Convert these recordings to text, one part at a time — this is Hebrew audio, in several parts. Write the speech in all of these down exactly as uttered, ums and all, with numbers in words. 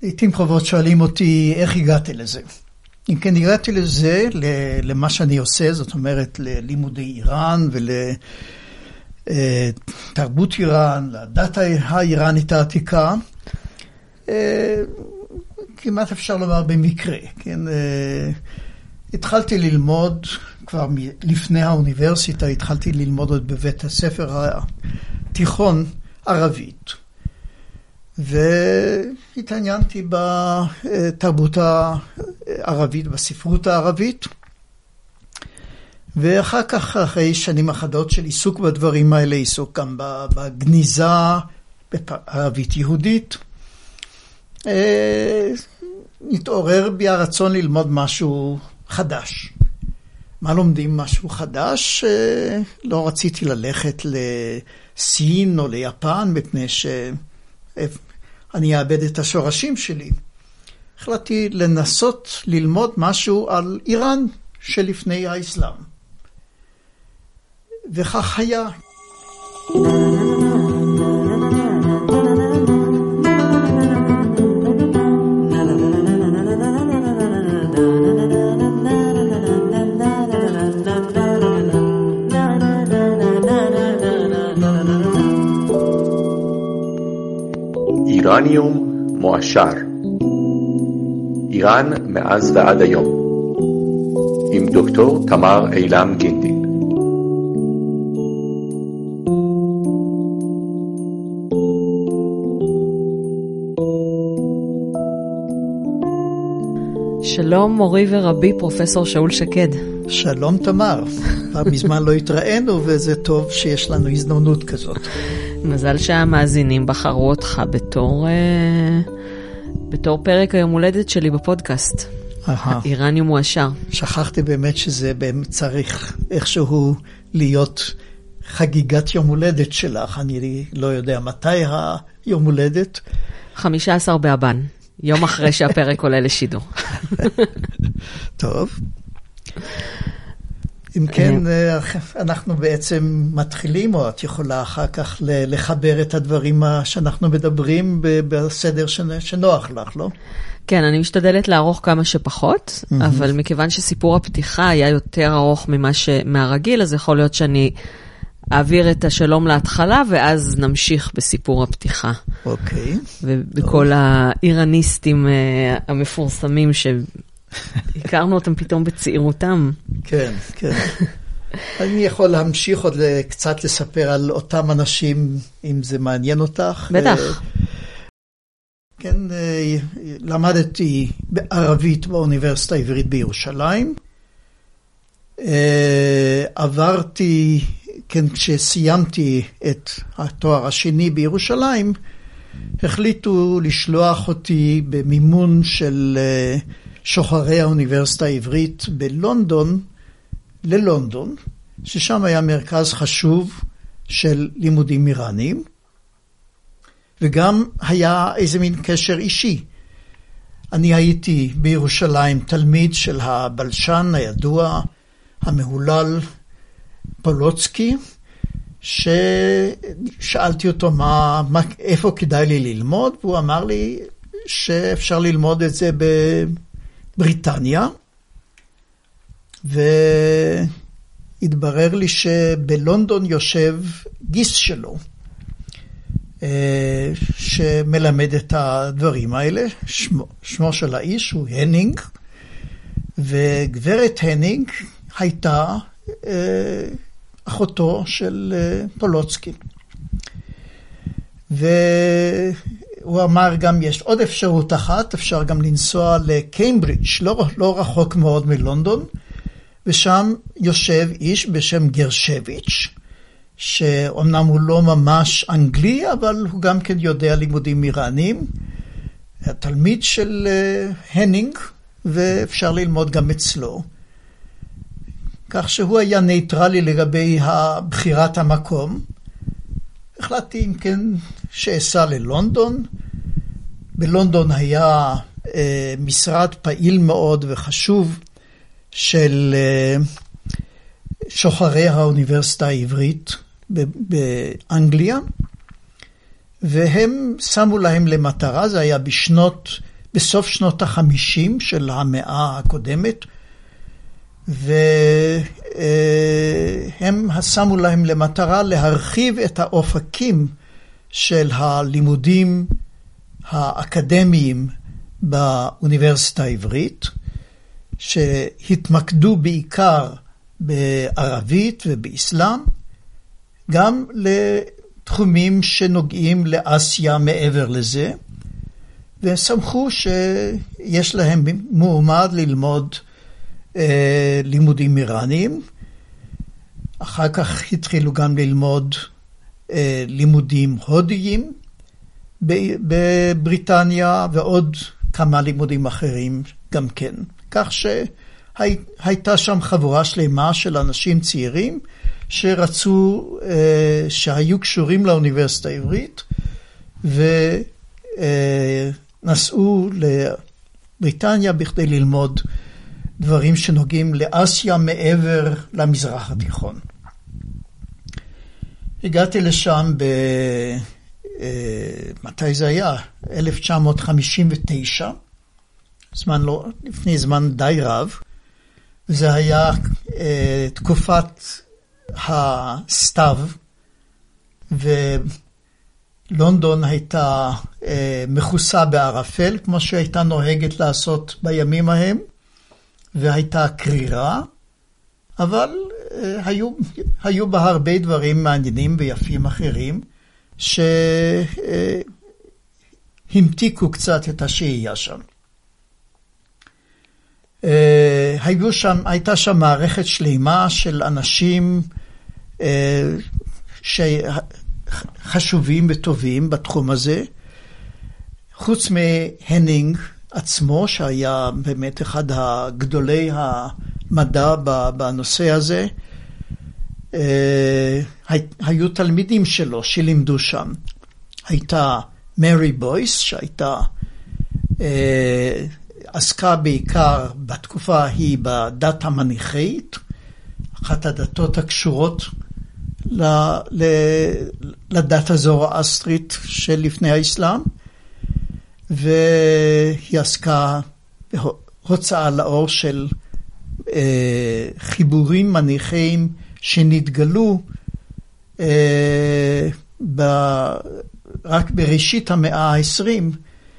לעתים קרובות שואלים אותי איך הגעתי לזה. אם כן, הגעתי לזה, למה שאני עושה, זאת אומרת ללימודי איראן ולתרבות איראן, לדת האיראנית העתיקה, כמעט אפשר לומר במקרה. כן? התחלתי ללמוד כבר לפני האוניברסיטה, התחלתי ללמוד עוד בבית הספר התיכון ערבית. והתעניינתי בתרבות הערבית, בספרות הערבית. ואחר כך, אחרי שנים אחדות של עיסוק בדברים האלה, עיסוק גם בגניזה בערבית יהודית, נתעורר בי הרצון ללמוד משהו חדש. מה לומדים משהו חדש? לא רציתי ללכת לסין או ליפן, מפני שאני אאבד את השורשים שלי. החלטתי לנסות ללמוד משהו על איראן שלפני האסלאם. וכך היה. איראניום מועשר, איראן מאז ועד היום, עם דוקטור תמר אילם גינדין. שלום מורי ורבי פרופסור שאול שקד. שלום תמר, מזמן לא התראינו וזה טוב שיש לנו הזדמנות כזאת. מזל שהמאזינים בחרו אותך בתור, בתור פרק היום הולדת שלי בפודקאסט. איראניום מועשר. שכחתי באמת שזה באמת צריך איכשהו להיות חגיגת יום הולדת שלך. אני לא יודע מתי היום הולדת. חמישה עשר באבן, יום אחרי שהפרק עולה לשידור. טוב. אם כן, אנחנו בעצם מתחילים, או את יכולה אחר כך לחבר את הדברים שאנחנו מדברים בסדר שנוח לך, לא? כן, אני משתדלת לערוך כמה שפחות, אבל מכיוון שסיפור הפתיחה היה יותר ארוך ממה מהרגיל, אז יכול להיות שאני אעביר את השלום להתחלה, ואז נמשיך בסיפור הפתיחה. אוקיי. ובכל האיראניסטים המפורסמים ש... הכרנו אותם פתאום בצעירותם. כן, כן. אני יכול להמשיך עוד קצת לספר על אותם אנשים, אם זה מעניין אותך. בטח. כן, למדתי בערבית באוניברסיטה העברית בירושלים. עברתי, כן, כשסיימתי את התואר השני בירושלים, החליטו לשלוח אותי במימון של שוחרי האוניברסיטה העברית בלונדון, ללונדון, ששם היה מרכז חשוב של לימודים איראנים, וגם היה איזה מין קשר אישי. אני הייתי בירושלים תלמיד של הבלשן הידוע, המהולל פולוצקי, ששאלתי אותו מה, מה, איפה כדאי לי ללמוד, והוא אמר לי שאפשר ללמוד את זה בבריטניה, והתברר לי שבלונדון יושב גיס שלו, שמלמד את הדברים האלה. שמו, שמו של האיש הוא הנינג, וגברת הנינג הייתה אחותו של פולוצקי. והוא אמר גם יש עוד אפשרות אחת, אפשר גם לנסוע לקיימברידג', לא, לא רחוק מאוד מלונדון, ושם יושב איש בשם גרשביץ', שאומנם הוא לא ממש אנגלי, אבל הוא גם כן יודע לימודים איראנים, התלמיד של הנינג, ואפשר ללמוד גם אצלו. כך שהוא היה ניטרלי לגבי בחירת המקום. החלטתי אם כן שאסע ללונדון. בלונדון היה אה, משרד פעיל מאוד וחשוב של אה, שוחרי האוניברסיטה העברית באנגליה, והם שמו להם למטרה, זה היה בשנות בסוף שנות החמישים של המאה הקודמת, והם שמו להם למטרה להרחיב את האופקים של הלימודים האקדמיים באוניברסיטה העברית, שהתמקדו בעיקר בערבית ובאסלאם, גם לתחומים שנוגעים לאסיה מעבר לזה, וסמכו שיש להם מועמד ללמוד אה, לימודים איראניים. אחר כך התחילו גם ללמוד אה, לימודים הודיים בבריטניה, ועוד כמה לימודים אחרים גם כן. כך שהייתה שם חבורה שלמה של אנשים צעירים, שרצו, אה, שהיו קשורים לאוניברסיטה העברית, ונסעו לבריטניה בכדי ללמוד דברים שנוגעים לאסיה מעבר למזרח התיכון. הגעתי לשם ב... מתי זה היה? אלף תשע מאות חמישים ותשע, זמן לא, לפני זמן די רב, וזה היה אה, תקופת הסתיו, ולונדון הייתה אה, מכוסה בערפל, כמו שהייתה נוהגת לעשות בימים ההם, והייתה קרירה, אבל אה, היו, היו בה הרבה דברים מעניינים ויפים אחרים, שהמתיקו קצת את השהייה שם. היו שם, הייתה שם מערכת שלמה של אנשים שחשובים וטובים בתחום הזה, חוץ מהנינג עצמו, שהיה באמת אחד הגדולי המדע בנושא הזה. היו תלמידים שלו שלימדו שם. הייתה מרי בויס, שהייתה עסקה בעיקר בתקופה ההיא בדת המניחית, אחת הדתות הקשורות לדת הזורואסטרית של לפני האסלאם, והיא עסקה בהוצאה לאור של חיבורים מניחיים שנתגלו ב... רק בראשית המאה העשרים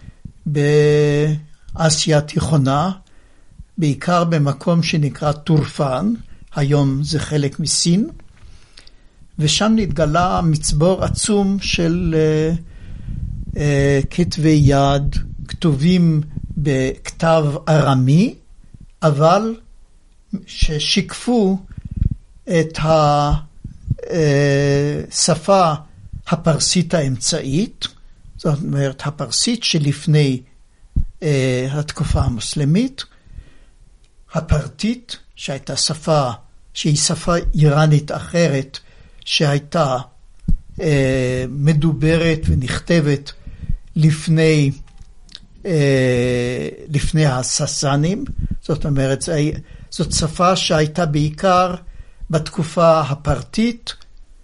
באסיה התיכונה, בעיקר במקום שנקרא טורפן, היום זה חלק מסין, ושם נתגלה מצבור עצום של uh, uh, כתבי יד, כתובים בכתב ארמי, אבל ששיקפו את השפה הפרסית האמצעית, זאת אומרת הפרסית שלפני uh, התקופה המוסלמית, הפרטית שהייתה שפה שהיא שפה איראנית אחרת, שהייתה uh, מדוברת ונכתבת לפני, uh, לפני הססנים, זאת אומרת זאת שפה שהייתה בעיקר בתקופה הפרטית,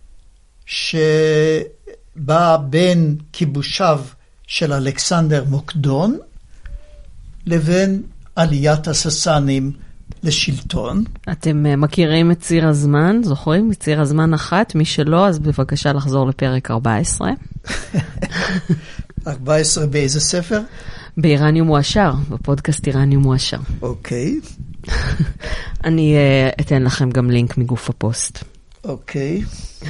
שבאה בין כיבושיו של אלכסנדר מוקדון לבין עליית הססנים לשלטון. אתם מכירים את ציר הזמן? זוכרים? את ציר הזמן אחת? מי שלא, אז בבקשה לחזור לפרק ארבע עשרה. ארבע עשרה באיזה ספר? באיראניום מועשר, בפודקאסט איראניום מועשר. אוקיי. אני uh, אתן לכם גם לינק מגוף הפוסט. אוקיי.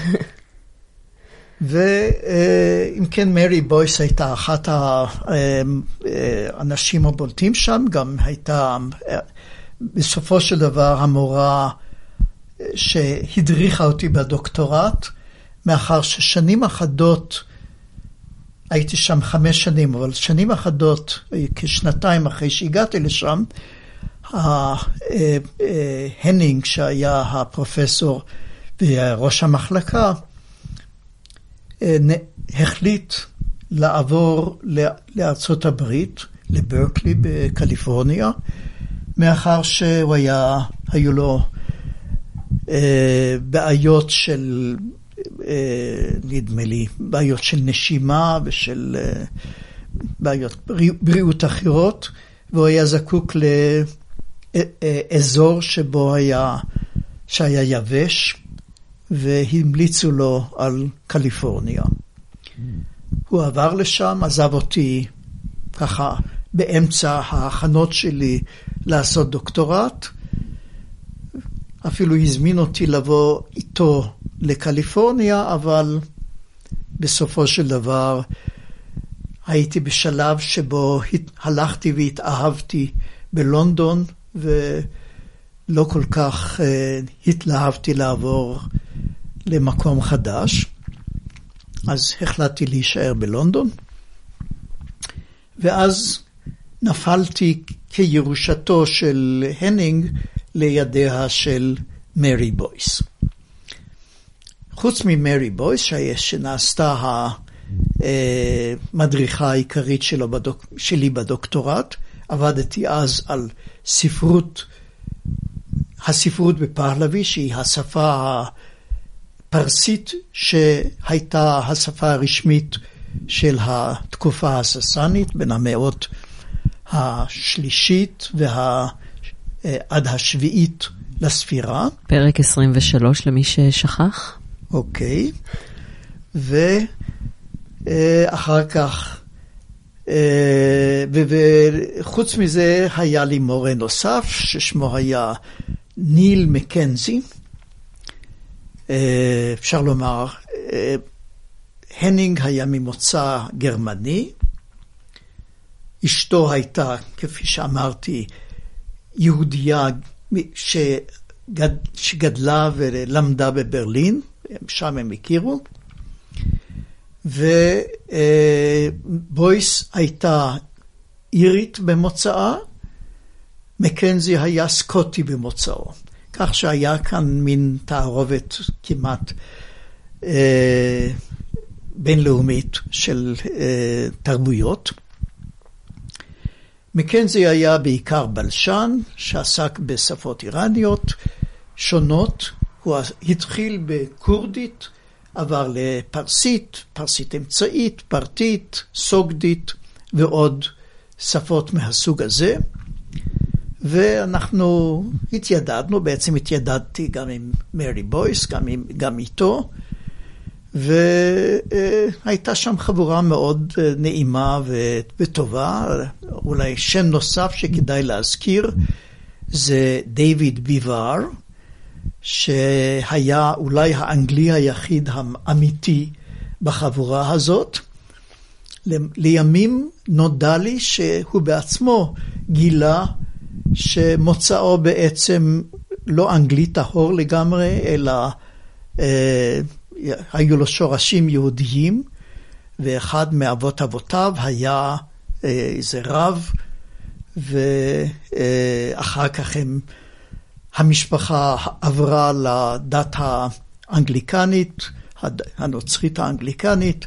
ואם כן, מרי בויס הייתה אחת האנשים הבולטים שם, גם הייתה בסופו של דבר המורה שהדריכה אותי בדוקטורט, מאחר ששנים אחדות, הייתי שם חמש שנים, אבל שנים אחדות, כשנתיים אחרי שהגעתי לשם, הנינג שהיה הפרופסור וראש המחלקה, החליט לעבור לארצות הברית, לברקלי בקליפורניה, מאחר שהוא היה, היו לו אה, בעיות של, אה, נדמה לי, בעיות של נשימה ושל, אה, בעיות בריאות אחרות, והוא היה זקוק לאזור שבו היה, שהיה יבש, והמליצו לו על קליפורניה. הוא עבר לשם, עזב אותי ככה באמצע ההכנות שלי לעשות דוקטורט, אפילו הזמין אותי לבוא איתו לקליפורניה, אבל בסופו של דבר הייתי בשלב שבו הלכתי והתאהבתי בלונדון, ולא כל כך uh, התלהבתי לעבור למקום חדש. אז החלטתי להישאר בלונדון, ואז נפלתי כירושתו של הנינג לידיה של מרי בויס. חוץ ממרי בויס, שנעשתה המדריכה העיקרית שלו בדוק, שלי בדוקטורט, עבדתי אז על ספרות, הספרות בפרלבי, שהיא השפה הפרסית שהייתה השפה הרשמית של התקופה הססנית, בין המאות השלישית וה... עד השביעית לספירה. פרק עשרים ושלוש למי ששכח. אוקיי. ואחר כך, וחוץ מזה היה לי מורה נוסף, ששמו היה ניל מקנזי. אפשר לומר, הנינג היה ממוצא גרמני. אשתו הייתה, כפי שאמרתי, יהודייה שגד, שגדלה ולמדה בברלין, שם הם הכירו, ובויס הייתה אירית במוצאה, מקנזי היה סקוטי במוצאו, כך שהיה כאן מין תערובת כמעט אה, בינלאומית של אה, תרבויות. מקנזי היה בעיקר בלשן, שעסק בשפות איראניות שונות. הוא התחיל בקורדית, עבר לפרסית, פרסית אמצעית, פרטית, סוגדית ועוד שפות מהסוג הזה. ואנחנו התיידדנו, בעצם התיידדתי גם עם מרי בויס, גם, עם, גם איתו. והייתה שם חבורה מאוד נעימה וטובה. אולי שם נוסף שכדאי להזכיר זה דיוויד ביבר, שהיה אולי האנגלי היחיד האמיתי בחבורה הזאת. לימים נודע לי שהוא בעצמו גילה שמוצאו בעצם לא אנגלי טהור לגמרי, אלא אה, היו לו שורשים יהודיים, ואחד מאבות אבותיו היה איזה רב, ואחר כך הם, המשפחה עברה לדת האנגליקנית, הנוצרית האנגליקנית,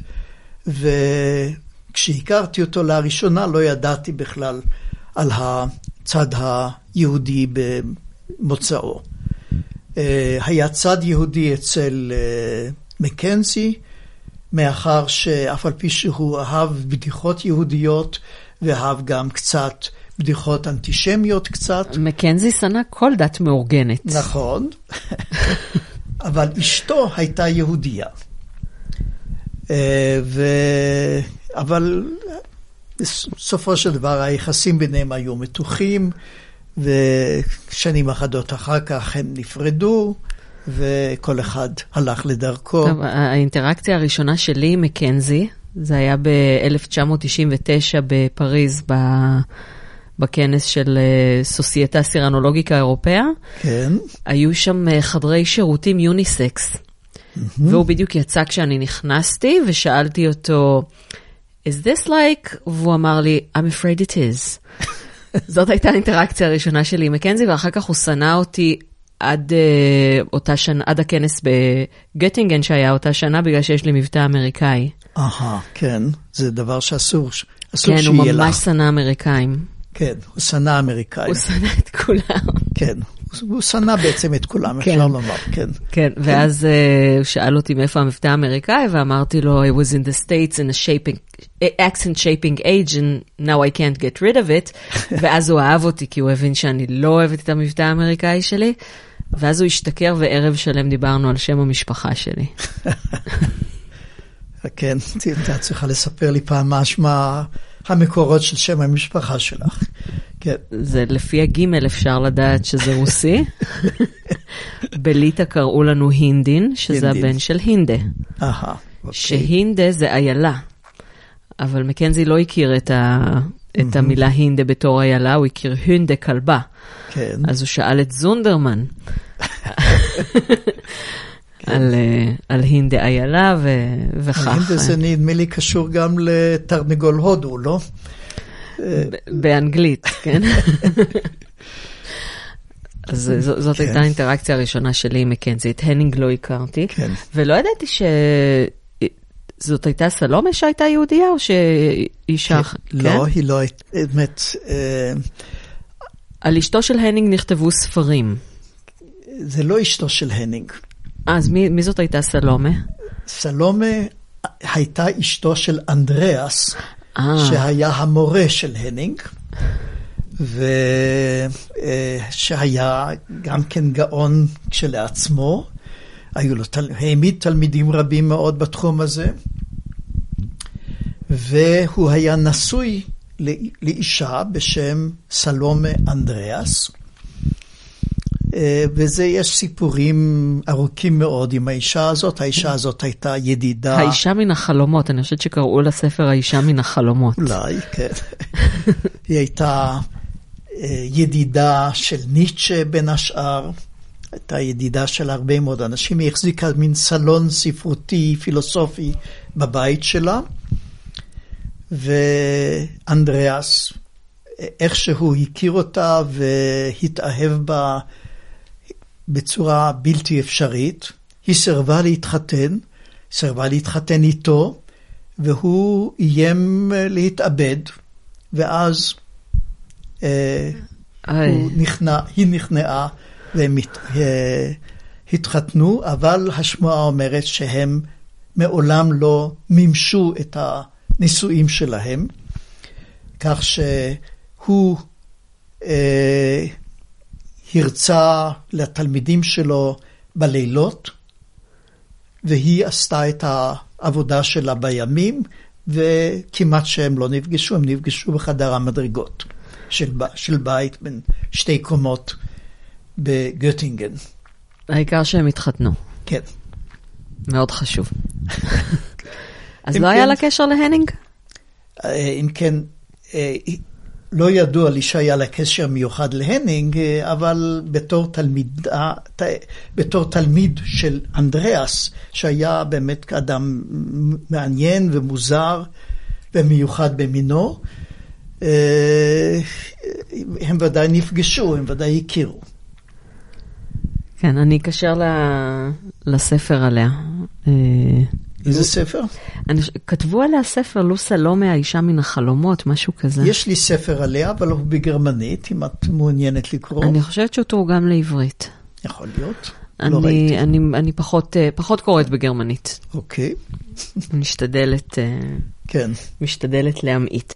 וכשהכרתי אותו לראשונה לא ידעתי בכלל על הצד היהודי במוצאו. היה צד יהודי אצל מקנזי, מאחר שאף על פי שהוא אהב בדיחות יהודיות, ואהב גם קצת בדיחות אנטישמיות קצת. מקנזי שנא כל דת מאורגנת. נכון, אבל אשתו הייתה יהודייה. ו... אבל בסופו של דבר היחסים ביניהם היו מתוחים, ושנים אחדות אחר כך הם נפרדו, וכל אחד הלך לדרכו. טוב, האינטראקציה הראשונה שלי עם מקנזי, זה היה ב-אלף תשע מאות תשעים ותשע בפריז, בכנס של סוסייטה סירנולוגיקה אירופאה. כן. היו שם חדרי שירותים יוניסקס, והוא בדיוק יצא כשאני נכנסתי, ושאלתי אותו, is this like? והוא אמר לי, I'm afraid it is. זאת הייתה האינטראקציה הראשונה שלי עם מקנזי, ואחר כך הוא שנא אותי עד, uh, אותה שנה, עד הכנס בגטינגן שהיה אותה שנה, בגלל שיש לי מבטא אמריקאי. אהה, כן, זה דבר שאסור, אסור כן, שיהיה לך. הוא ממש שנא אמריקאים. כן, הוא שנא אמריקאים. הוא שנא את כולם. כן, הוא שנא בעצם את כולם, אפשר לומר, כן. כן, ואז הוא שאל אותי מאיפה המבטא האמריקאי, ואמרתי לו, I was in the States in a shaping, accent shaping age, and now I can't get rid of it, ואז הוא אהב אותי, כי הוא הבין שאני לא אוהבת את המבטא האמריקאי שלי, ואז הוא השתכר, וערב שלם דיברנו על שם המשפחה שלי. כן, אתה צריכה לספר לי פעם מה המקורות של שם המשפחה שלך. כן. זה לפי הגימל אפשר לדעת שזה רוסי. בליטה קראו לנו הינדין, שזה הינדין. הבן של הינדה. אהה, אוקיי. שהינדה זה איילה. אבל מקנזי לא הכיר את, ה... mm-hmm. את המילה הינדה בתור איילה, הוא הכיר הינדה כלבה. כן. אז הוא שאל את זונדרמן. על, על הינדה איילה ו... וכך. הינדה זה נדמה לי קשור גם לתרנגול הודו, לא? באנגלית, כן? אז זאת הייתה האינטראקציה הראשונה שלי עם מקנזי. את הנינג לא הכרתי, ולא ידעתי שזאת הייתה סלומה שהייתה יהודיה, או שאישה... לא, היא לא הייתה, באמת... על אשתו של הנינג נכתבו ספרים. זה לא אשתו של הנינג. אז מי זאת הייתה סלומה? סלומה הייתה אשתו של אנדריאס, שהיה המורה של הנינג, ושהיה גם כן גאון כשלעצמו, היו לו, העמיד תלמידים רבים מאוד בתחום הזה, והוא היה נשוי לאישה בשם סלומה אנדריאס, וזה יש סיפורים ארוכים מאוד עם האישה הזאת. האישה הזאת הייתה ידידה. האישה מן החלומות, אני חושבת שקראו לספר האישה מן החלומות. אולי, כן. היא הייתה ידידה של ניטשה בין השאר, הייתה ידידה של הרבה מאוד אנשים, היא החזיקה מין סלון ספרותי, פילוסופי בבית שלה, ואנדריאס, איכשהו הכיר אותה והתאהב בה בצורה בלתי אפשרית, היא סרבה להתחתן, סרבה להתחתן איתו, והוא איים להתאבד, ואז אה, הוא נכנע, היא נכנעה, והם אה, התחתנו, אבל השמועה אומרת שהם מעולם לא מימשו את הנישואים שלהם, כך שהוא אה, הרצה לתלמידים שלו בלילות, והיא עשתה את העבודה שלה בימים, וכמעט שהם לא נפגשו, הם נפגשו בחדר המדרגות של, של בית בין שתי קומות בגוטינגן. העיקר שהם התחתנו. כן. מאוד חשוב. אז לא היה לה קשר להנינג? אם כן, לא ידוע לי שהיה לה קשר מיוחד להנינג, אבל בתור תלמיד, בתור תלמיד של אנדריאס, שהיה באמת אדם מעניין ומוזר ומיוחד במינו, הם ודאי נפגשו, הם ודאי הכירו. כן, אני אקשר לספר עליה. איזה ספר? אני, כתבו עליה ספר, לו סלומה, האישה מן החלומות, משהו כזה. יש לי ספר עליה, אבל הוא בגרמנית, אם את מעוניינת לקרוא. אני חושבת שהוא תורגם לעברית. יכול להיות. אני, לא ראיתי. אני, אני פחות, פחות קוראת בגרמנית. אוקיי. משתדלת, כן. משתדלת להמעיט.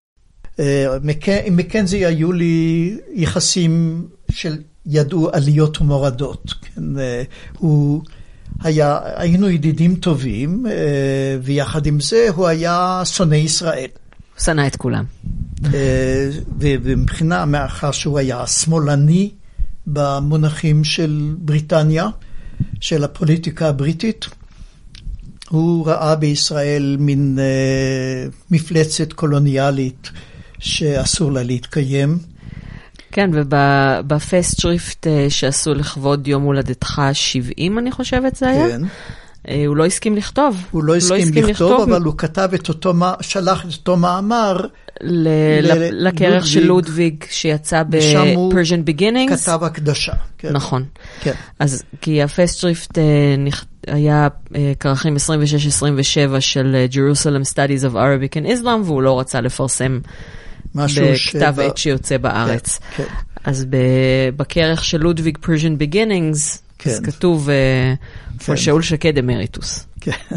עם מקנזי היו לי יחסים של ידעו עליות ומורדות. כן, הוא... היה, היינו ידידים טובים, ויחד עם זה הוא היה שונא ישראל. הוא שנא את כולם. ומבחינה, מאחר שהוא היה שמאלני במונחים של בריטניה, של הפוליטיקה הבריטית, הוא ראה בישראל מין מפלצת קולוניאלית שאסור לה להתקיים. כן, ובפסטריפט שעשו לכבוד יום הולדתך שבעים, אני חושבת זה היה. כן. הוא לא הסכים לכתוב. הוא לא הסכים לכתוב, אבל הוא כתב את אותו, שלח את אותו מאמר. לקרח של לודוויג שיצא ב-Persian Beginnings. כתב הקדשה. נכון. אז כי הפסטריפט היה כרכים עשרים ושש עשרים ושבע של Jerusalem Studies of Arabic and Islam, והוא לא רצה לפרסם בכתב עת שיוצא בארץ. אז בכרך של לודוויג פרז'ן ביגינינגס, אז כתוב for שאול שקד אמריטוס.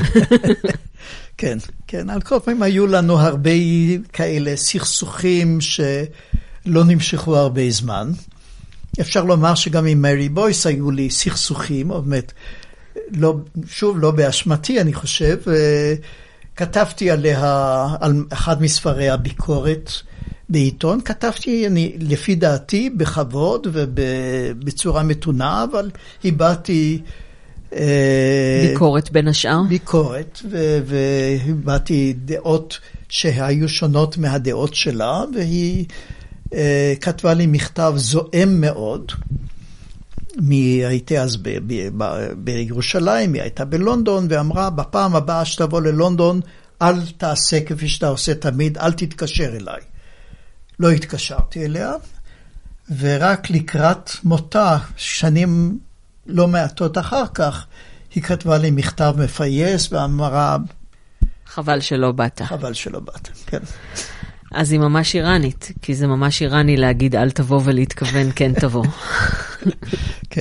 כן, כן. על כל פעמים היו לנו הרבה כאלה סכסוכים שלא נמשכו הרבה זמן. אפשר לומר שגם עם מרי בויס היו לי סכסוכים, באמת, לא, שוב, לא באשמתי, אני חושב. כתבתי עליה, על אחד מספרי הביקורת בעיתון, כתבתי, אני, לפי דעתי, בכבוד ובצורה מתונה, אבל הבאתי ביקורת בין השאר. ביקורת, והבאתי דעות שהיו שונות מהדעות שלה, והיא כתבה לי מכתב זועם מאוד, מי הייתה אז ב- ב- ב- בירושלים, היא הייתה בלונדון, ואמרה, בפעם הבאה שתבוא ללונדון, אל תעשה כפי שאתה עושה תמיד, אל תתקשר אליי. לא התקשרתי אליה, ורק לקראת מותה, שנים לא מעטות אחר כך, היא כתבה לי מכתב מפייס, ואמרה, חבל שלא באת. חבל שלא באת, כן. אז היא ממש איראנית, כי זה ממש איראני להגיד אל תבוא ולהתכוון כן תבוא. כן.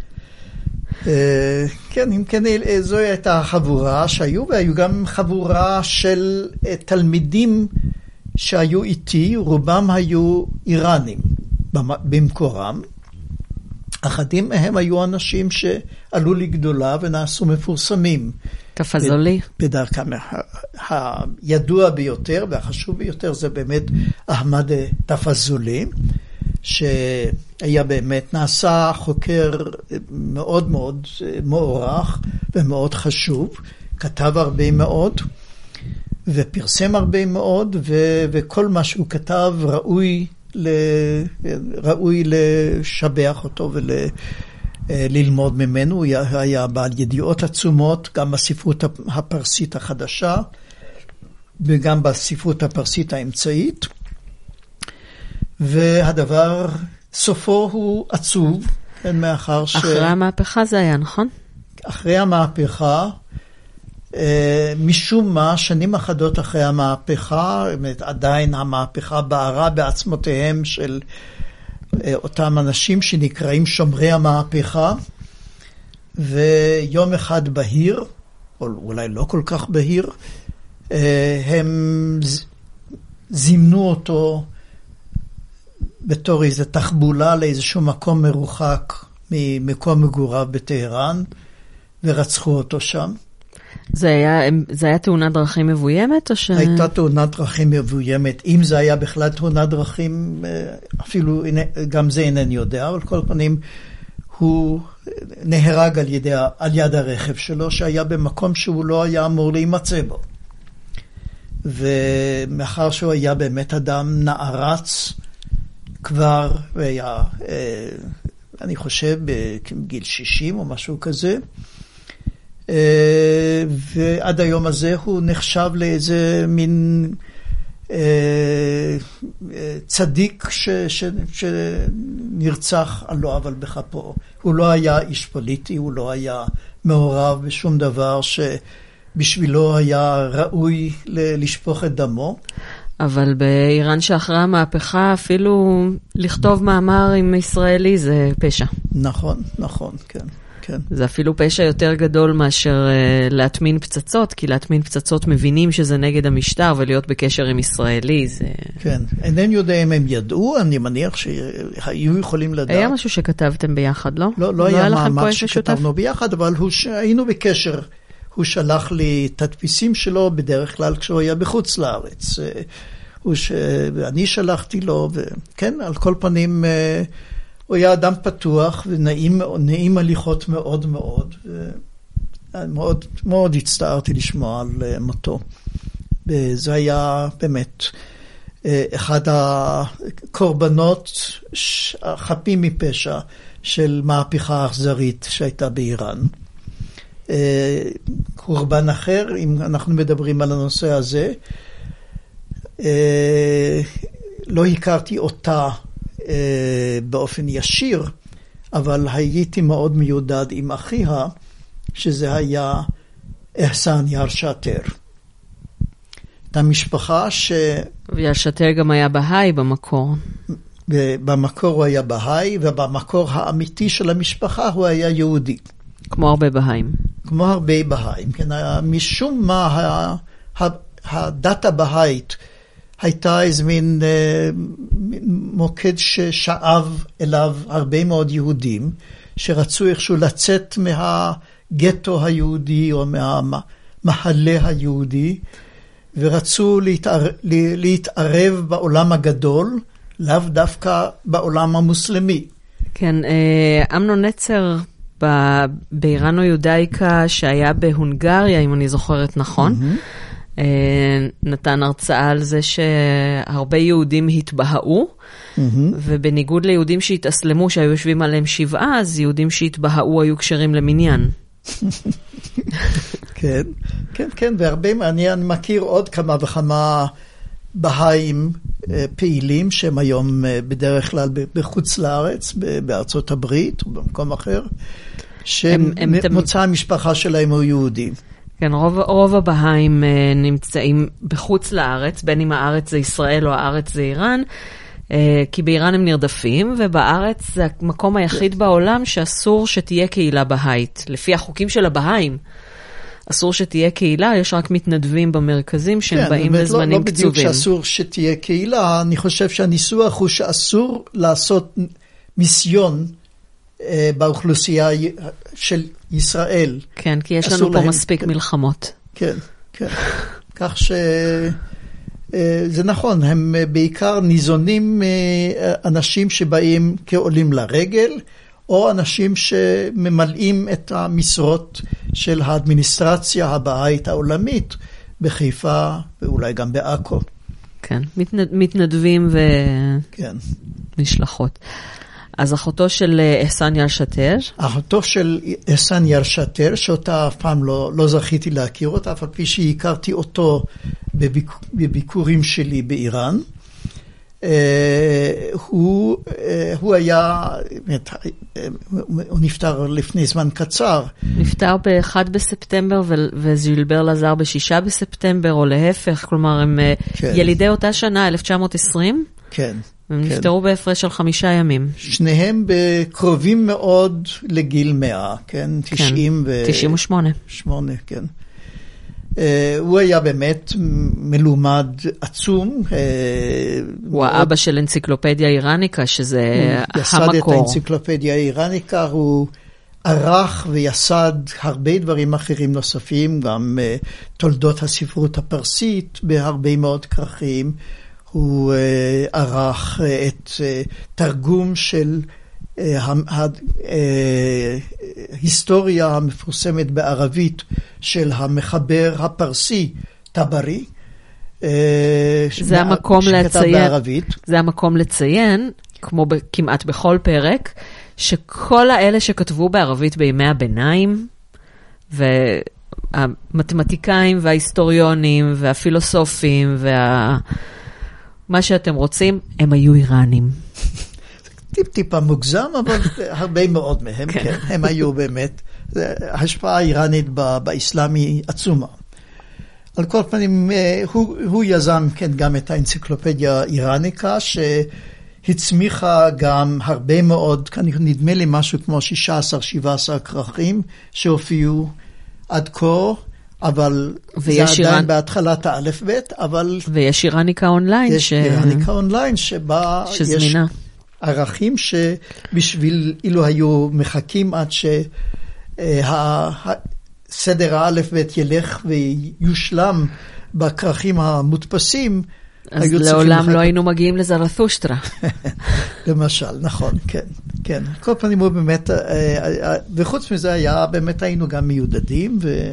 כן, אם כן, זו הייתה חבורה שהיו, והיו גם חבורה של תלמידים שהיו איתי, רובם היו איראנים במקורם. אחדים מהם היו אנשים שעלו לגדולה ונעשו מפורסמים. תפזולי. בדרכם הידוע ביותר והחשוב ביותר זה באמת אחמד תפזולי, שהיה באמת נעשה חוקר מאוד מאוד מוערך ומאוד חשוב, כתב הרבה מאוד ופרסם הרבה מאוד, ו- וכל מה שהוא כתב ראוי, ל- ראוי לשבח אותו ול... ללמוד ממנו. הוא היה בעל ידיעות עצומות, גם בספרות הפרסית החדשה, וגם בספרות הפרסית האמצעית. והדבר, סופו הוא עצוב, כן, מאחר ש... אחרי המהפכה זה היה, נכון? אחרי המהפכה, משום מה, שנים אחדות אחרי המהפכה, עדיין המהפכה בערה בעצמותיהם של אותם אנשים שנקראים שומרי המהפכה, ויום אחד בהיר, או אולי לא כל כך בהיר, הם זימנו אותו בתור איזו תחבולה לאיזשהו מקום מרוחק ממקום מגוריו בטהרן, ורצחו אותו שם. זה היה, זה היה תאונת דרכים מבוימת או ש... הייתה תאונת דרכים מבוימת. אם זה היה בכלל תאונת דרכים, אפילו גם זה אינני יודע, אבל כל פנים הוא נהרג על ידי, על יד הרכב שלו, שהיה במקום שהוא לא היה אמור להימצא בו. ומאחר שהוא היה באמת אדם נערץ, כבר היה, אני חושב, בגיל שישים או משהו כזה, ועד היום הזה הוא נחשב לאיזה מין צדיק ש, ש, שנרצח על לא עוול בכפו. הוא לא היה איש פוליטי, הוא לא היה מעורב בשום דבר שבשבילו היה ראוי לשפוך את דמו. אבל באיראן שאחרי המהפכה אפילו לכתוב מאמר עם ישראלי זה פשע. נכון, נכון, כן. כן. זה אפילו פשע יותר גדול מאשר uh, להטמין פצצות, כי להטמין פצצות מבינים שזה נגד המשטר, ולהיות בקשר עם ישראלי זה... כן, אינני יודע אם הם ידעו, אני מניח שהיו יכולים לדעת. היה משהו שכתבתם ביחד, לא? לא, לא, לא היה מאמר שכתבנו ביחד, אבל הוא, היינו בקשר. הוא שלח לי תדפיסים שלו בדרך כלל כשהוא היה בחוץ לארץ. הוא ש... אני שלחתי לו, וכן, על כל פנים... הוא היה אדם פתוח ונעים נעים הליכות מאוד מאוד. מאוד, מאוד הצטערתי לשמוע על מותו. זה היה באמת אחד הקורבנות החפים מפשע של מהפכה אכזרית שהייתה באיראן. קורבן אחר, אם אנחנו מדברים על הנושא הזה, לא הכרתי אותה באופן ישיר, אבל הייתי מאוד מיודד עם אחיה, שזה היה אחסן יאר שטר. את המשפחה ש... ויאר שטר גם היה בהאי במקור. במקור הוא היה בהאי, ובמקור האמיתי של המשפחה הוא היה יהודי. כמו הרבה בהאים. כמו הרבה בהאים, כן. משום מה הדת הבהאית הייתה איזה מין מוקד ששאב אליו הרבה מאוד יהודים, שרצו איכשהו לצאת מהגטו היהודי או מהמחלה היהודי, ורצו להתערב, להתערב בעולם הגדול, לאו דווקא בעולם המוסלמי. כן, אמנון נצר באיראנו יודאיקה שהיה בהונגריה, אם אני זוכרת נכון, mm-hmm. נתן הרצאה על זה שהרבה יהודים התבהעו, mm-hmm. ובניגוד ליהודים שהתאסלמו, שהיו יושבים עליהם שבעה, אז יהודים שהתבהעו היו קשרים למניין. כן, כן, כן, והרבה, אני, אני מכיר עוד כמה וכמה בהאים פעילים, שהם היום בדרך כלל בחוץ לארץ, בארצות הברית או במקום אחר, שמוצא המשפחה שלהם הוא יהודים. כן, רוב, רוב הבהאים נמצאים בחוץ לארץ, בין אם הארץ זה ישראל או הארץ זה איראן, כי באיראן הם נרדפים, ובארץ זה המקום היחיד בעולם שאסור שתהיה קהילה בהאית. לפי החוקים של הבהאים, אסור שתהיה קהילה, יש רק מתנדבים במרכזים שהם כן, באים לזמנים לא, לא קצובים. לא בדיוק שאסור שתהיה קהילה, אני חושב שהניסוח הוא שאסור לעשות מיסיון אה, באוכלוסייה של ישראל. כן, כי יש לנו פה להם, מספיק כן, מלחמות. כן, כן. כך ש... זה נכון, הם בעיקר ניזונים אנשים שבאים כעולים לרגל, או אנשים שממלאים את המשרות של האדמיניסטרציה הבהאית העולמית בחיפה ואולי גם בעכו. כן, מתנד... מתנדבים ונשלחות. כן. אז אחותו של אחסן ירשתר? אחותו של אחסן ירשתר, שאותה אף פעם לא, לא זכיתי להכיר אותה, אף על פי שהכרתי אותו בביק, בביקורים שלי באיראן. Uh, הוא, uh, הוא היה, הוא נפטר לפני זמן קצר. נפטר ב-אחד בספטמבר וז'ילבר לזר ב-שישה בספטמבר, או להפך, כלומר הם כן. ילידי אותה שנה, אלף תשע מאות עשרים. כן. הם כן. נפטרו בהפרש של חמישה ימים. שניהם בקרובים מאוד לגיל מאה, כן? תשעים ו... תשעים ושמונה. שמונה, כן. Uh, הוא היה באמת מלומד עצום. Uh, הוא מאוד... האבא של אנציקלופדיה איראניקה, שזה המקור. יסד את האנציקלופדיה איראניקה, הוא ערך ויסד הרבה דברים אחרים נוספים, גם uh, תולדות הספרות הפרסית בהרבה מאוד כרכים. הוא uh, ערך uh, את uh, תרגום של uh, ההיסטוריה המפורסמת בערבית של המחבר הפרסי טברי, uh, זה המקום לציין, זה המקום לציין, כמו כמעט בכל פרק, שכל האלה שכתבו בערבית בימי הביניים, והמתמטיקאים וההיסטוריונים והפילוסופים וה... מה שאתם רוצים, הם היו איראנים. טיפ-טיפה מוגזם, אבל הרבה מאוד מהם, כן. כן, הם היו באמת. ההשפעה האיראנית באסלאם היא עצומה. על כל פנים, הוא, הוא יזם כן, גם את האנציקלופדיה איראניקה, שהצמיחה גם הרבה מאוד, נדמה לי משהו כמו שישה עשר שבע עשרה כרכים, שהופיעו עד כה, אבל זה עדיין איראן... בהתחלת האלף בית, אבל... ויש איראניקה אונליין. יש ש... איראניקה אונליין שבה שזמינה. יש ערכים שבשביל אילו היו מחכים עד שהסדר האלף בית ילך ויושלם בכרכים המודפסים. אז לעולם לחכות... לא היינו מגיעים לזרתושטרה. למשל, נכון, כן. כן. כל פעמים הוא באמת, וחוץ מזה היה, באמת היינו גם מיודדים ו...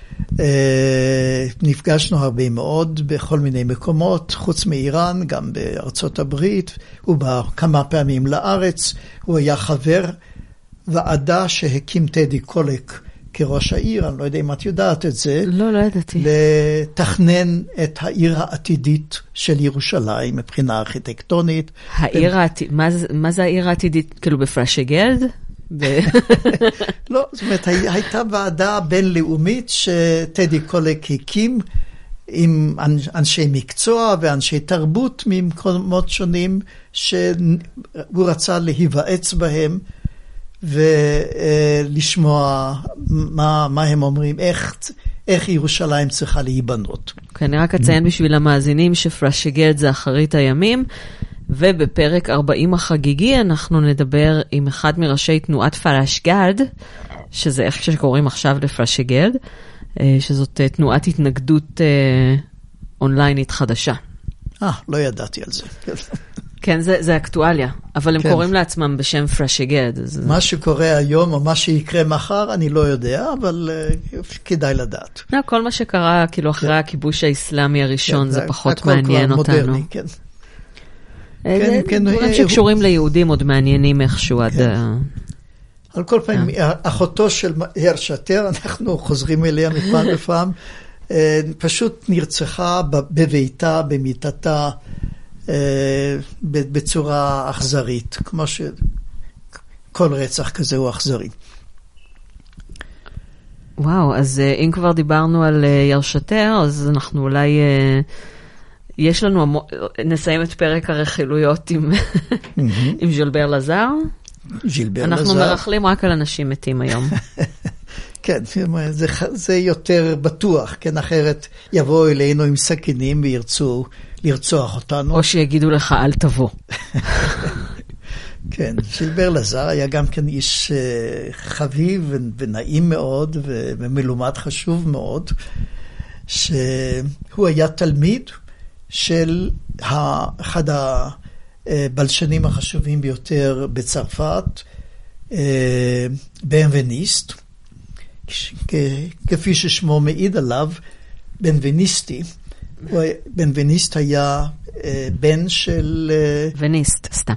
נפגשנו הרבה מאוד בכל מיני מקומות, חוץ מאיראן, גם בארצות הברית. הוא בא כמה פעמים לארץ, הוא היה חבר ועדה שהקים טדי קולק כראש העיר, אני לא יודע אם את יודעת את זה. לא, לא ידעתי. לתכנן את העיר העתידית של ירושלים מבחינה ארכיטקטונית. העיר העתידית, מה, מה זה העיר העתידית? כאילו בפרשגלד? לא, זאת אומרת, הייתה ועדה בינלאומית שטדי קולק הקים עם אנשי מקצוע ואנשי תרבות ממקומות שונים, שהוא רצה להיוועץ בהם ולשמוע מה, מה הם אומרים, איך, איך ירושלים צריכה להיבנות. כן, אני רק אציין בשביל המאזינים שפרשגרד זה אחרית הימים, ובפרק ארבעים החגיגי אנחנו נדבר עם אחד מראשי תנועת פרשגרד, שזה איך שקוראים עכשיו לפרשגרד, שזאת תנועת התנגדות אונליינית חדשה. אה, לא ידעתי על זה. כן, זה, זה אקטואליה, אבל הם כן. קוראים לעצמם בשם פרשגרד. אז... מה שקורה היום או מה שיקרה מחר, אני לא יודע, אבל uh, כדאי לדעת. לא, כל מה שקרה, כאילו אחרי כן. הכיבוש האסלאמי הראשון, כן, זה פחות מעניין אותנו. מודרני, כן. כן, כן. דברים שקשורים הוא... ליהודים עוד מעניינים איכשהו עד... כן. על כל פעמים, אחותו של הרשטר, אנחנו חוזרים אליה מפעם לפעם, פשוט נרצחה בביתה, במיטתה, בצורה אכזרית, כמו שכל רצח כזה הוא אכזרי. וואו, אז אם כבר דיברנו על ירשטר, אז אנחנו אולי, יש לנו, נסיים את פרק הרכילויות עם, עם ז'ילבר לזר. ז'ילבר אנחנו לזר. אנחנו מרחלים רק על אנשים מתים היום. כן, זה, זה יותר בטוח, כן, אחרת יבואו אלינו עם סכינים וירצו לרצוח אותנו. או שיגידו לך, אל תבוא. כן, ז'ילבר לזר היה גם כן איש חביב ונעים מאוד ומלומד חשוב מאוד, שהוא היה תלמיד של אחד הבלשנים החשובים ביותר בצרפת, בנבניסט, כפי ששמו מעיד עליו, בנבניסטי. בנבניסט היה בן של... וניסט, סתם.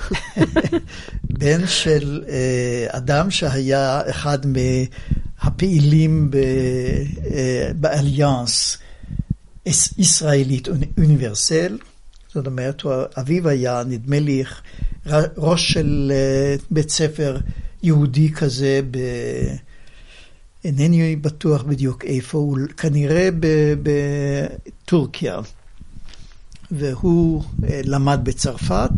בן של אדם שהיה אחד מהפעילים באליאנס ישראלית אוניברסל. זאת אומרת, אביו היה, נדמה לי, ראש של בית ספר יהודי כזה ב... אינני בטוח בדיוק איפה, הוא כנראה בטורקיה, והוא למד בצרפת.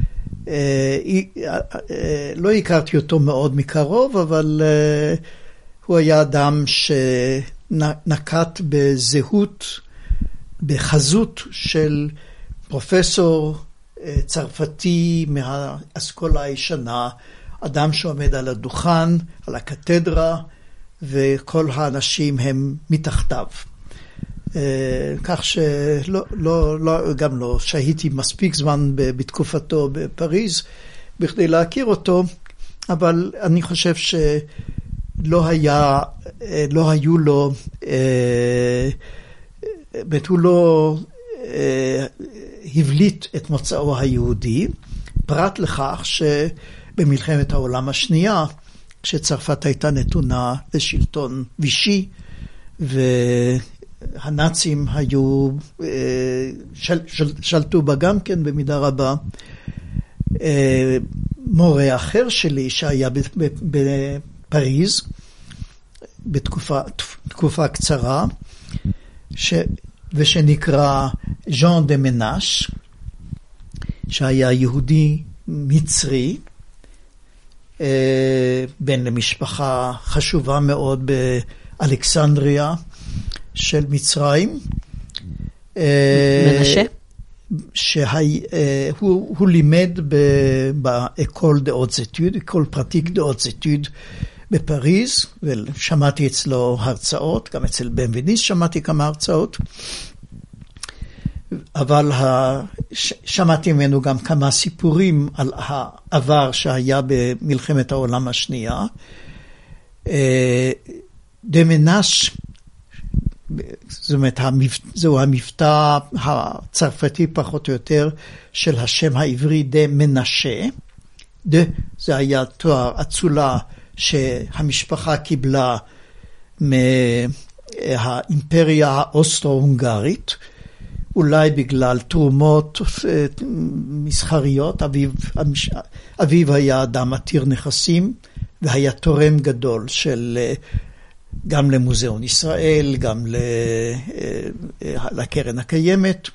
לא הכרתי אותו מאוד מקרוב, אבל הוא היה אדם שנקט בזהות, בחזות של פרופסור צרפתי מהאסכולה הישנה, אדם שעומד על הדוכן, על הקתדרה, וכל האנשים הם מתחתיו. כך שלא, לא, לא, גם לא שהיתי מספיק זמן בתקופתו בפריז, בכדי להכיר אותו, אבל אני חושב שלא היה, לא היו לו, באמת הוא לא הבליט את מוצאו היהודי, פרט לכך שבמלחמת העולם השנייה, כשצרפת הייתה נתונה לשלטון וישי, והנאצים היו, של, של, שלטו בה גם כן במידה רבה. מורה אחר שלי שהיה בפריז, בתקופה תקופה קצרה, ש, ושנקרא ז'אן דה מנש, שהיה יהודי מצרי, בן למשפחה חשובה מאוד באלכסנדריה של מצרים. מנשה? שהוא הוא לימד באקול דה הוט אטוד, אקול פרטיק דה הוט אטוד בפריז, ושמעתי אצלו הרצאות, גם אצל בנבניסט שמעתי כמה הרצאות, אבל שמעתי ממנו גם כמה סיפורים על העבר שהיה במלחמת העולם השנייה. דה מנש, זאת אומרת, זהו המבטא הצרפתי פחות או יותר של השם העברי דה מנשה. דה זה היה תואר אצולה שהמשפחה קיבלה מהאימפריה האוסטרו-הונגרית, אולי בגלל תרומות מסחריות. אביו, אביו היה אדם עתיר נכסים, והיה תורם גדול של גם למוזיאון ישראל, גם לקרן הקיימת.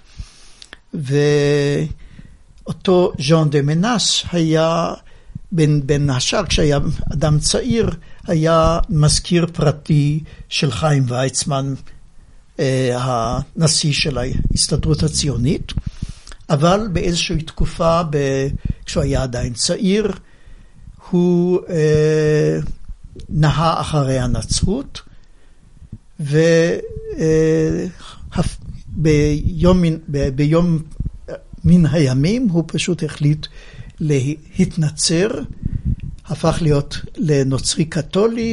ואותו ז'אן דה מנס היה, בין, בין השאר, כשהיה אדם צעיר, היה מזכיר פרטי של חיים ויצמן, הנשיא של ההסתדרות הציונית. אבל באיזושהי תקופה, כשהוא היה עדיין צעיר, הוא נהה אחרי הנצרות, וביום ביום מן הימים הוא פשוט החליט להתנצר, הפך להיות לנוצרי קתולי,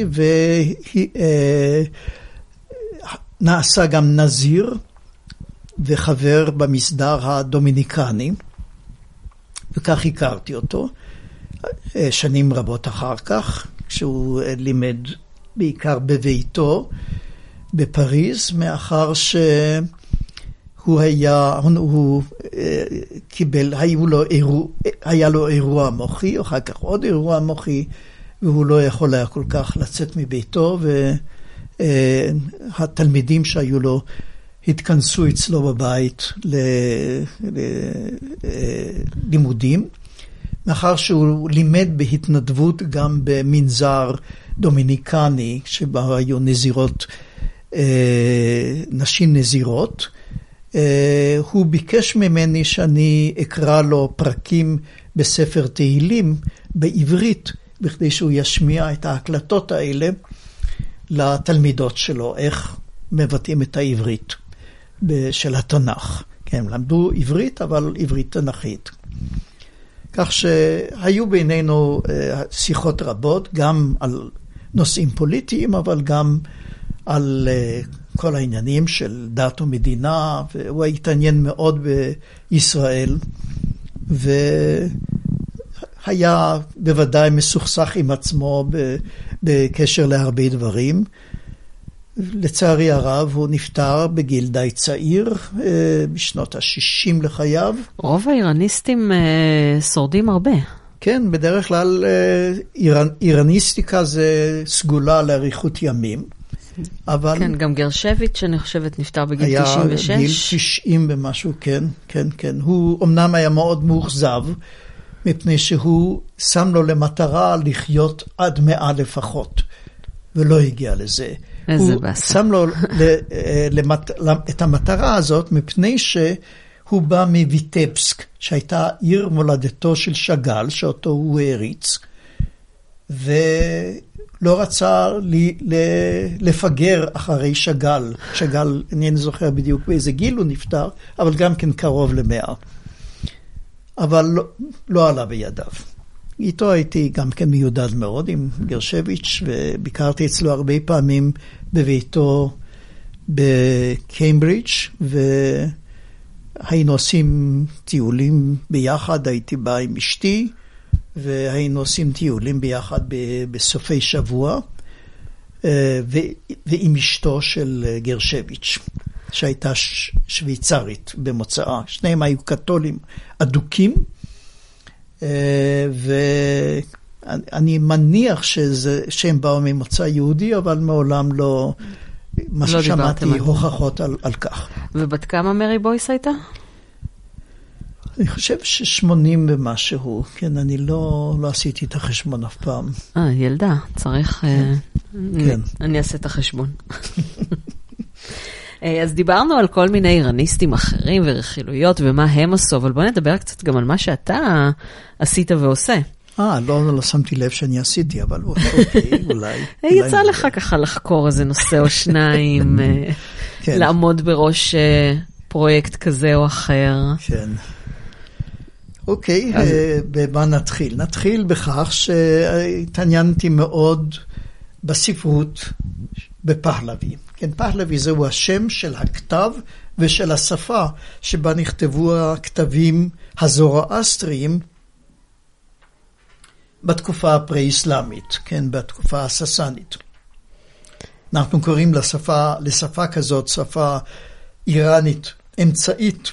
ונעשה גם נזיר, וחבר במסדר הדומיניקני, וכך הכרתי אותו שנים רבות אחר כך, כשהוא לימד בעיקר בביתו בפריז, מאחר שהוא היה, הוא קיבל, היו לו אירוע, היה לו אירוע מוחי, אחר כך עוד אירוע מוחי, והוא לא יכול היה כל כך לצאת מביתו, והתלמידים שהיו לו התכנסו אצלו בבית ללימודים, מאחר שהוא לימד בהתנדבות גם במנזר דומיניקני, שבה היו נזירות, נשים נזירות. הוא ביקש ממני שאני אקרא לו פרקים בספר תהילים בעברית, בכדי שהוא ישמיע את ההקלטות האלה לתלמידות שלו, איך מבטאים את העברית של התנ"ך. כן, למדו עברית, אבל עברית תנ"כית. כך שהיו בינינו שיחות רבות, גם על נושאים פוליטיים, אבל גם על כל העניינים של דת ומדינה, והוא התעניין מאוד בישראל, והיה בוודאי מסוכסך עם עצמו בקשר להרבה דברים. לצערי הרב הוא נפטר בגיל די צעיר, בשנות ה-שישים לחייו. רוב האיראניסטים שורדים הרבה. כן, בדרך כלל איראניסטיקה זה סגולה לאריכות ימים. אבל כן, גם גרשביץ' שאני חושבת נפטר בגיל תשעים ושש. היה גיל תשעים ומשהו, כן, כן, כן. הוא אמנם היה מאוד מאוכזב, מפני שהוא שם לו למטרה לחיות עד מאה לפחות, ולא הגיע לזה. איזה הוא בסה. שם לו למט... את המטרה הזאת, מפני שהוא בא מויטבסק, שהייתה עיר מולדתו של שגל, שאותו הוא העריץ, ולא רצה לי, לפגר אחרי שגל. שגל, אני זוכר בדיוק באיזה גיל הוא נפטר, אבל גם כן קרוב למאה. אבל לא, לא עלה בידיו. איתו הייתי גם כן מיודד מאוד עם גרשביץ', וביקרתי אצלו הרבה פעמים בביתו בקיימברידג', והיינו עושים טיולים ביחד, הייתי בא עם אשתי, והיינו עושים טיולים ביחד בסופי שבוע, ועם אשתו של גרשביץ', שהייתה שוויצרית במוצאה. שניהם היו קתולים אדוקים, ואני מניח שזה, שהם באו ממוצא יהודי, אבל מעולם לא, מה לא ששמעתי הוכחות על, על כך. ובת כמה מרי בויס הייתה? אני חושב ששמונים ומשהו, כן, אני לא, לא עשיתי את החשבון אף פעם. אה, ילדה, צריך, כן. אני, כן. אני אעשה את החשבון. אז דיברנו על כל מיני איראניסטים אחרים ורכילויות ומה הם עשו, אבל בוא נדבר קצת גם על מה שאתה עשית ועושה. אה, לא, לא שמתי לב שאני עשיתי, אבל אוקיי, אולי. יצא לך ככה לחקור איזה נושא או שניים, לעמוד בראש פרויקט כזה או אחר. כן. אוקיי, במה נתחיל? נתחיל בכך שהתעניינתי מאוד בספרות בפהלוי. כן, פהלוי זהו השם של הכתב ושל השפה שבה נכתבו הכתבים הזורואסטריים בתקופה הפרה-אסלאמית, כן, בתקופה הססנית. אנחנו קוראים לשפה, לשפה כזאת, שפה איראנית אמצעית.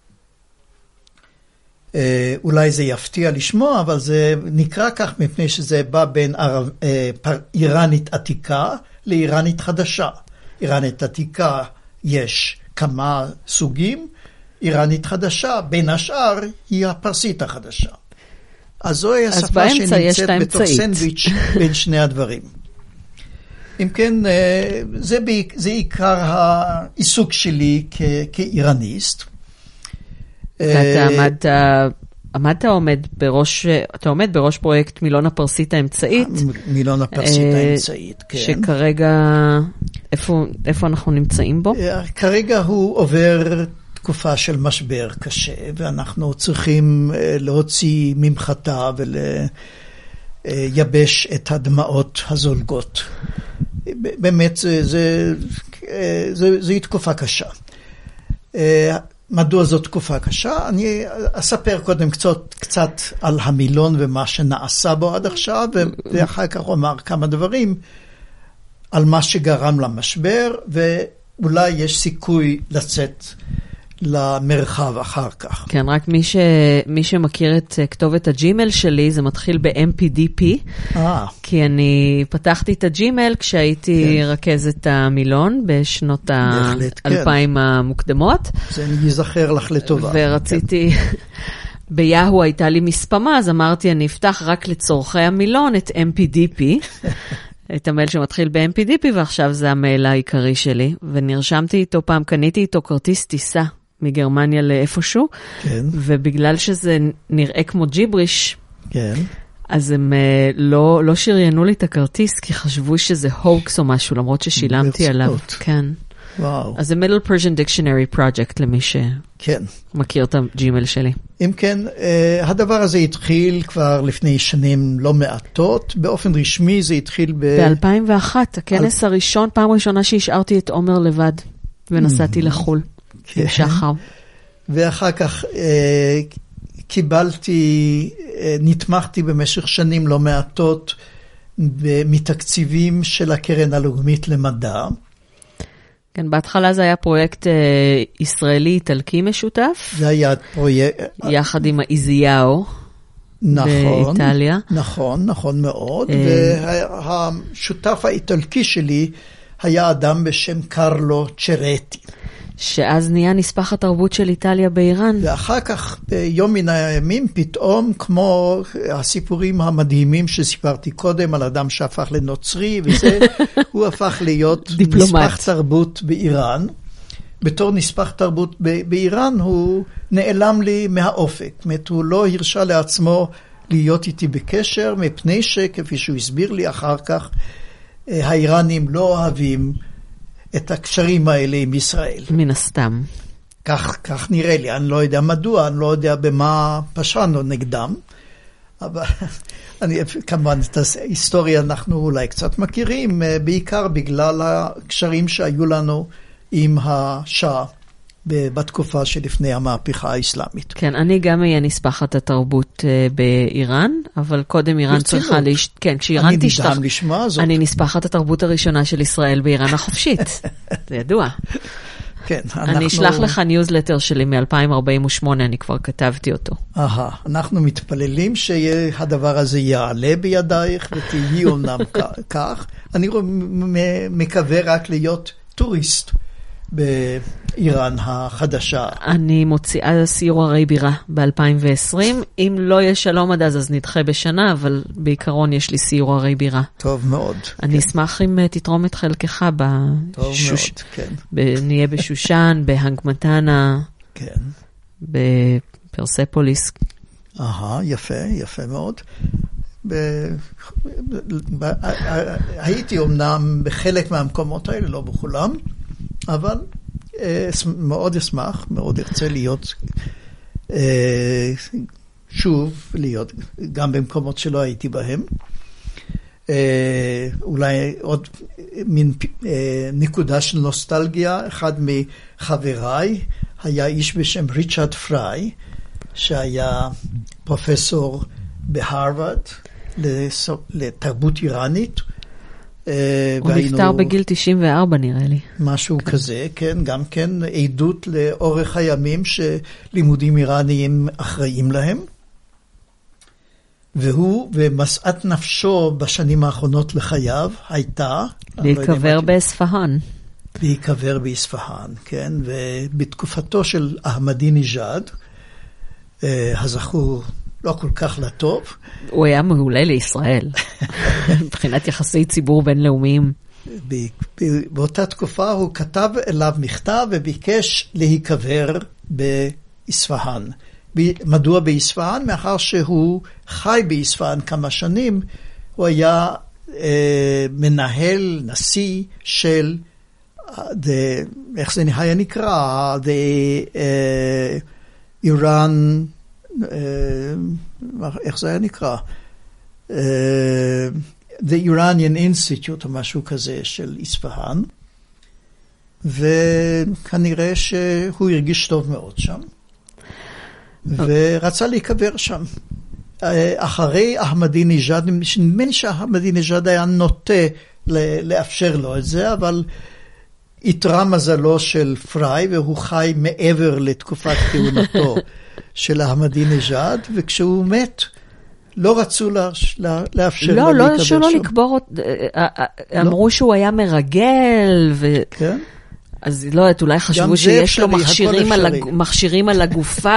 אולי זה יפתיע לשמוע, אבל זה נקרא כך מפני שזה בא בין ערב, איראנית עתיקה, לאיראנית חדשה. איראנית עתיקה יש כמה סוגים, איראנית חדשה, בין השאר, היא הפרסית החדשה. אז זוהי השפה שנמצאת בתוך סנדוויץ' בין שני הדברים. אם כן, זה, זה עיקר העיסוק שלי כ, כאיראניסט. ואתה עמדת, עמדת עומד בראש, אתה עומד בראש פרויקט מילון הפרסית האמצעית. מילון הפרסית האמצעית, כן. שכרגע, איפה, איפה אנחנו נמצאים בו? כרגע הוא עובר תקופה של משבר קשה, ואנחנו צריכים להוציא ממחטה ולייבש את הדמעות הזולגות. באמת, זה, זה, זה, זה תקופה קשה. מדוע זו תקופה קשה? אני אספר קודם קצת, קצת על המילון ומה שנעשה בו עד עכשיו, ואחר כך אומר כמה דברים על מה שגרם למשבר, ואולי יש סיכוי לצאת למרחב אחר כך. כן, רק מי, ש... מי שמכיר את כתובת הג'ימל שלי, זה מתחיל ב-אם פי די פי, אה. כי אני פתחתי את הג'ימל כשהייתי כן. רכזת המילון בשנות האלפיים כן. המוקדמות. זה ייזכר לך לטובה. ורציתי, כן. ביהו הייתה לי מספמה, אז אמרתי, אני אפתח רק לצורכי המילון את אם פי די פי, את המייל שמתחיל ב-אם פי די פי, ועכשיו זה המייל העיקרי שלי, ונרשמתי איתו פעם, קניתי איתו כרטיס טיסה מגרמניה לאיפשהו, כן. ובגלל שזה נראה כמו ג'יבריש, כן. אז הם uh, לא, לא שריינו לי את הכרטיס, כי חשבו שזה הוקס או משהו, למרות ששילמתי עליו. כן. וואו. אז זה Middle Persian Dictionary Project, למי שמכיר את הג'ימל שלי. אם כן, הדבר הזה התחיל כבר לפני שנים לא מעטות, באופן רשמי זה התחיל ב... ב-אלפיים ואחת, הכנס הראשון, פעם ראשונה שהשארתי את עומר לבד, ונסעתי לחול, עם שחר. ואחר כך קיבלתי, נתמכתי במשך שנים לא מעטות, מתקציבים של הקרן הלאומית למדע. כן, בהתחלה זה היה פרויקט אה, ישראלי-איטלקי משותף. זה היה פרויקט... יחד עם האיזיהו. נכון. באיטליה. נכון, נכון מאוד. אה... והשותף האיטלקי שלי היה אדם בשם קרלו צ'רטי. שאז נהיה נספח התרבות של איטליה באיראן. ואחר כך, ביום מן הימים, פתאום, כמו הסיפורים המדהימים שסיפרתי קודם, על אדם שהפך לנוצרי, וזה, הוא הפך להיות נספח תרבות באיראן. בתור נספח תרבות באיראן, הוא נעלם לי מהאופק. זאת אומרת, הוא לא הרשה לעצמו להיות איתי בקשר, מפני שכפי שהוא הסביר לי אחר כך, האיראנים לא אוהבים את הקשרים האלה עם ישראל. מן הסתם. כך, כך נראה לי, אני לא יודע מדוע, אני לא יודע במה פשענו נגדם, אבל אני, כמובן, את ההיסטוריה אנחנו אולי קצת מכירים, בעיקר בגלל הקשרים שהיו לנו עם השאה בתקופה שלפני המהפכה האסלאמית. כן, אני גם אהיה נספחת התרבות באיראן, אבל קודם איראן צריכה להש... כן, כשאיראן תשתח... אני נדהם לשמוע זאת. אני נספחת התרבות הראשונה של ישראל באיראן החופשית. זה ידוע. כן, אנחנו... אני אשלח לך ניוזלטר שלי מ-אלפיים ארבעים ושמונה, אני כבר כתבתי אותו. אהה, אנחנו מתפללים שהדבר הזה יעלה בידייך, ותהיי אומנם כך. אני מקווה רק להיות טוריסט. באיראן החדשה. אני מוציאה סיור הרי בירה ב-אלפיים ועשרים. אם לא יש שלום עד אז, אז נדחה בשנה, אבל בעיקרון יש לי סיור הרי בירה. טוב מאוד. אני אשמח אם תתרום את חלקך ב... טוב מאוד, כן. נהיה בשושן, בהנגמתנה, כן. בפרספוליס. אהה, יפה, יפה מאוד. הייתי אומנם בחלק מהמקומות האלה, לא בכולם, אבל מאוד אשמח, מאוד ארצה להיות, שוב, להיות גם במקומות שלא הייתי בהם. אולי עוד מין נקודה של נוסטלגיה, אחד מחבריי היה איש בשם ריצ'רד פריי, שהיה פרופסור בהרווארד לתרבות איראנית, הוא נפטר בגיל תשעים וארבע נראה לי. משהו כזה, כן, גם כן עדות לאורך הימים שלימודים איראניים אחראים להם. והוא, ומשאת נפשו בשנים האחרונות לחייו, הייתה... להיקבר באספהאן. להיקבר באספהאן, כן? ובתקופתו של אחמדינג'אד, הזכור לא כל כך לטוב. הוא היה מעולה לישראל, מבחינת יחסי ציבור בינלאומיים. באותה תקופה הוא כתב אליו מכתב וביקש להיקבר באספהאן. מדוע באספהאן? מאחר שהוא חי באספהאן כמה שנים, הוא היה אה, מנהל, נשיא של, the, איך זה היה נקרא? The uh, Iran, uh, איך זה היה נקרא? Uh, The Iranian Institute או משהו כזה של אספהאן, וכנראה שהוא הרגיש טוב מאוד שם, ורצה להיקבר שם. אחרי אחמדינג'אד, נדמה לי שאחמדינג'אד היה נוטה לאפשר לו את זה, אבל יתרה מזלו של פריי, והוא חי מעבר לתקופת כהונתו של אחמדינג'אד, וכשהוא מת, לא רצו לאפשר לא, לו לא, להיקבר שם. שלא לקבור, אמרו שהוא היה מרגל, ו... כן. אז לא יודעת, אולי חשבו שיש לו מכשירים על הגופה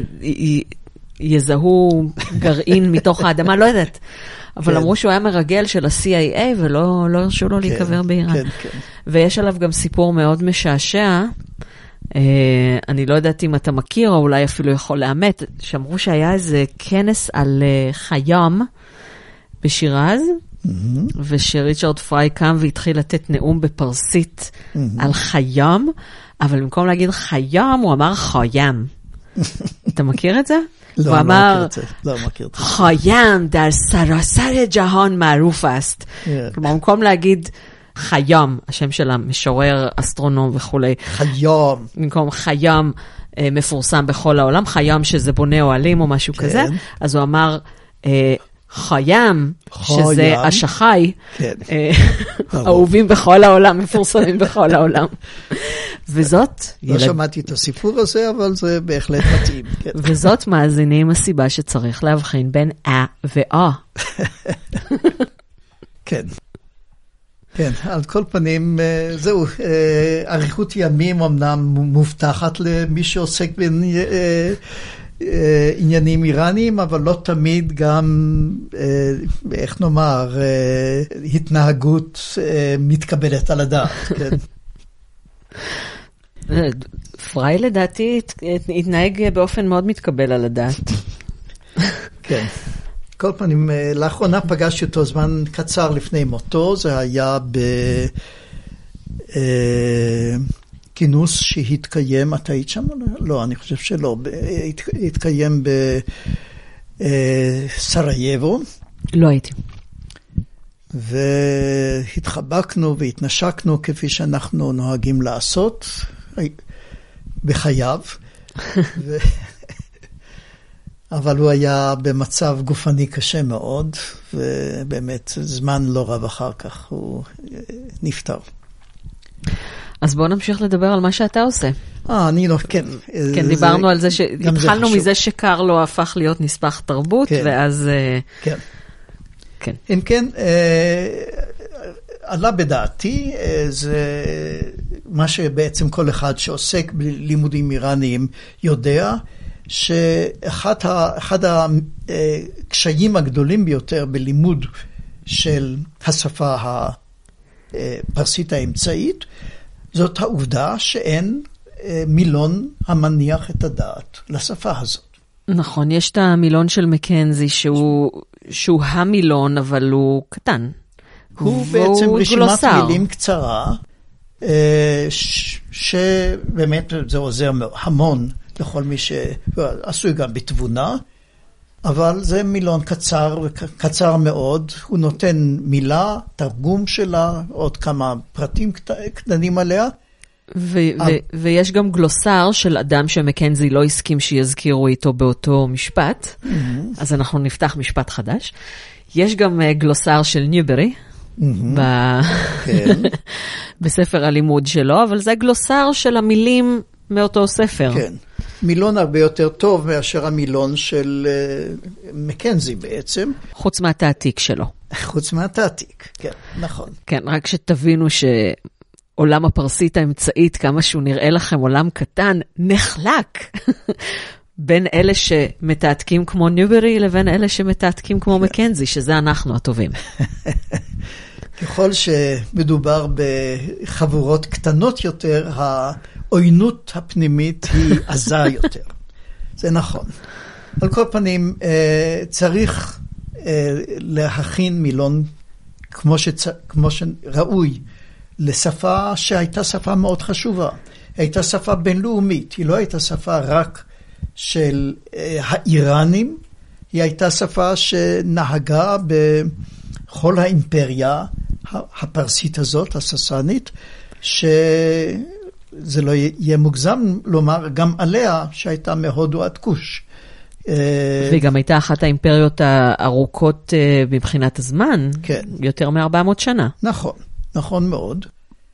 שיזהו גרעין מתוך האדמה, לא יודעת. אבל אמרו שהוא היה מרגל של ה-סי איי איי, ולא הרשו לו להיקבר באיראן. ויש עליו גם סיפור מאוד משעשע, אני לא יודעת אם אתה מכיר, או אולי אפילו יכול לאמת, שאמרו שהיה איזה כנס על חיים בשירז, ושריצ'רד פריי קם והתחיל לתת נאום בפרסית על חיים, אבל במקום להגיד חיים, הוא אמר חיים. אתה מכיר את זה? לא, הוא אמר, לא מכיר את זה. חיים דר סרסר ג'האן מערוף אסט. כלומר, במקום להגיד חיים, השם של המשורר, אסטרונום וכולי. חיים. במקום חיים מפורסם בכל העולם, חיים שזה בונה אוהלים או משהו כזה, אז הוא אמר חיים, שזה השחי, אהובים בכל העולם, מפורסמים בכל העולם. וזאת... לא שמעתי את הסיפור הזה, אבל זה בהחלט מתאים. וזאת מאזינים הסיבה שצריך להבחין בין אה ואה. כן. כן, על כל פנים, זהו, אריכות ימים אמנם מובטחת למי שעוסק בעניינים איראניים, אבל לא תמיד גם, איך נאמר, התנהגות מתקבלת על הדעת, כן. פריי לדעתי התנהג באופן מאוד מתקבל על הדעת. כן. כל פנים, לאחרונה פגשתי אותו זמן קצר לפני מותו, זה היה בכינוס שהתקיים, אתה היית שם? לא, אני חושב שלא, התקיים בסרייבו. לא הייתי. והתחבקנו והתנשקנו כפי שאנחנו נוהגים לעשות בחייו. ו... אבל הוא היה במצב גופני קשה מאוד, ובאמת זמן לא רב אחר כך הוא נפטר. אז בואו נמשיך לדבר על מה שאתה עושה. אה, אני לא, כן. כן, דיברנו על זה, התחלנו מזה שקרלו הפך להיות נספח תרבות, ואז... כן. כן. אם כן, עלה בדעתי, זה מה שבעצם כל אחד שעוסק בלימודים איראניים יודע, שאחד הקשיים הגדולים ביותר בלימוד של השפה הפרסית האמצעית, זאת העובדה שאין מילון המניח את הדעת לשפה הזאת. נכון, יש את המילון של מקנזי שהוא, שהוא המילון, אבל הוא קטן. הוא בעצם רשימת מילים קצרה, שבאמת זה עוזר המון לכל מי שעשוי גם בתבונה, אבל זה מילון קצר, קצר מאוד. הוא נותן מילה, תרגום שלה, עוד כמה פרטים קטנים עליה. ו- ו- ויש גם גלוסר של אדם שמקנזי לא הסכים שיזכירו איתו באותו משפט, mm-hmm. אז אנחנו נפתח משפט חדש. יש גם גלוסר של ניוברי, mm-hmm. ב- כן. בספר הלימוד שלו, אבל זה גלוסר של המילים מאותו ספר. כן. מילון הרבה יותר טוב מאשר המילון של uh, מקנזי בעצם. חוץ מהתעתיק שלו. חוץ מהתעתיק, כן, נכון. כן, רק שתבינו שעולם הפרסית האמצעית, כמה שהוא נראה לכם עולם קטן, נחלק בין אלה שמתעתקים כמו ניוברי לבין אלה שמתעתקים כמו מקנזי, שזה אנחנו הטובים. ככל שמדובר בחבורות קטנות יותר, העוינות הפנימית היא עזה יותר. זה נכון. על כל פנים, צריך להכין מילון כמו, שצ... כמו שראוי לשפה שהייתה שפה מאוד חשובה. הייתה שפה בינלאומית, היא לא הייתה שפה רק של האיראנים, היא הייתה שפה שנהגה בכל האימפריה הפרסית הזאת, הססנית, שזה לא יהיה מוגזם לומר גם עליה שהייתה מהודו עד כוש. והיא גם הייתה אחת האימפריות הארוכות מבחינת הזמן, כן. יותר מ-ארבע מאות שנה. נכון, נכון מאוד.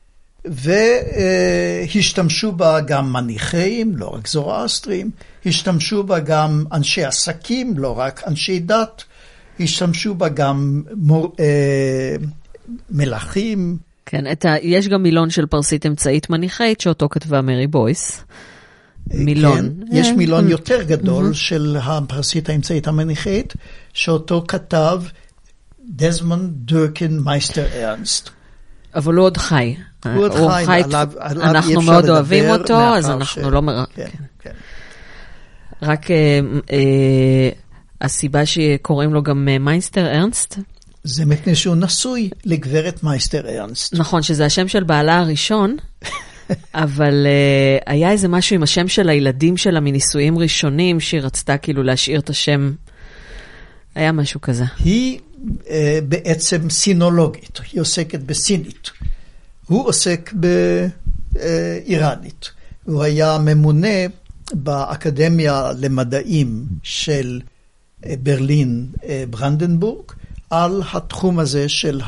והשתמשו בה גם מניחים, לא רק זורואסטרים, השתמשו בה גם אנשי עסקים, לא רק אנשי דת, השתמשו בה גם מור, אה, מלכים. כן, את ה, יש גם מילון של פרסית אמצעית מניחית, שאותו כתבה מרי בויס. מילון. כן, יש מילון יותר גדול של הפרסית האמצעית המניחית, שאותו כתב דזמונד דורקין מייסטר ארנסט. אבל הוא עוד חי. הוא עוד חי, חי עליו, עליו אנחנו מאוד אוהבים אותו, אז אנחנו ש... לא מר... כן, כן. כן. רק אה, אה, הסיבה שקוראים לו גם מייסטר ארנסט, זה מפני שהוא נשוי לגברת מייסטר ארנסט. נכון, שזה השם של בעלה הראשון, אבל uh, היה איזה משהו עם השם של הילדים שלה מנישואים ראשונים, שהיא רצתה כאילו להשאיר את השם, היה משהו כזה. היא uh, בעצם סינולוגית, היא עוסקת בסינית. הוא עוסק באיראנית. הוא היה ממונה באקדמיה למדעים של uh, ברלין uh, ברנדנבורג, על התחום הזה של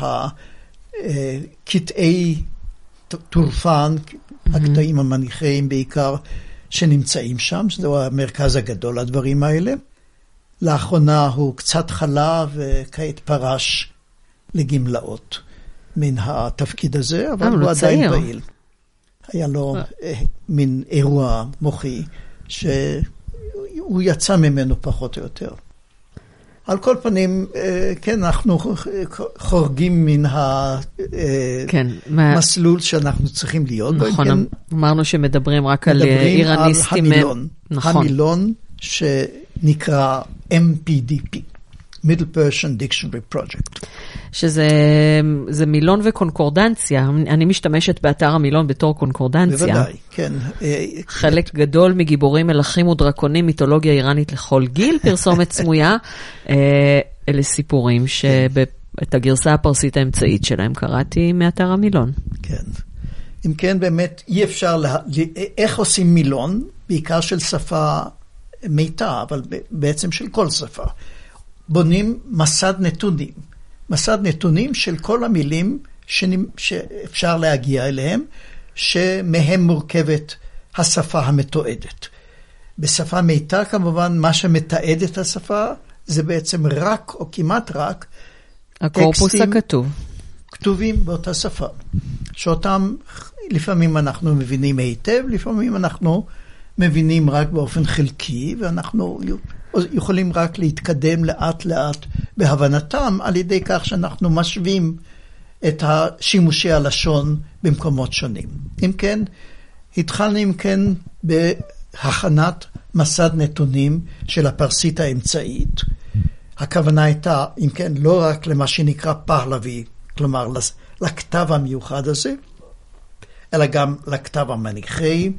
הקטעי טורפן, הקטעים המניחיים בעיקר, שנמצאים שם, זהו המרכז הגדול לדברים האלה. לאחרונה הוא קצת חלה וכעת פרש לגמלאות מן התפקיד הזה, אבל הוא עדיין פעיל. היה לו מין אירוע מוחי שהוא יצא ממנו פחות או יותר. על כל פנים, כן, אנחנו חורגים מן המסלול שאנחנו צריכים להיות. נכון, אמרנו שמדברים רק על איראניסטים. מדברים על המילון, המילון שנקרא אם פי די פי, Middle Persian Dictionary Project. שזה זה מילון וקונקורדנציה. אני משתמשת באתר המילון בתור קונקורדנציה. בוודאי, כן. חלק גדול מגיבורים, מלכים ודרקונים, מיתולוגיה איראנית לכל גיל, פרסומת סמויה. אלה סיפורים שאת הגרסה הפרסית האמצעית שלהם קראתי מאתר המילון. כן. אם כן, באמת אי אפשר, לה... איך עושים מילון? בעיקר של שפה מיתה, אבל בעצם של כל שפה. בונים מסד נתונים. מסד נתונים של כל המילים שאפשר להגיע אליהם, שמהם מורכבת השפה המתועדת. בשפה מיתה, כמובן, מה שמתעד את השפה, זה בעצם רק, או כמעט רק, הקורפוס הכתוב. כתובים באותה שפה. שאותם לפעמים אנחנו מבינים היטב, לפעמים אנחנו מבינים רק באופן חלקי, ואנחנו יכולים רק להתקדם לאט לאט בהבנתם, על ידי כך שאנחנו משווים את השימושי הלשון במקומות שונים. אם כן, התחלנו אם כן בהכנת מסד נתונים של הפרסית האמצעית. הכוונה הייתה, אם כן, לא רק למה שנקרא פהלוי, כלומר לכתב המיוחד הזה, אלא גם לכתב המניחי,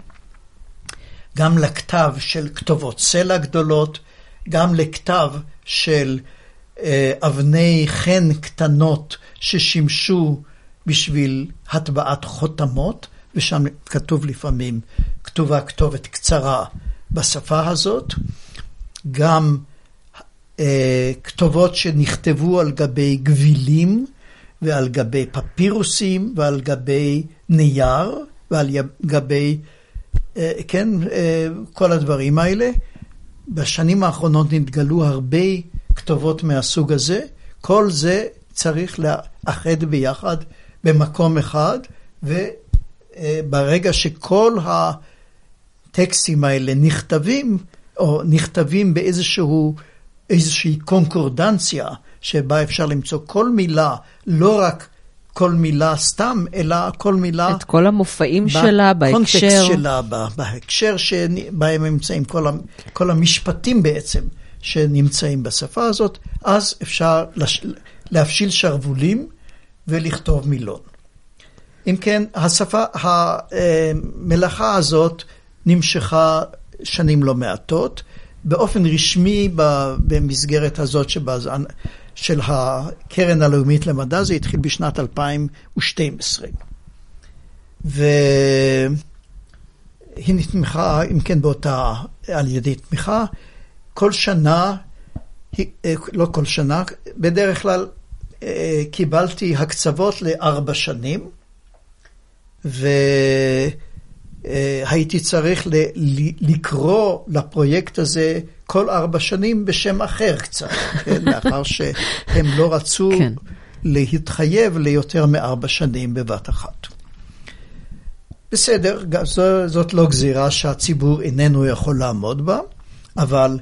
גם לכתב של כתובות סלע גדולות, גם לכתב של אה, אבני חן קטנות ששימשו בשביל הטבעת חותמות, ושם כתוב לפעמים כתובה כתובת קצרה בשפה הזאת, גם אה, כתובות שנכתבו על גבי גבילים, ועל גבי פפירוסים, ועל גבי נייר, ועל גבי כן, כל הדברים האלה. בשנים האחרונות נתגלו הרבה כתובות מהסוג הזה. כל זה צריך לאחד ביחד במקום אחד, וברגע שכל הטקסטים האלה נכתבים, או נכתבים באיזשהו, איזושהי קונקורדנציה, שבה אפשר למצוא כל מילה, לא רק כל מילה סתם, אלא כל מילה... את כל המופעים שלה, בהקשר... בקונטקסט שלה, בהקשר שבהם נמצאים כל, כל המשפטים בעצם, שנמצאים בשפה הזאת, אז אפשר להפשיל שרבולים ולכתוב מילון. אם כן, השפה, המלאכה הזאת נמשכה שנים לא מעטות, באופן רשמי במסגרת הזאת שבה... של הקרן הלאומית למדע, זה התחיל בשנת אלפיים ושתים עשרה. והיא נתמכה, אם כן באותה, על ידי תמיכה, כל שנה, לא כל שנה, בדרך כלל קיבלתי הקצבות לארבע שנים, והייתי צריך לקרוא לפרויקט הזה כל ארבע שנים בשם אחר קצת, כן? לאחר שהם לא רצו כן. להתחייב ליותר מארבע שנים בבת אחת. בסדר, זאת לא גזירה שהציבור איננו יכול לעמוד בה, אבל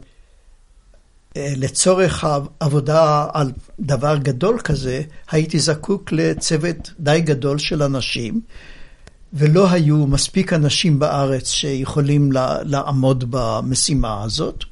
לצורך העבודה על דבר גדול כזה, הייתי זקוק לצוות די גדול של אנשים, ולא היו מספיק אנשים בארץ שיכולים לעמוד במשימה הזאת.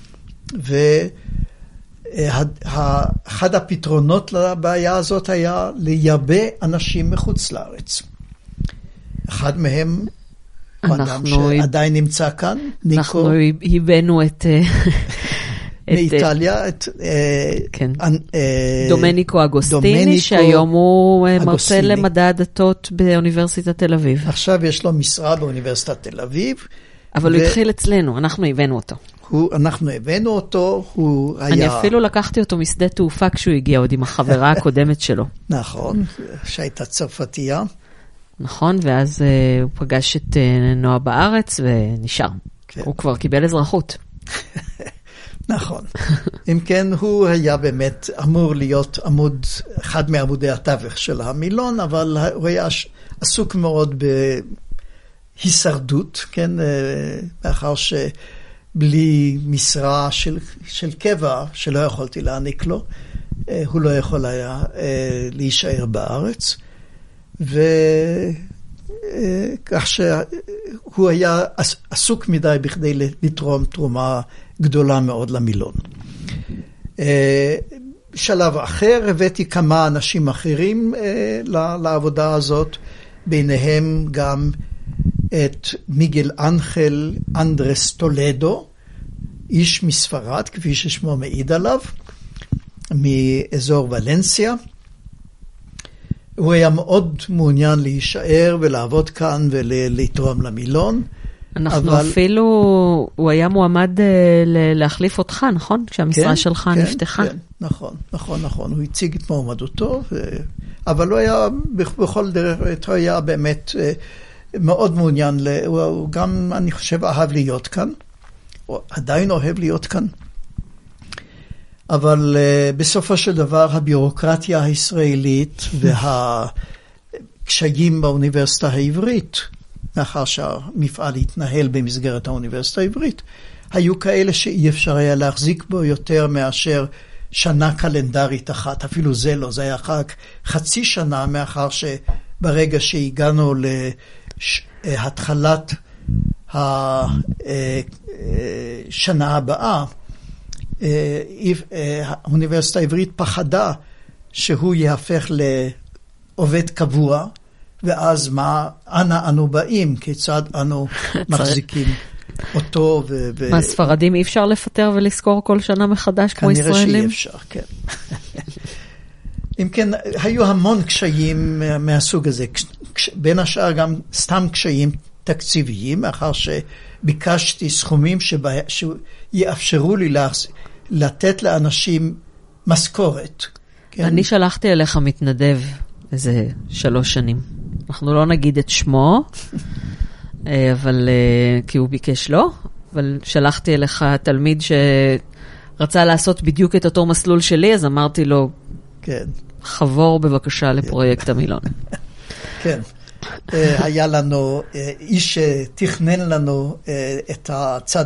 ואחד הפתרונות לבעיה הזאת היה לייבא אנשים מחוץ לארץ. אחד מהם, אדם שעדיין נמצא כאן, ניקו. אנחנו ייבאנו את... מאיטליה, את... כן. דומניקו אגוסטיני, שהיום הוא מרצה למדע הדתות באוניברסיטת תל אביב. עכשיו יש לו משרה באוניברסיטת תל אביב. אבל הוא התחיל אצלנו, אנחנו הבאנו אותו. הוא, אנחנו הבאנו אותו, הוא היה... אני אפילו לקחתי אותו משדה תעופה כשהוא הגיע עוד עם החברה הקודמת שלו. נכון, שהייתה צרפתייה. נכון, ואז uh, הוא פגש את uh, נועה בארץ ונשאר. כן. הוא כבר קיבל אזרחות. נכון. אם כן, הוא היה באמת אמור להיות עמוד, אחד מעמודי התווך של המילון, אבל הוא היה עסוק מאוד בהישרדות, כן, מאחר ש... בלי משרה של, של קבע שלא יכולתי להעניק לו, הוא לא יכול היה להישאר בארץ, וכך שהוא היה עסוק מדי בכדי לתרום תרומה גדולה מאוד למילון. בשלב אחר הבאתי כמה אנשים אחרים לעבודה הזאת, ביניהם גם את מיגל אנחל אנדרס טולדו, איש מספרד, כפי ששמו מעיד עליו, מאזור ולנסיה. הוא היה מאוד מעוניין להישאר ולעבוד כאן ולתרום למילון. אנחנו אבל... אפילו, הוא היה מועמד להחליף אותך, נכון? כשהמשרה כן, שלך כן, נפתחה. כן, נכון, נכון, נכון. הוא הציג את מועמדותו, ו... אבל הוא היה, בכל דרך, הוא היה באמת... מאוד מעוניין, הוא גם, אני חושב, אהב להיות כאן, הוא עדיין אוהב להיות כאן, אבל uh, בסופו של דבר הביורוקרטיה הישראלית והקשיים באוניברסיטה העברית, מאחר שהמפעל התנהל במסגרת האוניברסיטה העברית, היו כאלה שאי אפשר היה להחזיק בו יותר מאשר שנה קלנדרית אחת, אפילו זה לא, זה היה רק חצי שנה, מאחר שברגע שהגענו ל... התחלת השנה הבאה, האוניברסיטה העברית פחדה שהוא יהפך לעובד קבוע, ואז מה, אנה אנו באים, כיצד אנו מחזיקים אותו. מה, ספרדים אי אפשר לפטר ולזכור כל שנה מחדש כמו ישראלים? כנראה שאי אפשר, כן. אם כן, היו המון קשיים מהסוג הזה, בין השאר גם סתם קשיים תקציביים, מאחר שביקשתי סכומים שיאפשרו לי לתת לאנשים משכורת. כן? אני שלחתי אליך מתנדב איזה שלוש שנים. אנחנו לא נגיד את שמו, אבל, כי הוא ביקש לא, אבל שלחתי אליך תלמיד שרצה לעשות בדיוק את אותו מסלול שלי, אז אמרתי לו, כן. חבור בבקשה לפרויקט המילון. כן. היה לנו איש שתכנן לנו את הצד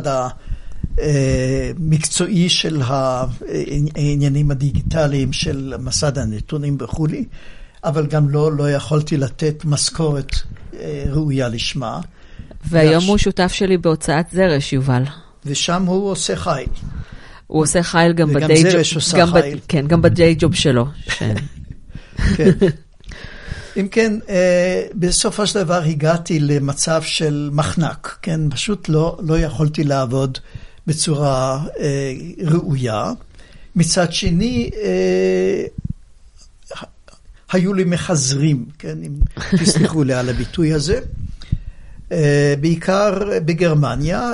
המקצועי של העניינים הדיגיטליים של מסד הנתונים וכולי, אבל גם לא, לא יכולתי לתת משכורת ראויה לשמה. והיום והש... הוא שותף שלי בהוצאת זרש, יובל. ושם הוא עושה חייל. הוא עושה חייל גם בדיי ג'וב. וגם זרש עושה גם חייל. ב... כן, גם בדיי ג'וב שלו. כן. כן. אם כן, בסופו של דבר הגעתי למצב של מחנק, כן? פשוט לא, לא יכולתי לעבוד בצורה ראויה. מצד שני, היו לי מחזרים, כן? אם תסלחו לי על הביטוי הזה. בעיקר בגרמניה,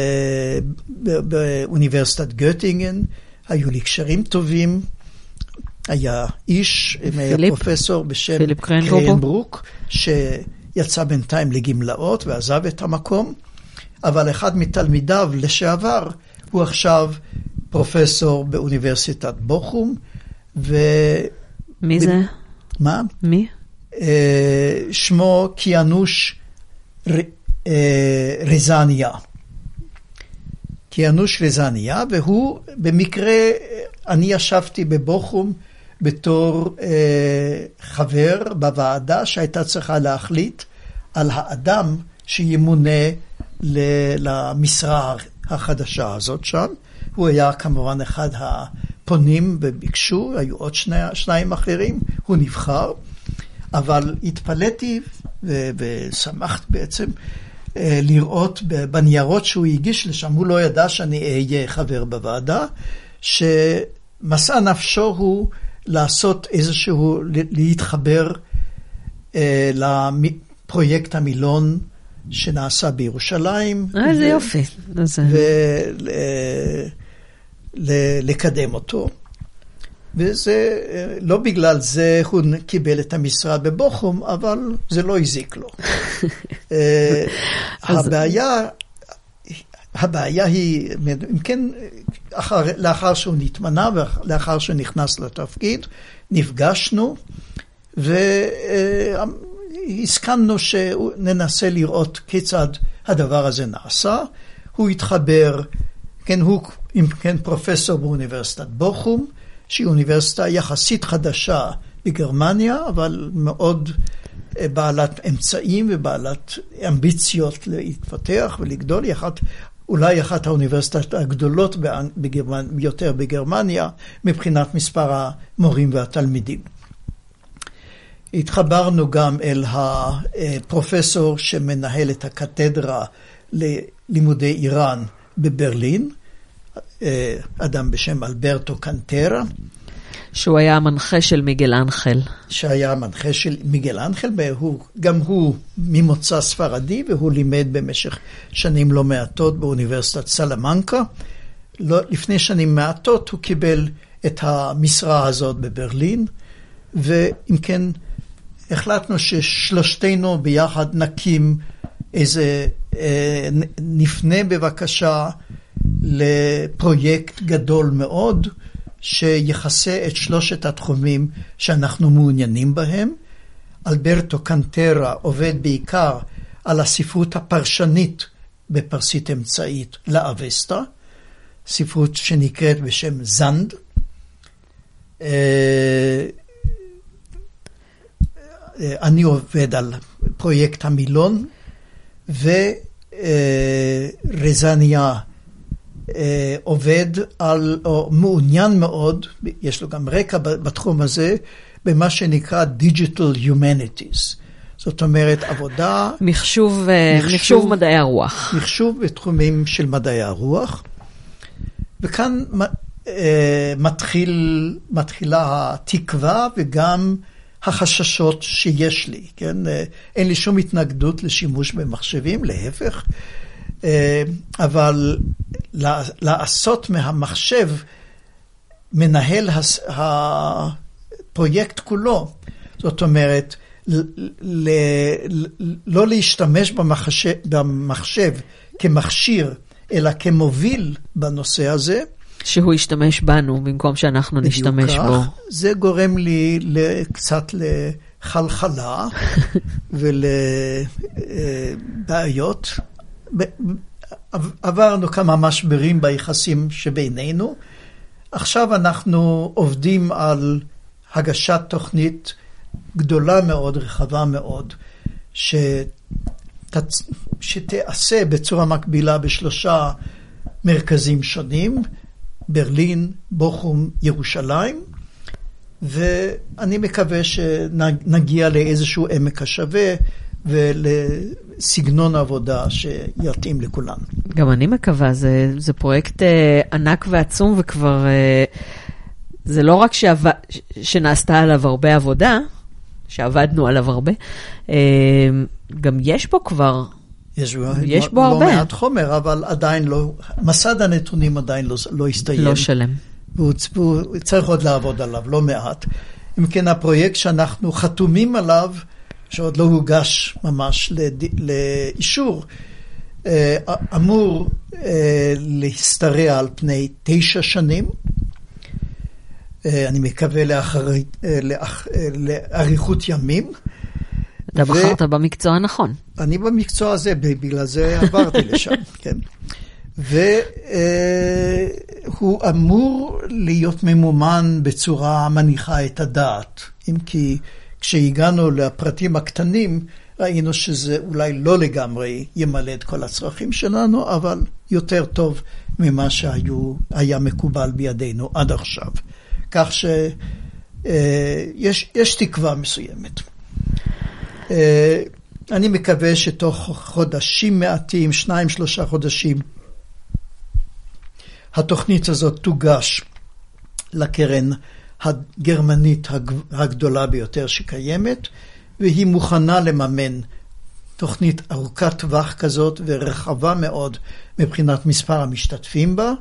באוניברסיטת גוטינגן, היו לי קשרים טובים. היה איש, היה פרופסור בשם קרנברוק, שיצא בינתיים לגמלאות ועזב את המקום, אבל אחד מתלמידיו לשעבר, הוא עכשיו פרופסור באוניברסיטת בוכום. ו... מי זה? מה? מי? שמו קיאנוש רזניה. קיאנוש רזניה, והוא במקרה, אני ישבתי בבוכום בתור אה, חבר בוועדה שהייתה צריכה להחליט על האדם שימונה למשרה החדשה הזאת שם. הוא היה כמובן אחד הפונים וביקשו, היו עוד שני, שניים אחרים, הוא נבחר, אבל התפלאתי ו- ושמחת בעצם אה, לראות בניירות שהוא הגיש לשם, הוא לא ידע שאני אהיה חבר בוועדה, שמסע נפשו הוא לעשות איזשהו, להתחבר אה, לפרויקט המילון שנעשה בירושלים. אה, זה יופי. ולקדם אותו. וזה, לא בגלל זה הוא קיבל את המשרד בבוכום, אבל זה לא הזיק לו. הבעיה, הבעיה היא, אם כן, אחר, לאחר שהוא נתמנה ולאחר שהוא נכנס לתפקיד, נפגשנו והסכמנו שננסה לראות כיצד הדבר הזה נעשה. הוא התחבר, כן, הוא אם כן פרופסור באוניברסיטת בוכום, שהיא אוניברסיטה יחסית חדשה בגרמניה, אבל מאוד בעלת אמצעים ובעלת אמביציות להתפתח ולגדול. אחת, אולי אחת האוניברסיטות הגדולות בגרמניה, יותר בגרמניה, מבחינת מספר המורים והתלמידים. התחברנו גם אל הפרופסור שמנהל את הקתדרה ללימודי איראן בברלין, אדם בשם אלברטו קנטרה. שהוא היה המנחה של מיגל אנחל. שהיה המנחה של מיגל אנחל, והוא, גם הוא ממוצא ספרדי, והוא לימד במשך שנים לא מעטות באוניברסיטת סלמנקה. לא, לפני שנים מעטות הוא קיבל את המשרה הזאת בברלין, ואם כן, החלטנו ששלושתנו ביחד נקים איזה, אה, נפנה בבקשה לפרויקט גדול מאוד, שיחסה את שלושת התחומים שאנחנו מעוניינים בהם. אלברטו קנטרה עובד בעיקר על הספרות הפרשנית בפרסית אמצעית לאווסטה, ספרות שנקראת בשם זנד. אני עובד על פרויקט המילון, ורזניה עובד על, או מעוניין מאוד, יש לו גם רקע בתחום הזה, במה שנקרא Digital Humanities. זאת אומרת, עבודה... מחשוב, מחשוב, מחשוב מדעי הרוח. מחשוב בתחומים של מדעי הרוח. וכאן מתחיל, מתחילה התקווה וגם החששות שיש לי. כן? אין לי שום התנגדות לשימוש במחשבים, להפך. אבל לעשות מהמחשב מנהל הפרויקט כולו, זאת אומרת, לא להשתמש במחשב, במחשב כמכשיר, אלא כמוביל בנושא הזה. שהוא ישתמש בנו במקום שאנחנו נשתמש בו. זה גורם לי קצת לחלחלה ולבעיות. עברנו כמה משברים ביחסים שבינינו. עכשיו אנחנו עובדים על הגשת תוכנית גדולה מאוד, רחבה מאוד, שת... שתעשה בצורה מקבילה בשלושה מרכזים שונים, ברלין, בוכום, ירושלים, ואני מקווה שנגיע לאיזשהו עמק השווה ולסגנון העבודה שיתאים לכולן. גם אני מקווה, זה, זה פרויקט אה, ענק ועצום, וכבר אה, זה לא רק שעב... שנעשתה עליו הרבה עבודה, שעבדנו עליו הרבה, אה, גם יש פה כבר, יש, יש לא, בו הרבה. לא מעט חומר, אבל עדיין לא, מסד הנתונים עדיין לא, לא הסתיים. לא שלם. והוא, והוא צריך עוד לעבוד עליו, לא מעט. אם כן, הפרויקט שאנחנו חתומים עליו, שעוד לא הוגש ממש לאישור, אמור להסתרע על פני תשע שנים. אני מקווה לאריכות ימים. אתה בחרת במקצוע הנכון. אני במקצוע הזה, בגלל זה עברתי לשם, כן. והוא אמור להיות ממומן בצורה מניחה את הדעת, אם כי כשהגענו לפרטים הקטנים, ראינו שזה אולי לא לגמרי ימלא את כל הצרכים שלנו, אבל יותר טוב ממה שהיה מקובל בידינו עד עכשיו. כך שיש יש תקווה מסוימת. אני מקווה שתוך חודשים מעטים, שניים, שלושה חודשים, התוכנית הזאת תוגש לקרן הגרמנית הגדולה ביותר שקיימת, והיא מוכנה לממן תוכנית ארוכת טווח כזאת ורחבה מאוד מבחינת מספר המשתתפים בה,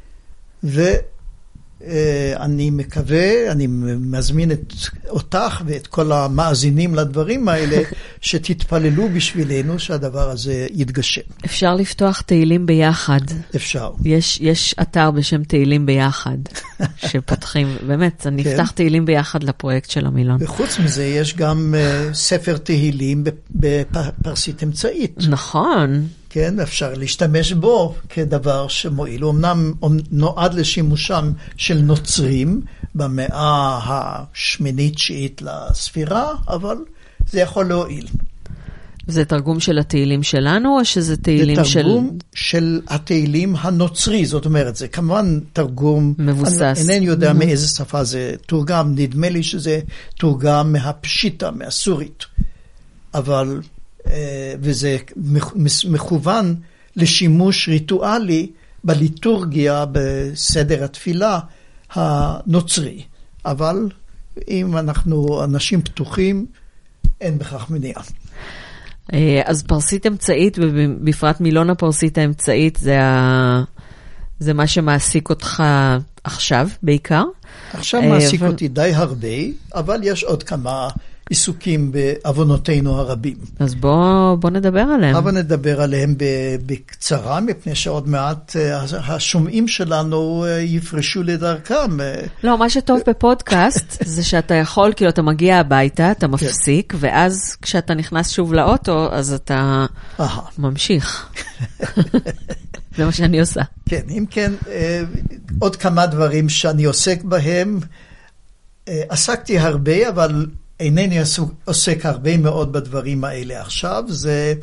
ואני מקווה, אני מזמין את אותך ואת כל המאזינים לדברים האלה, שתתפללו בשבילנו שהדבר הזה יתגשם. אפשר לפתוח תהילים ביחד. אפשר. יש, יש אתר בשם תהילים ביחד, שפותחים, באמת, אני אפתח תהילים ביחד לפרויקט של המילון. וחוץ מזה, יש גם uh, ספר תהילים בפרסית אמצעית. נכון. כן, אפשר להשתמש בו כדבר שמועיל. הוא אמנם נועד לשימושם של נוצרים במאה השמינית תשיעית לספירה, אבל זה יכול להועיל. זה תרגום של התהילים שלנו, או שזה תהילים של... זה תרגום של התהילים הנוצרי, זאת אומרת, זה כמובן תרגום... מבוסס. אני אינני יודע mm-hmm. מאיזה שפה זה תורגם, נדמה לי שזה תורגם מהפשיטה, מהסורית. אבל, וזה מכוון לשימוש ריטואלי בליטורגיה, בסדר התפילה הנוצרי. אבל אם אנחנו אנשים פתוחים, אין בכך מניעה. אז פרסית אמצעית, ובפרט מילון הפרסית האמצעית, זה, ה... זה מה שמעסיק אותך עכשיו בעיקר? עכשיו מעסיק ו... אותי די הרבה, אבל יש עוד כמה עיסוקים בעוונותינו הרבים. אז בוא, בוא נדבר עליהם. אבל נדבר עליהם בקצרה, מפני שעוד מעט השומעים שלנו יפרשו לדרכם. לא, מה שטוב בפודקאסט זה שאתה יכול, כאילו אתה מגיע הביתה, אתה מפסיק, כן. ואז כשאתה נכנס שוב לאוטו, אז אתה Aha. ממשיך. זה מה שאני עושה. כן, אם כן, עוד כמה דברים שאני עוסק בהם. עסקתי הרבה, אבל אינני עוסק הרבה מאוד בדברים האלה עכשיו. זה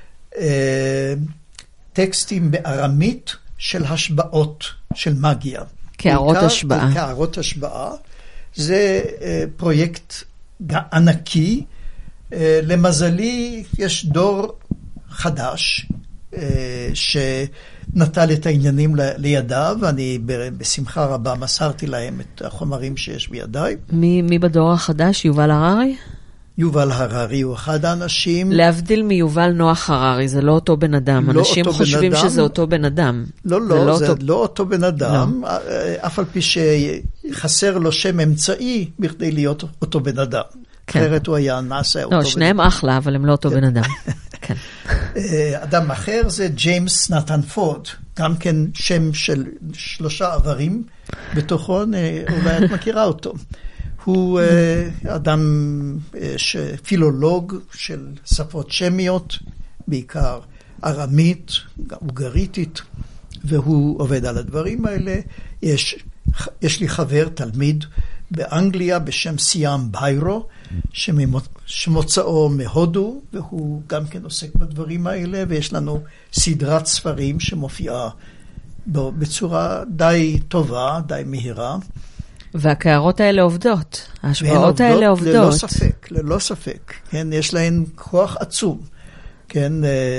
אה, טקסטים בארמית של השבעות, של מגיה. קערות השבעה. קערות השבעה. זה אה, פרויקט ענקי. אה, למזלי, יש דור חדש, אה, שנטל את העניינים לידיו, ואני בשמחה רבה מסרתי להם את החומרים שיש בידיי. מי, מי בדור החדש? יובל הררי? יובל הררי הוא אחד האנשים. להבדיל מיובל נוח הררי, זה לא אותו בן אדם. לא אנשים חושבים אדם. שזה אותו בן אדם. לא, לא, זה לא, זה אותו... לא אותו בן אדם, לא. אף על פי שחסר לו שם אמצעי בכדי להיות אותו בן אדם. אחרת הוא היה נעשה אותו. לא, שניהם אחלה, אבל הם לא אותו בן אדם. כן. אדם אחר זה ג'יימס נתן פורד, גם כן שם של שלושה עברים בתוכו, אולי את מכירה אותו. הוא אדם פילולוג של שפות שמיות, בעיקר ארמית, אוגריתית, והוא עובד על הדברים האלה. יש, יש לי חבר, תלמיד, באנגליה בשם סיאם ביירו, שמוצאו מהודו, והוא גם כן עוסק בדברים האלה, ויש לנו סדרת ספרים שמופיעה בצורה די טובה, די מהירה. והקערות האלה עובדות, ההשפעות האלה עובדות. ללא ספק, ללא ספק. כן, יש להן כוח עצום. כן,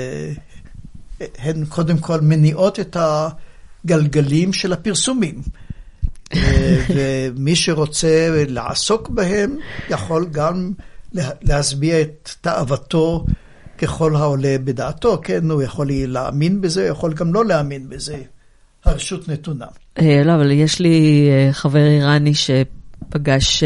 הן קודם כל מניעות את הגלגלים של הפרסומים. ומי שרוצה לעסוק בהם יכול גם להסביע את תאוותו ככל העולה בדעתו, כן, הוא יכול להאמין בזה, יכול גם לא להאמין בזה. הרשות נתונה. לא, אבל יש לי חבר איראני שפגש,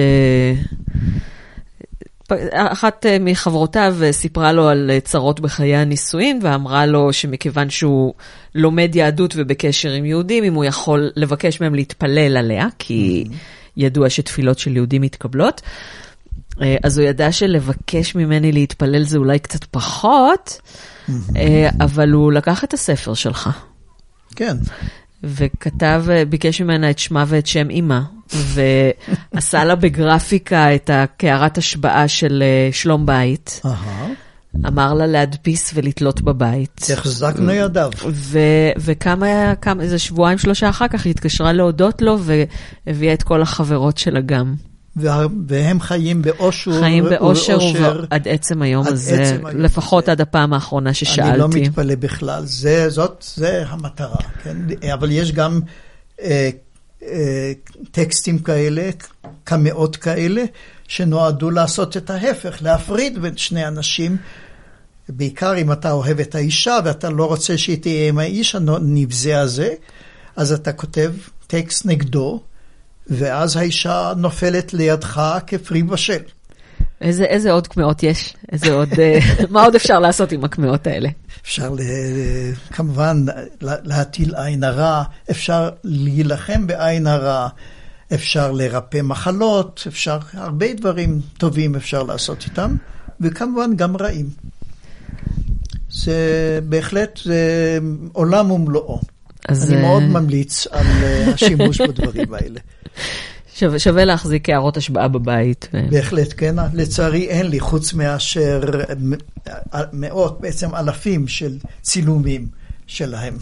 אחת מחברותיו סיפרה לו על צרות בחיי הנישואין, ואמרה לו שמכיוון שהוא לומד יהדות ובקשר עם יהודים, אם הוא יכול לבקש מהם להתפלל עליה, כי ידוע שתפילות של יהודים מתקבלות, אז הוא ידע שלבקש ממני להתפלל זה אולי קצת פחות, אבל הוא לקח את הספר שלך. כן. וכתב, ביקש ממנה את שמה ואת שם אמא, ועשה לה בגרפיקה את הקערת השבעה של שלום בית. אמר לה להדפיס ולתלות בבית. החזקנו ידיו. וכמה, איזה שבועיים שלושה אחר כך, היא התקשרה להודות לו, והביאה את כל החברות שלה גם. והם חיים באושר. חיים באושר עד עצם היום הזה, לפחות עד הפעם האחרונה ששאלתי. אני לא מתפלא בכלל, זה, זאת, זה המטרה, כן? אבל יש גם אה, אה, טקסטים כאלה, כמאות כאלה, שנועדו לעשות את ההפך, להפריד בין שני אנשים, בעיקר אם אתה אוהב את האישה, ואתה לא רוצה שהיא תהיה עם האיש הנבזה הזה, אז אתה כותב טקסט נגדו, ואז האישה נופלת לידך כפרי בשל. איזה, איזה עוד כמאות יש? איזה עוד, מה עוד אפשר לעשות עם הכמאות האלה? אפשר כמובן להטיל עין הרע, אפשר להילחם בעין הרע, אפשר לרפא מחלות, אפשר, הרבה דברים טובים אפשר לעשות איתם, וכמובן גם רעים. זה בהחלט זה עולם ומלואו. אני מאוד ממליץ על השימוש בדברים האלה. שווה, שווה להחזיק הערות השבעה בבית. בהחלט, כן. לצערי אין לי, חוץ מאשר מאות, בעצם אלפים של צילומים שלהם.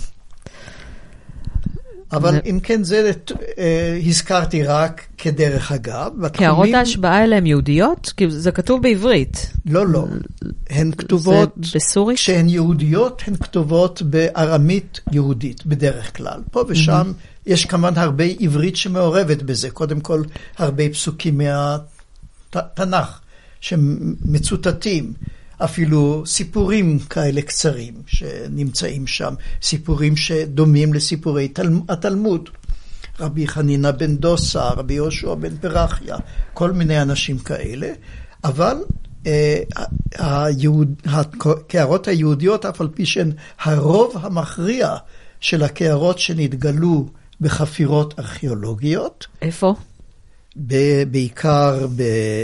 אבל אם כן, זה הזכרתי רק כדרך אגב. כערות ההשבעה האלה הן יהודיות? כי זה כתוב בעברית. לא, לא. הן כתובות, בסורית? כשהן יהודיות, הן כתובות בארמית יהודית, בדרך כלל. פה ושם יש כמובן הרבה עברית שמעורבת בזה. קודם כל, הרבה פסוקים מהתנ"ך שמצוטטים. אפילו סיפורים כאלה קצרים שנמצאים שם, סיפורים שדומים לסיפורי התלמוד. רבי חנינה בן דוסה, רבי יהושע בן פרחיה, כל מיני אנשים כאלה, אבל אה, היהוד, הקערות היהודיות, אף על פי שהן הרוב המכריע של הקערות שנתגלו בחפירות ארכיאולוגיות. איפה? בעיקר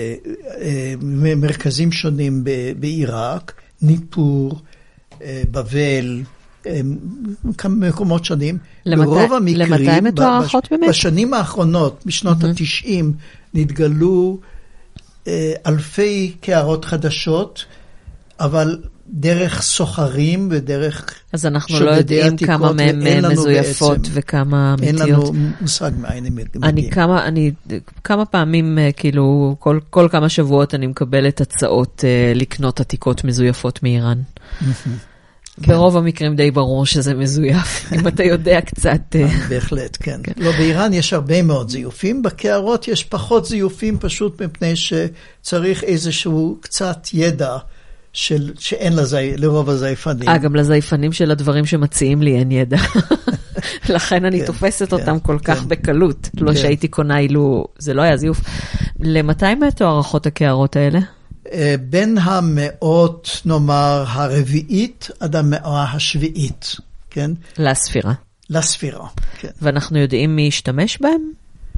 במרכזים שונים בעיראק, ניפור, בבל, מקומות שונים. ברוב המקרים, למתי מתוארכות באמת? בשנים האחרונות, בשנות ה-תשעים, נתגלו אלפי קערות חדשות, אבל דרך סוחרים ודרך אז אנחנו לא יודעים כמה מהם מזויפות וכמה אמיתיות. אין לנו מושג מאין הם מגיעים. אני כמה, אני כמה פעמים, כאילו, כל, כל כמה שבועות אני מקבלת הצעות לקנות עתיקות מזויפות מאיראן. ברוב המקרים די ברור שזה מזויף, אם אתה יודע קצת. בהחלט, כן. לא, באיראן יש הרבה מאוד זיופים, בקערות יש פחות זיופים פשוט מפני שצריך איזשהו קצת ידע של, שאין לזי, לרוב הזייפנים. אה, גם לזייפנים של הדברים שמציעים לי אין ידע. לכן אני כן, תופסת כן, אותם כל כן. כך בקלות. כן. לא שהייתי קונה אילו, זה לא היה זיוף. למתי מתו הערכות הקערות האלה? בין המאות, נאמר, הרביעית עד המאה השביעית, כן? לספירה. לספירה, כן. ואנחנו יודעים מי ישתמש בהם?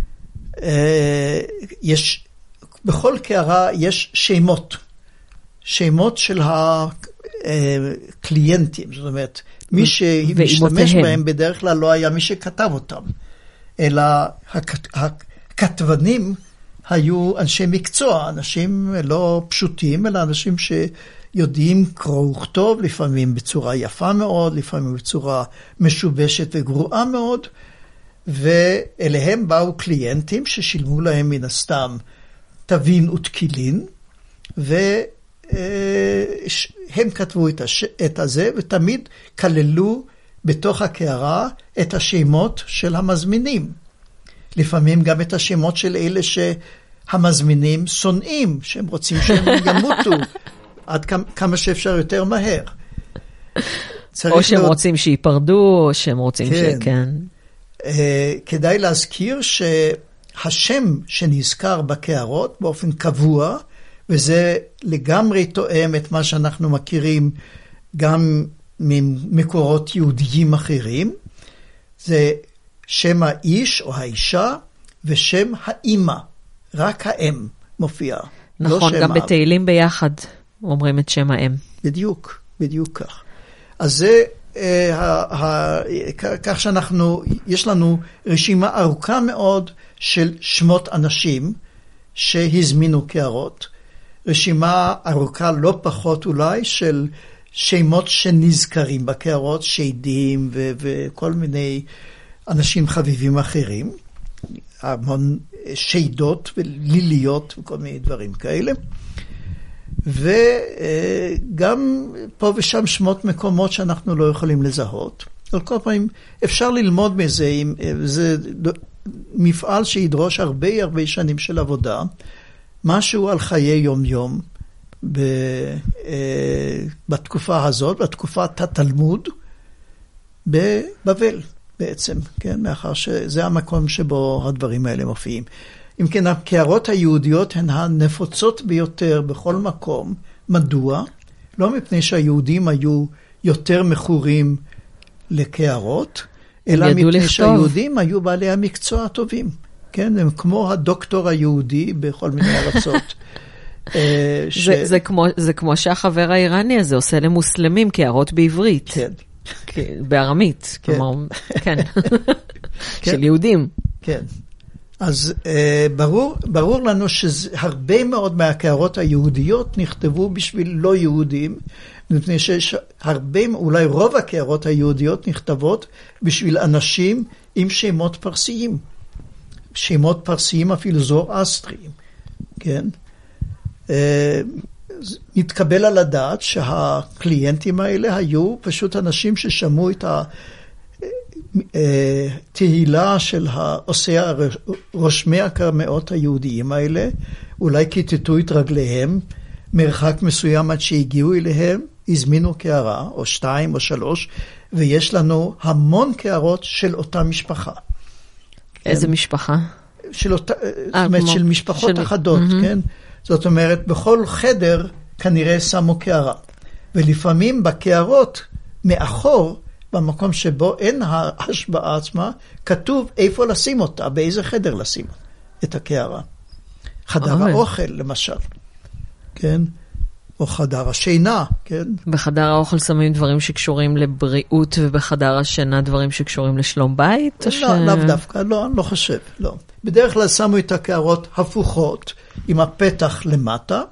יש, בכל קערה יש שמות. שמות של הקליינטים, זאת אומרת, מי שמשתמש בהם בדרך כלל לא היה מי שכתב אותם, אלא הכתבנים היו אנשי מקצוע, אנשים לא פשוטים, אלא אנשים שיודעים קרוא וכתוב, לפעמים בצורה יפה מאוד, לפעמים בצורה משובשת וגרועה מאוד, ואליהם באו קליינטים ששילמו להם מן הסתם תווין ותקילין, והם כתבו את הזה, ותמיד כללו בתוך הקערה את השמות של המזמינים. לפעמים גם את השמות של אלה שהמזמינים שונאים, שהם רוצים שהם ימותו עד כמה שאפשר יותר מהר. או שהם להיות... רוצים שיפרדו, או שהם רוצים כן. שכן. Uh, כדאי להזכיר שהשם שנזכר בקערות באופן קבוע, וזה לגמרי תואם את מה שאנחנו מכירים גם ממקורות יהודיים אחרים, זה שם האיש או האישה ושם האמא, רק האם מופיע. נכון, לא גם האב. בתהילים ביחד אומרים את שם האם. בדיוק, בדיוק כך. אז זה, אה, ה, ה, כך שאנחנו, יש לנו רשימה ארוכה מאוד של שמות אנשים שהזמינו קערות, רשימה ארוכה לא פחות אולי של שמות שנזכרים בקערות, שדים ו, וכל מיני אנשים חביבים אחרים, המון שידות וליליות וכל מיני דברים כאלה. וגם פה ושם שמות מקומות שאנחנו לא יכולים לזהות. על כל פעמים אפשר ללמוד מזה, זה מפעל שידרוש הרבה הרבה שנים של עבודה, משהו על חיי יום יום בתקופה הזאת, בתקופת התלמוד בבבל. בעצם, כן, מאחר שזה המקום שבו הדברים האלה מופיעים. אם כן, הקערות היהודיות הן הנפוצות ביותר בכל מקום. מדוע? לא מפני שהיהודים היו יותר מכורים לקערות, אלא מפני לכתוב. שהיהודים היו בעלי המקצוע הטובים. כן, הם כמו הדוקטור היהודי בכל מיני ארצות. ש... זה, זה, כמו, זה כמו שהחבר האיראני הזה עושה למוסלמים קערות בעברית. כן. בארמית, כלומר, כן, של יהודים. כן. אז ברור, ברור לנו שהרבה מאוד מהקערות היהודיות נכתבו בשביל לא יהודים, מפני שיש הרבה, אולי רוב הקערות היהודיות נכתבות בשביל אנשים עם שמות פרסיים. שמות פרסיים אפילו זורואסטריים, כן? מתקבל על הדעת שהקליינטים האלה היו פשוט אנשים ששמעו את התהילה של עושי רושמי הקרמאות היהודיים האלה, אולי כיתתו את רגליהם, מרחק מסוים עד שהגיעו אליהם, הזמינו קערה, או שתיים או שלוש, ויש לנו המון קערות של אותה משפחה. איזה משפחה? של, אותה, זאת אומרת, של משפחות אחדות, כן? זאת אומרת, בכל חדר כנראה שמו קערה. ולפעמים בקערות, מאחור, במקום שבו אין ההשבעה עצמה, כתוב איפה לשים אותה, באיזה חדר לשים את הקערה. חדר האוכל, למשל. כן? או חדר השינה, כן? בחדר האוכל שמים דברים שקשורים לבריאות, ובחדר השינה דברים שקשורים לשלום בית? לא, ש... לאו דווקא, לא, אני לא חושב, לא. בדרך כלל שמו את הקערות הפוכות, עם הפתח למטה,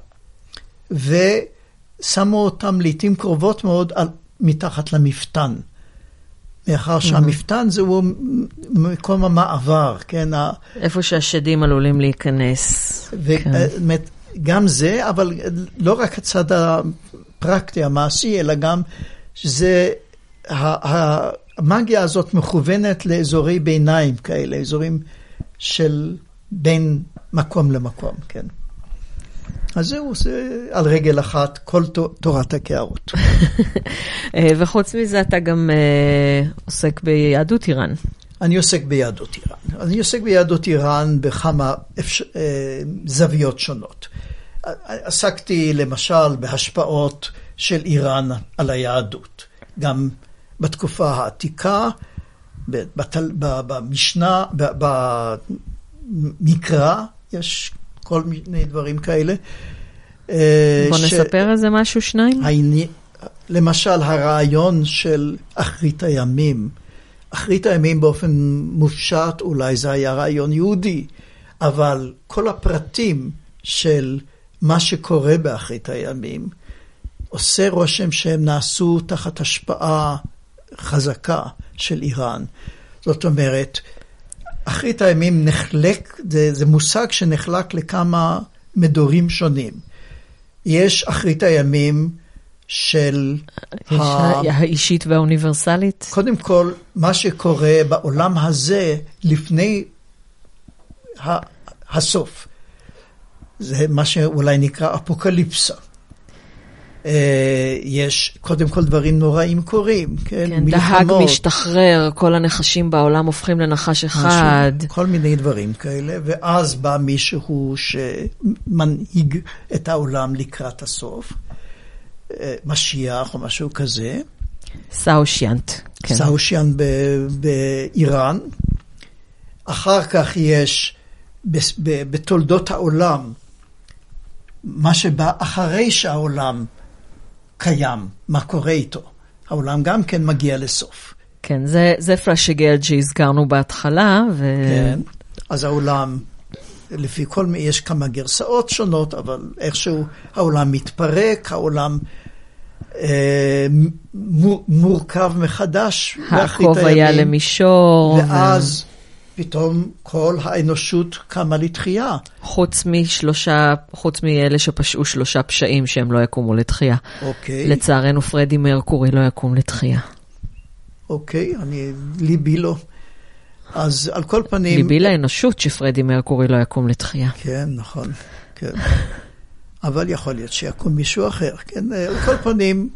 ושמו אותם לעתים קרובות מאוד על, מתחת למפתן. מאחר שהמפתן זהו מקום המעבר, כן? איפה שהשדים עלולים להיכנס. ובאמת, גם זה, אבל לא רק הצד הפרקטי, המעשי, אלא גם שזה, המאגיה הזאת מכוונת לאזורי ביניים כאלה, אזורים של בין מקום למקום, כן. אז זהו, זה על רגל אחת, כל תורת הקערות. וחוץ מזה, אתה גם עוסק ביהדות איראן. אני עוסק ביהדות איראן. אני עוסק ביהדות איראן בכמה אפשר, זוויות שונות. עסקתי למשל בהשפעות של איראן על היהדות. גם בתקופה העתיקה, בתל, במשנה, במקרא, יש כל מיני דברים כאלה. בוא ש... נספר איזה משהו שניים. העני... למשל, הרעיון של אחרית הימים. אחרית הימים באופן מופשט, אולי זה היה רעיון יהודי, אבל כל הפרטים של מה שקורה באחרית הימים, עושה רושם שהם נעשו תחת השפעה חזקה של איראן. זאת אומרת, אחרית הימים נחלק, זה, זה מושג שנחלק לכמה מדורים שונים. יש אחרית הימים של יש ה... האישית והאוניברסלית. קודם כל, מה שקורה בעולם הזה לפני ה... הסוף. זה מה שאולי נקרא אפוקליפסה. יש קודם כל דברים נוראים קורים, כן? כן, דהג משתחרר, כל הנחשים בעולם הופכים לנחש אחד. משהו, כל מיני דברים כאלה, ואז בא מישהו שמנהיג את העולם לקראת הסוף. משיח או משהו כזה. סאושיאנט. כן. סאושיאנט באיראן. אחר כך יש בתולדות העולם, מה שבא אחרי שהעולם קיים, מה קורה איתו. העולם גם כן מגיע לסוף. כן, זה, זה פלאשגל שהזכרנו בהתחלה. ו... כן, אז העולם, לפי כל מי, יש כמה גרסאות שונות, אבל איכשהו העולם מתפרק, העולם אה, מורכב מחדש. העקוב היה למישור. ואז ו... פתאום כל האנושות קמה לתחייה. חוץ משלושה, חוץ מאלה שפשעו שלושה פשעים שהם לא יקומו לתחייה. אוקיי. לצערנו פרדי מרקורי לא יקום לתחייה. אוקיי, אני, ליבי לא. אז על כל פנים... ליבי לאנושות שפרדי מרקורי לא יקום לתחייה. כן, נכון, כן. אבל יכול להיות שיקום מישהו אחר, כן? על כל פנים,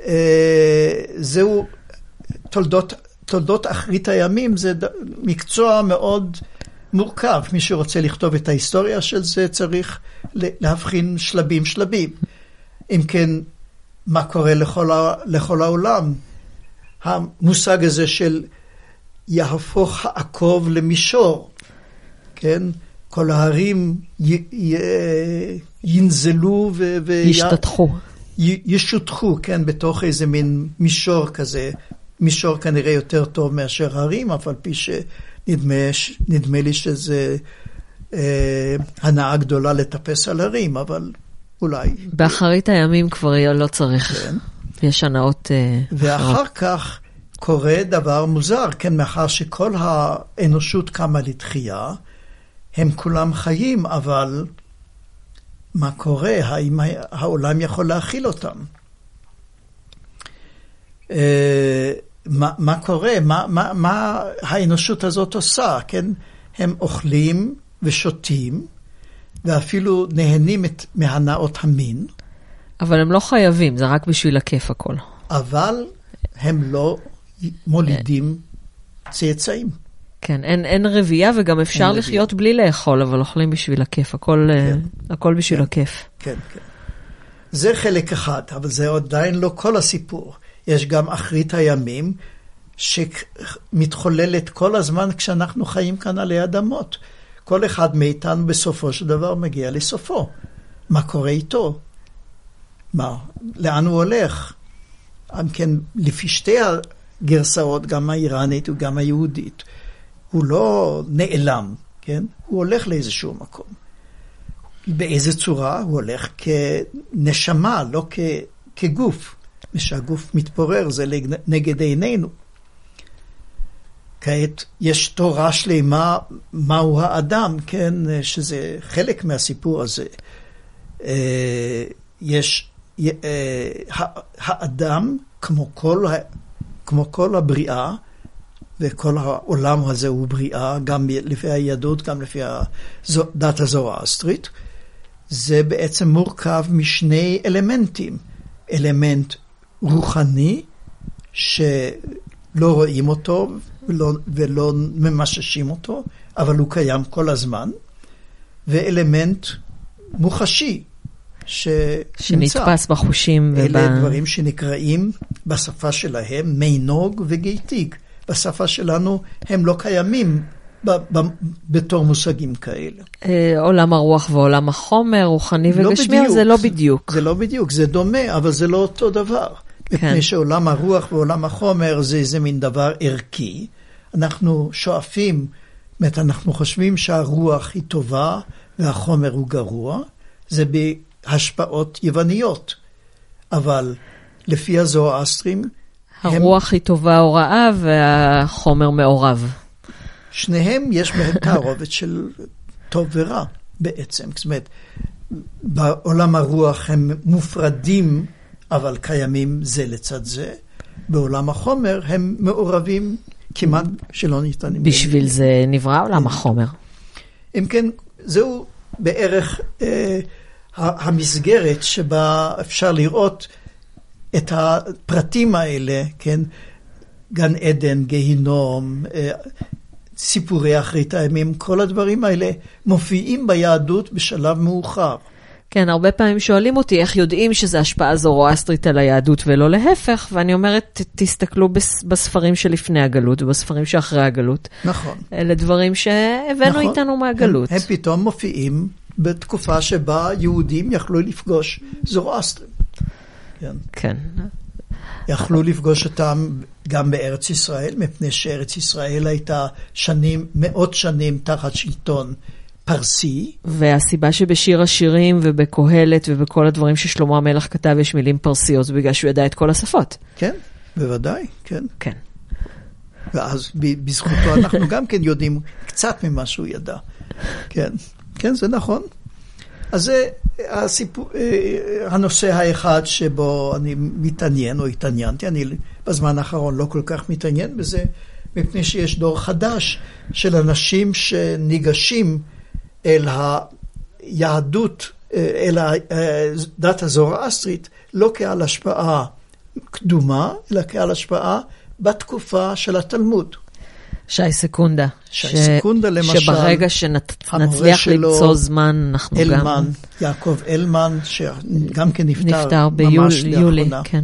זהו תולדות... תולדות אחרית הימים זה מקצוע מאוד מורכב. מי שרוצה לכתוב את ההיסטוריה של זה צריך להבחין שלבים שלבים. אם כן, מה קורה לכל, לכל העולם? המושג הזה של יהפוך העקוב למישור, כן? כל ההרים י, י, ינזלו ו, ו, ישתתחו. י, ישותחו, כן? בתוך איזה מין מישור כזה. מישור כנראה יותר טוב מאשר הרים, אבל פי שנדמה לי שזה אה, הנאה גדולה לטפס על הרים, אבל אולי... באחרית הימים כבר לא צריך. כן. יש הנאות... אה, ואחר אחרות. כך קורה דבר מוזר, כן, מאחר שכל האנושות קמה לתחייה, הם כולם חיים, אבל מה קורה? האם העולם יכול להכיל אותם? אה, מה, מה קורה? מה, מה, מה האנושות הזאת עושה? כן? הם אוכלים ושותים, ואפילו נהנים את מהנאות המין. אבל הם לא חייבים, זה רק בשביל הכיף הכל. אבל הם לא מולידים צאצאים. כן, אין, אין רבייה, וגם אפשר לחיות בלי לאכול, אבל אוכלים בשביל הכיף. הכל, כן. הכל בשביל כן. הכיף. כן, כן. זה חלק אחד, אבל זה עדיין לא כל הסיפור. יש גם אחרית הימים שמתחוללת כל הזמן כשאנחנו חיים כאן עלי אדמות. כל אחד מאיתנו בסופו של דבר מגיע לסופו. מה קורה איתו? מה? לאן הוא הולך? אם כן, לפי שתי הגרסאות, גם האיראנית וגם היהודית, הוא לא נעלם, כן? הוא הולך לאיזשהו מקום. באיזה צורה? הוא הולך כנשמה, לא כ... כגוף. כשהגוף מתפורר, זה נגד עינינו. כעת יש תורה שלמה מהו האדם, כן, שזה חלק מהסיפור הזה. יש האדם, כמו כל, כמו כל הבריאה, וכל העולם הזה הוא בריאה, גם לפי היהדות, גם לפי הדת הזורואסטרית, זה בעצם מורכב משני אלמנטים. אלמנט רוחני, לא רואים אותו ולא, ולא ממששים אותו, אבל הוא קיים כל הזמן, ואלמנט מוחשי שנמצא. שנתפס בחושים. אלה ובא... דברים שנקראים בשפה שלהם מיינוג וגייטיג. בשפה שלנו הם לא קיימים ב- ב- בתור מושגים כאלה. אה, עולם הרוח ועולם החומר, רוחני לא וגשמי, בדיוק, זה לא בדיוק. זה לא בדיוק, זה דומה, אבל זה לא אותו דבר. כן. מפני שעולם הרוח ועולם החומר זה איזה מין דבר ערכי. אנחנו שואפים, זאת אומרת, אנחנו חושבים שהרוח היא טובה והחומר הוא גרוע. זה בהשפעות יווניות. אבל לפי הזואסטרים, הרוח היא טובה או רעה והחומר מעורב. שניהם יש בהם תערובת של טוב ורע בעצם. זאת אומרת, בעולם הרוח הם מופרדים, אבל קיימים זה לצד זה. בעולם החומר הם מעורבים כמעט שלא ניתנים. בשביל זה נברא עולם החומר. אם כן, זהו בערך אה, המסגרת שבה אפשר לראות את הפרטים האלה, כן? גן עדן, גיהינום, אה, סיפורי אחרית הימים, כל הדברים האלה מופיעים ביהדות בשלב מאוחר. כן, הרבה פעמים שואלים אותי איך יודעים שזה השפעה זורואסטרית על היהדות ולא להפך, ואני אומרת, תסתכלו בספרים שלפני הגלות ובספרים שאחרי הגלות. נכון. אלה דברים שהבאנו נכון. איתנו מהגלות. הם, הם פתאום מופיעים בתקופה שבה יהודים יכלו לפגוש זורואסטרים. כן. כן. יכלו לפגוש אותם גם בארץ ישראל, מפני שארץ ישראל הייתה שנים, מאות שנים תחת שלטון פרסי. והסיבה שבשיר השירים ובקהלת ובכל הדברים ששלמה המלך כתב יש מילים פרסיות, זה בגלל שהוא ידע את כל השפות. כן, בוודאי, כן. כן. ואז בזכותו אנחנו גם כן יודעים קצת ממה שהוא ידע. כן, כן, זה נכון. אז זה הסיפור, הנושא האחד שבו אני מתעניין או התעניינתי, אני בזמן האחרון לא כל כך מתעניין בזה, מפני שיש דור חדש של אנשים שניגשים אל היהדות, אל הדת הזורואסטרית, לא כעל השפעה קדומה, אלא כעל השפעה בתקופה של התלמוד. שי סקונדה. שי סקונדה למשל. שברגע שנצליח למצוא זמן, אנחנו גם... אלמן, יעקב אלמן, שגם כן נפטר, נפטר ביולי, כן.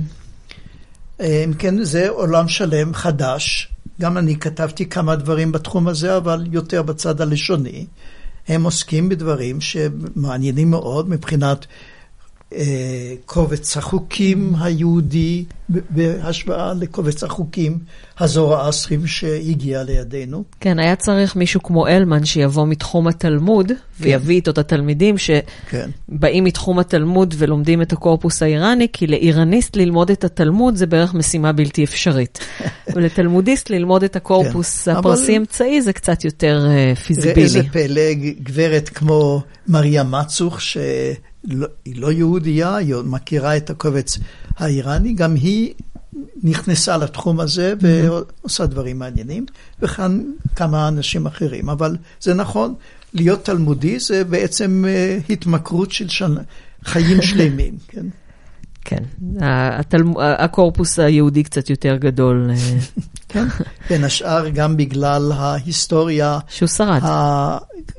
אם כן, זה עולם שלם חדש. גם אני כתבתי כמה דברים בתחום הזה, אבל יותר בצד הלשוני. הם עוסקים בדברים שמעניינים מאוד מבחינת אה, קובץ החוקים היהודי, בהשוואה לקובץ החוקים הזורואסטריים שהגיע לידינו. כן, היה צריך מישהו כמו אלמן שיבוא מתחום התלמוד, כן. ויביא איתו את התלמידים שבאים כן. מתחום התלמוד ולומדים את הקורפוס האיראני, כי לאיראניסט ללמוד את התלמוד זה בערך משימה בלתי אפשרית. ולתלמודיסט ללמוד את הקורפוס כן. הפרסי אמצעי זה קצת יותר uh, פיזיבילי. איזה פלא, גברת כמו מריה מצוך, ש... לא, היא לא יהודייה, היא מכירה את הקובץ האיראני, גם היא נכנסה לתחום הזה ועושה דברים מעניינים, וכאן כמה אנשים אחרים. אבל זה נכון, להיות תלמודי זה בעצם התמכרות של שנה, חיים שלמים. כן, כן. התלמ... הקורפוס היהודי קצת יותר גדול. כן, בין השאר גם בגלל ההיסטוריה. שהוא שרד. ה...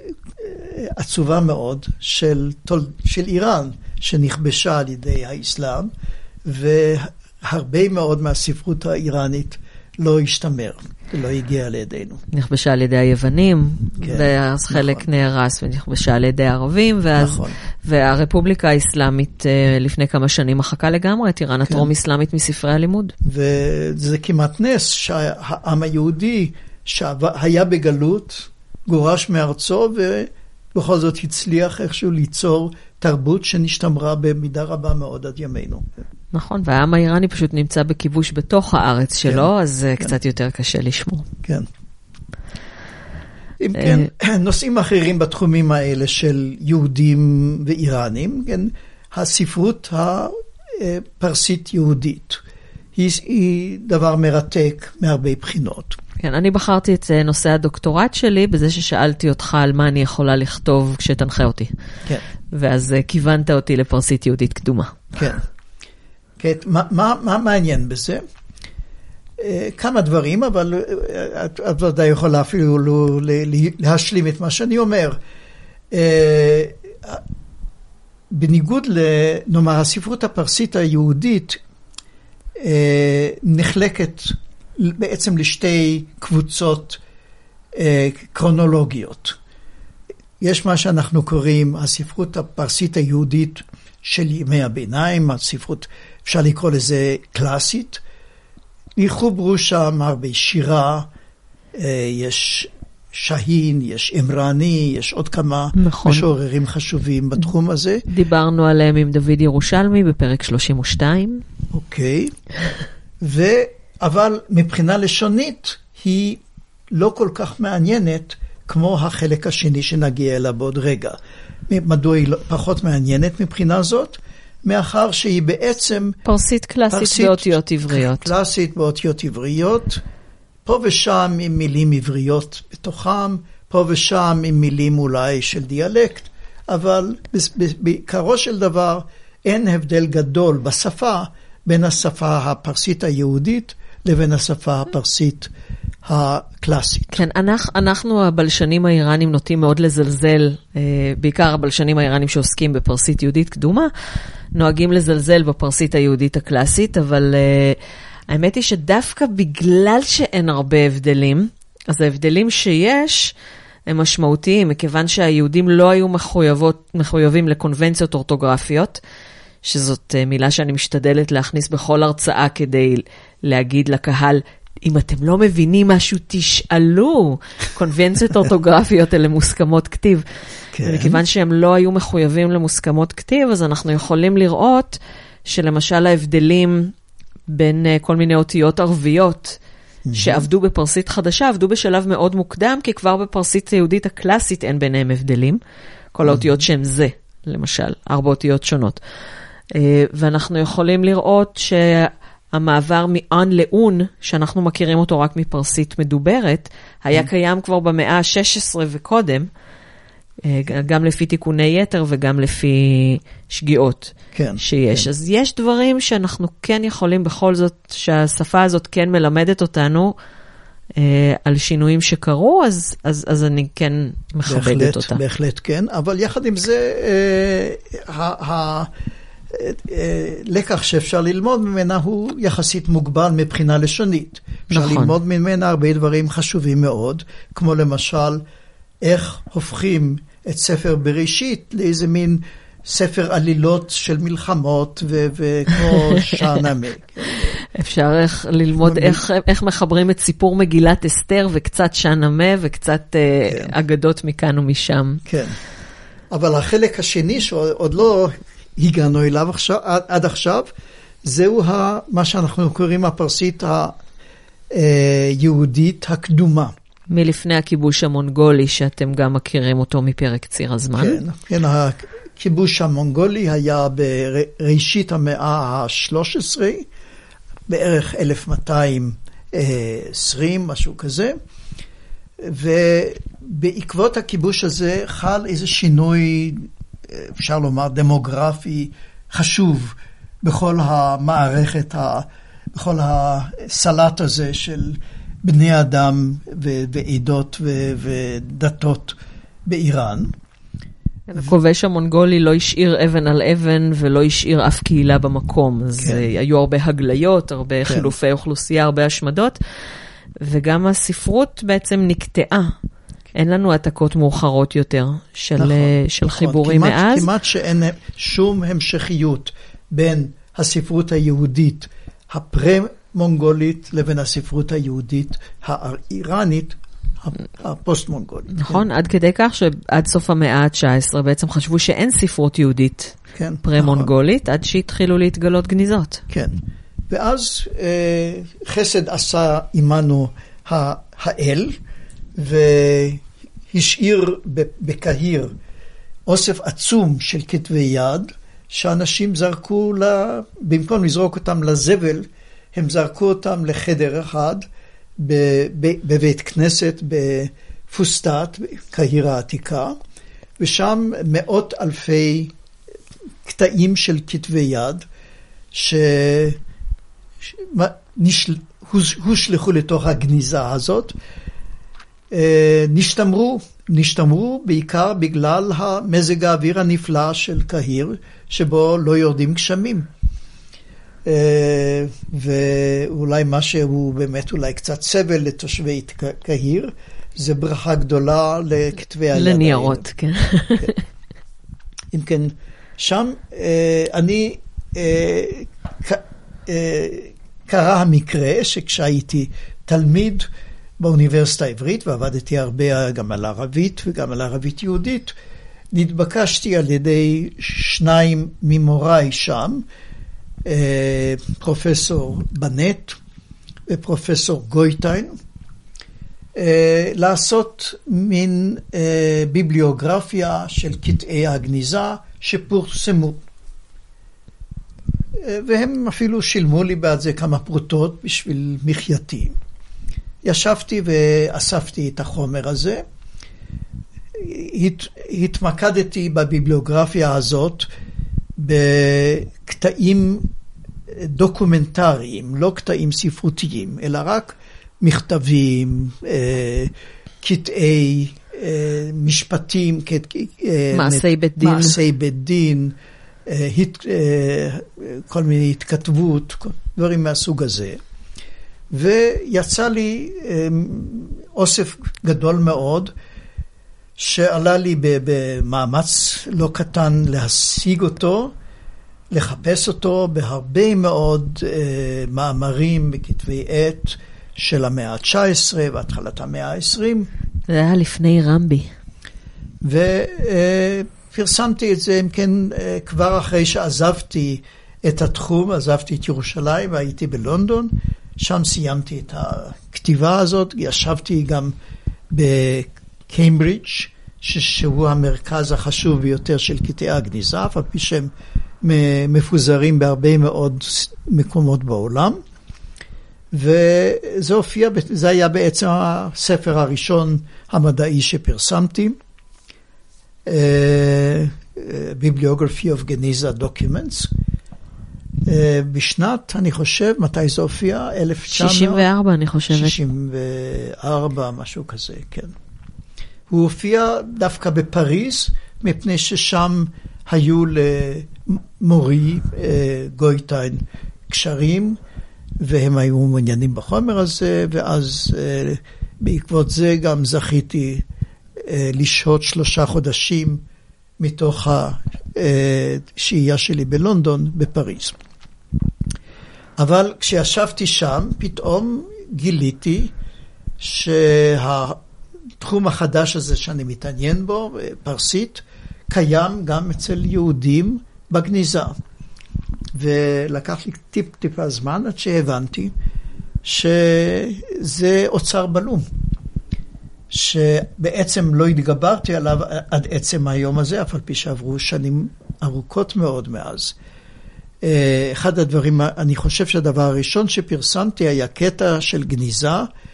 עצובה מאוד של, של איראן שנכבשה על ידי האסלאם, והרבה מאוד מהספרות האיראנית לא השתמר, לא הגיע לידינו. נכבשה על ידי היוונים, כן, ואז נכון. חלק נהרס ונכבשה על ידי הערבים, ואז, נכון. והרפובליקה האסלאמית לפני כמה שנים מחקה לגמרי את איראן הטרום אסלאמית מספרי הלימוד. וזה כמעט נס שהעם היהודי שהיה בגלות, גורש מארצו ו... בכל זאת הצליח איכשהו ליצור תרבות שנשתמרה במידה רבה מאוד עד ימינו. נכון, והעם האיראני פשוט נמצא בכיבוש בתוך הארץ שלו, אז זה קצת יותר קשה לשמור. כן. אם כן, נושאים אחרים בתחומים האלה של יהודים ואיראנים, כן, הספרות הפרסית יהודית היא דבר מרתק מהרבה בחינות. כן, אני בחרתי את נושא הדוקטורט שלי בזה ששאלתי אותך על מה אני יכולה לכתוב כשתנחה אותי. כן. ואז כיוונת אותי לפרסית יהודית קדומה. כן. כן. מה, מה, מה מעניין בזה? כמה דברים, אבל את, את ודאי יכולה אפילו להשלים את מה שאני אומר. בניגוד לנאמר, הספרות הפרסית היהודית נחלקת בעצם לשתי קבוצות קרונולוגיות. יש מה שאנחנו קוראים הספרות הפרסית היהודית של ימי הביניים, הספרות, אפשר לקרוא לזה קלאסית. יחוברו שם הרבה שירה, יש שהין, יש אמרני, יש עוד כמה נכון. משוררים חשובים בתחום הזה. דיברנו עליהם עם דוד ירושלמי בפרק שלושים ושתיים. אוקיי. ו... אבל מבחינה לשונית היא לא כל כך מעניינת כמו החלק השני שנגיע אליו בעוד רגע. מדוע היא פחות מעניינת מבחינה זאת? מאחר שהיא בעצם... פרסית קלאסית פרסית, באותיות עבריות. קלאסית באותיות עבריות, פה ושם עם מילים עבריות בתוכם, פה ושם עם מילים אולי של דיאלקט, אבל בעיקרו של דבר אין הבדל גדול בשפה בין השפה הפרסית היהודית לבין השפה הפרסית הקלאסית. כן, אנחנו, אנחנו הבלשנים האיראנים נוטים מאוד לזלזל, בעיקר הבלשנים האיראנים שעוסקים בפרסית יהודית קדומה, נוהגים לזלזל בפרסית היהודית הקלאסית, אבל האמת היא שדווקא בגלל שאין הרבה הבדלים, אז ההבדלים שיש הם משמעותיים, מכיוון שהיהודים לא היו מחויבות, מחויבים לקונבנציות אורתוגרפיות, שזאת מילה שאני משתדלת להכניס בכל הרצאה כדי להגיד לקהל, אם אתם לא מבינים משהו, תשאלו. קונבנציות אורתוגרפיות אלה מוסכמות כתיב. כן. ומכיוון שהם לא היו מחויבים למוסכמות כתיב, אז אנחנו יכולים לראות שלמשל ההבדלים בין כל מיני אותיות ערביות שעבדו בפרסית חדשה, עבדו בשלב מאוד מוקדם, כי כבר בפרסית היהודית הקלאסית אין ביניהם הבדלים. כל האותיות שהם זה, למשל, ארבע אותיות שונות. ואנחנו יכולים לראות שהמעבר מאן לאון, שאנחנו מכירים אותו רק מפרסית מדוברת, היה קיים כבר במאה ה-שש עשרה וקודם, גם לפי תיקוני יתר וגם לפי שגיאות כן, שיש. כן. אז יש דברים שאנחנו כן יכולים בכל זאת, שהשפה הזאת כן מלמדת אותנו אה, על שינויים שקרו, אז, אז, אז אני כן מכבדת בהחלט, אותה. בהחלט כן, אבל יחד עם זה, הלקח שאפשר ללמוד ממנה הוא יחסית מוגבל מבחינה לשונית. אפשר נכון. ללמוד ממנה הרבה דברים חשובים מאוד, כמו למשל, איך הופכים את ספר בראשית לאיזה מין ספר עלילות של מלחמות וכמו שענמה. אפשר איך ללמוד איך, איך מחברים את סיפור מגילת אסתר וקצת שענמה וקצת כן. אגדות מכאן ומשם. כן. אבל החלק השני שעוד לא הגענו אליו עכשיו, עד עכשיו, זהו מה שאנחנו קוראים הפרסית היהודית הקדומה. מלפני הכיבוש המונגולי, שאתם גם מכירים אותו מפרק ציר הזמן. כן, כן, הכיבוש המונגולי היה בראשית המאה ה-שלוש עשרה, בערך אלף מאתיים ועשרים, משהו כזה, ובעקבות הכיבוש הזה חל איזה שינוי, אפשר לומר, דמוגרפי חשוב בכל המערכת, בכל הסלט הזה של בני אדם ועדות ודתות באיראן. הכובש המונגולי לא השאיר אבן על אבן ולא השאיר אף קהילה במקום. אז כן. היו הרבה הגליות, הרבה כן. חילופי אוכלוסייה, הרבה השמדות, וגם הספרות בעצם נקטעה. כן. אין לנו עתקות מאוחרות יותר של, נכון, של נכון. חיבורים כמעט, מאז. כמעט שאין שום המשכיות בין הספרות היהודית הפרה-מונגולית לבין הספרות היהודית האיראנית, הפוסט-מונגולית. נכון, כן. עד כדי כך שעד סוף המאה ה-תשע עשרה בעצם חשבו שאין ספרות יהודית כן, פרה-מונגולית, נכון. עד שהתחילו להתגלות גניזות. כן, ואז אה, חסד עשה עמנו האל, והשאיר בקהיר אוסף עצום של כתבי יד, שאנשים זרקו, לה, במקום לזרוק אותם לזבל, הם זרקו אותם לחדר אחד, בבית כנסת בפוסטט, קהיר העתיקה, ושם מאות אלפי קטעים של כתבי יד, הושלחו לתוך הגניזה הזאת, נשתמרו, נשתמרו בעיקר בגלל המזג האוויר הנפלא של קהיר, שבו לא יורדים גשמים. ואולי מה שהוא באמת אולי קצת סבל לתושבי קהיר, זה ברכה גדולה לכתבי היד. לניירות, כן. אם כן, שם אני, קרה המקרה שכשהייתי תלמיד באוניברסיטה העברית, ועבדתי הרבה גם על ערבית וגם על ערבית יהודית, נתבקשתי על ידי שניים ממוריי שם, פרופסור בנט ופרופסור גויטיין, לעשות מין ביבליוגרפיה של קטעי הגניזה שפורסמו. והם אפילו שילמו לי בעד זה כמה פרוטות בשביל מחייתי. ישבתי ואספתי את החומר הזה. הת, התמקדתי בביבליוגרפיה הזאת בקטעים דוקומנטריים, לא קטעים ספרותיים, אלא רק מכתבים, קטעי משפטים, מעשי בית דין, מעשי בית דין, כל מיני התכתבות, דברים מהסוג הזה. ויצא לי אוסף גדול מאוד, שעלה לי במאמץ לא קטן להשיג אותו, לחפש אותו בהרבה מאוד מאמרים וכתבי עת של המאה ה-תשע עשרה והתחלת המאה ה-עשרים. זה היה לפני רמבי. ופרסמתי את זה, אם כן, כבר אחרי שעזבתי את התחום, עזבתי את ירושלים והייתי בלונדון, שם סיימתי את הכתיבה הזאת, ישבתי גם בקיימברידג' שהוא המרכז החשוב ביותר של קטעי הגניזה, אף על פי שהם מפוזרים בהרבה מאוד מקומות בעולם. וזה הופיע, זה היה בעצם הספר הראשון המדעי שפרסמתי, Bibliography of Geniza Documents, בשנת, אני חושב, מתי זה הופיע? אלף תשע מאות שישים וארבע, אני חושבת. שישים וארבע, משהו כזה, כן. הוא הופיע דווקא בפריז, מפני ששם היו למורי גויטיין קשרים, והם היו מעוניינים בחומר הזה, ואז בעקבות זה גם זכיתי לשהות שלושה חודשים מתוך השהייה שלי בלונדון, בפריז. אבל כשישבתי שם, פתאום גיליתי שהתחום החדש הזה שאני מתעניין בו, פרסית, קיים גם אצל יהודים בגניזה. ולקח לי טיפ טיפה זמן עד שהבנתי שזה אוצר בלום, שבעצם לא התגברתי עליו עד עצם היום הזה, אף על פי שעברו שנים ארוכות מאוד מאז. אחד הדברים, אני חושב שהדבר הראשון שפרסמתי היה קטע של גניזה,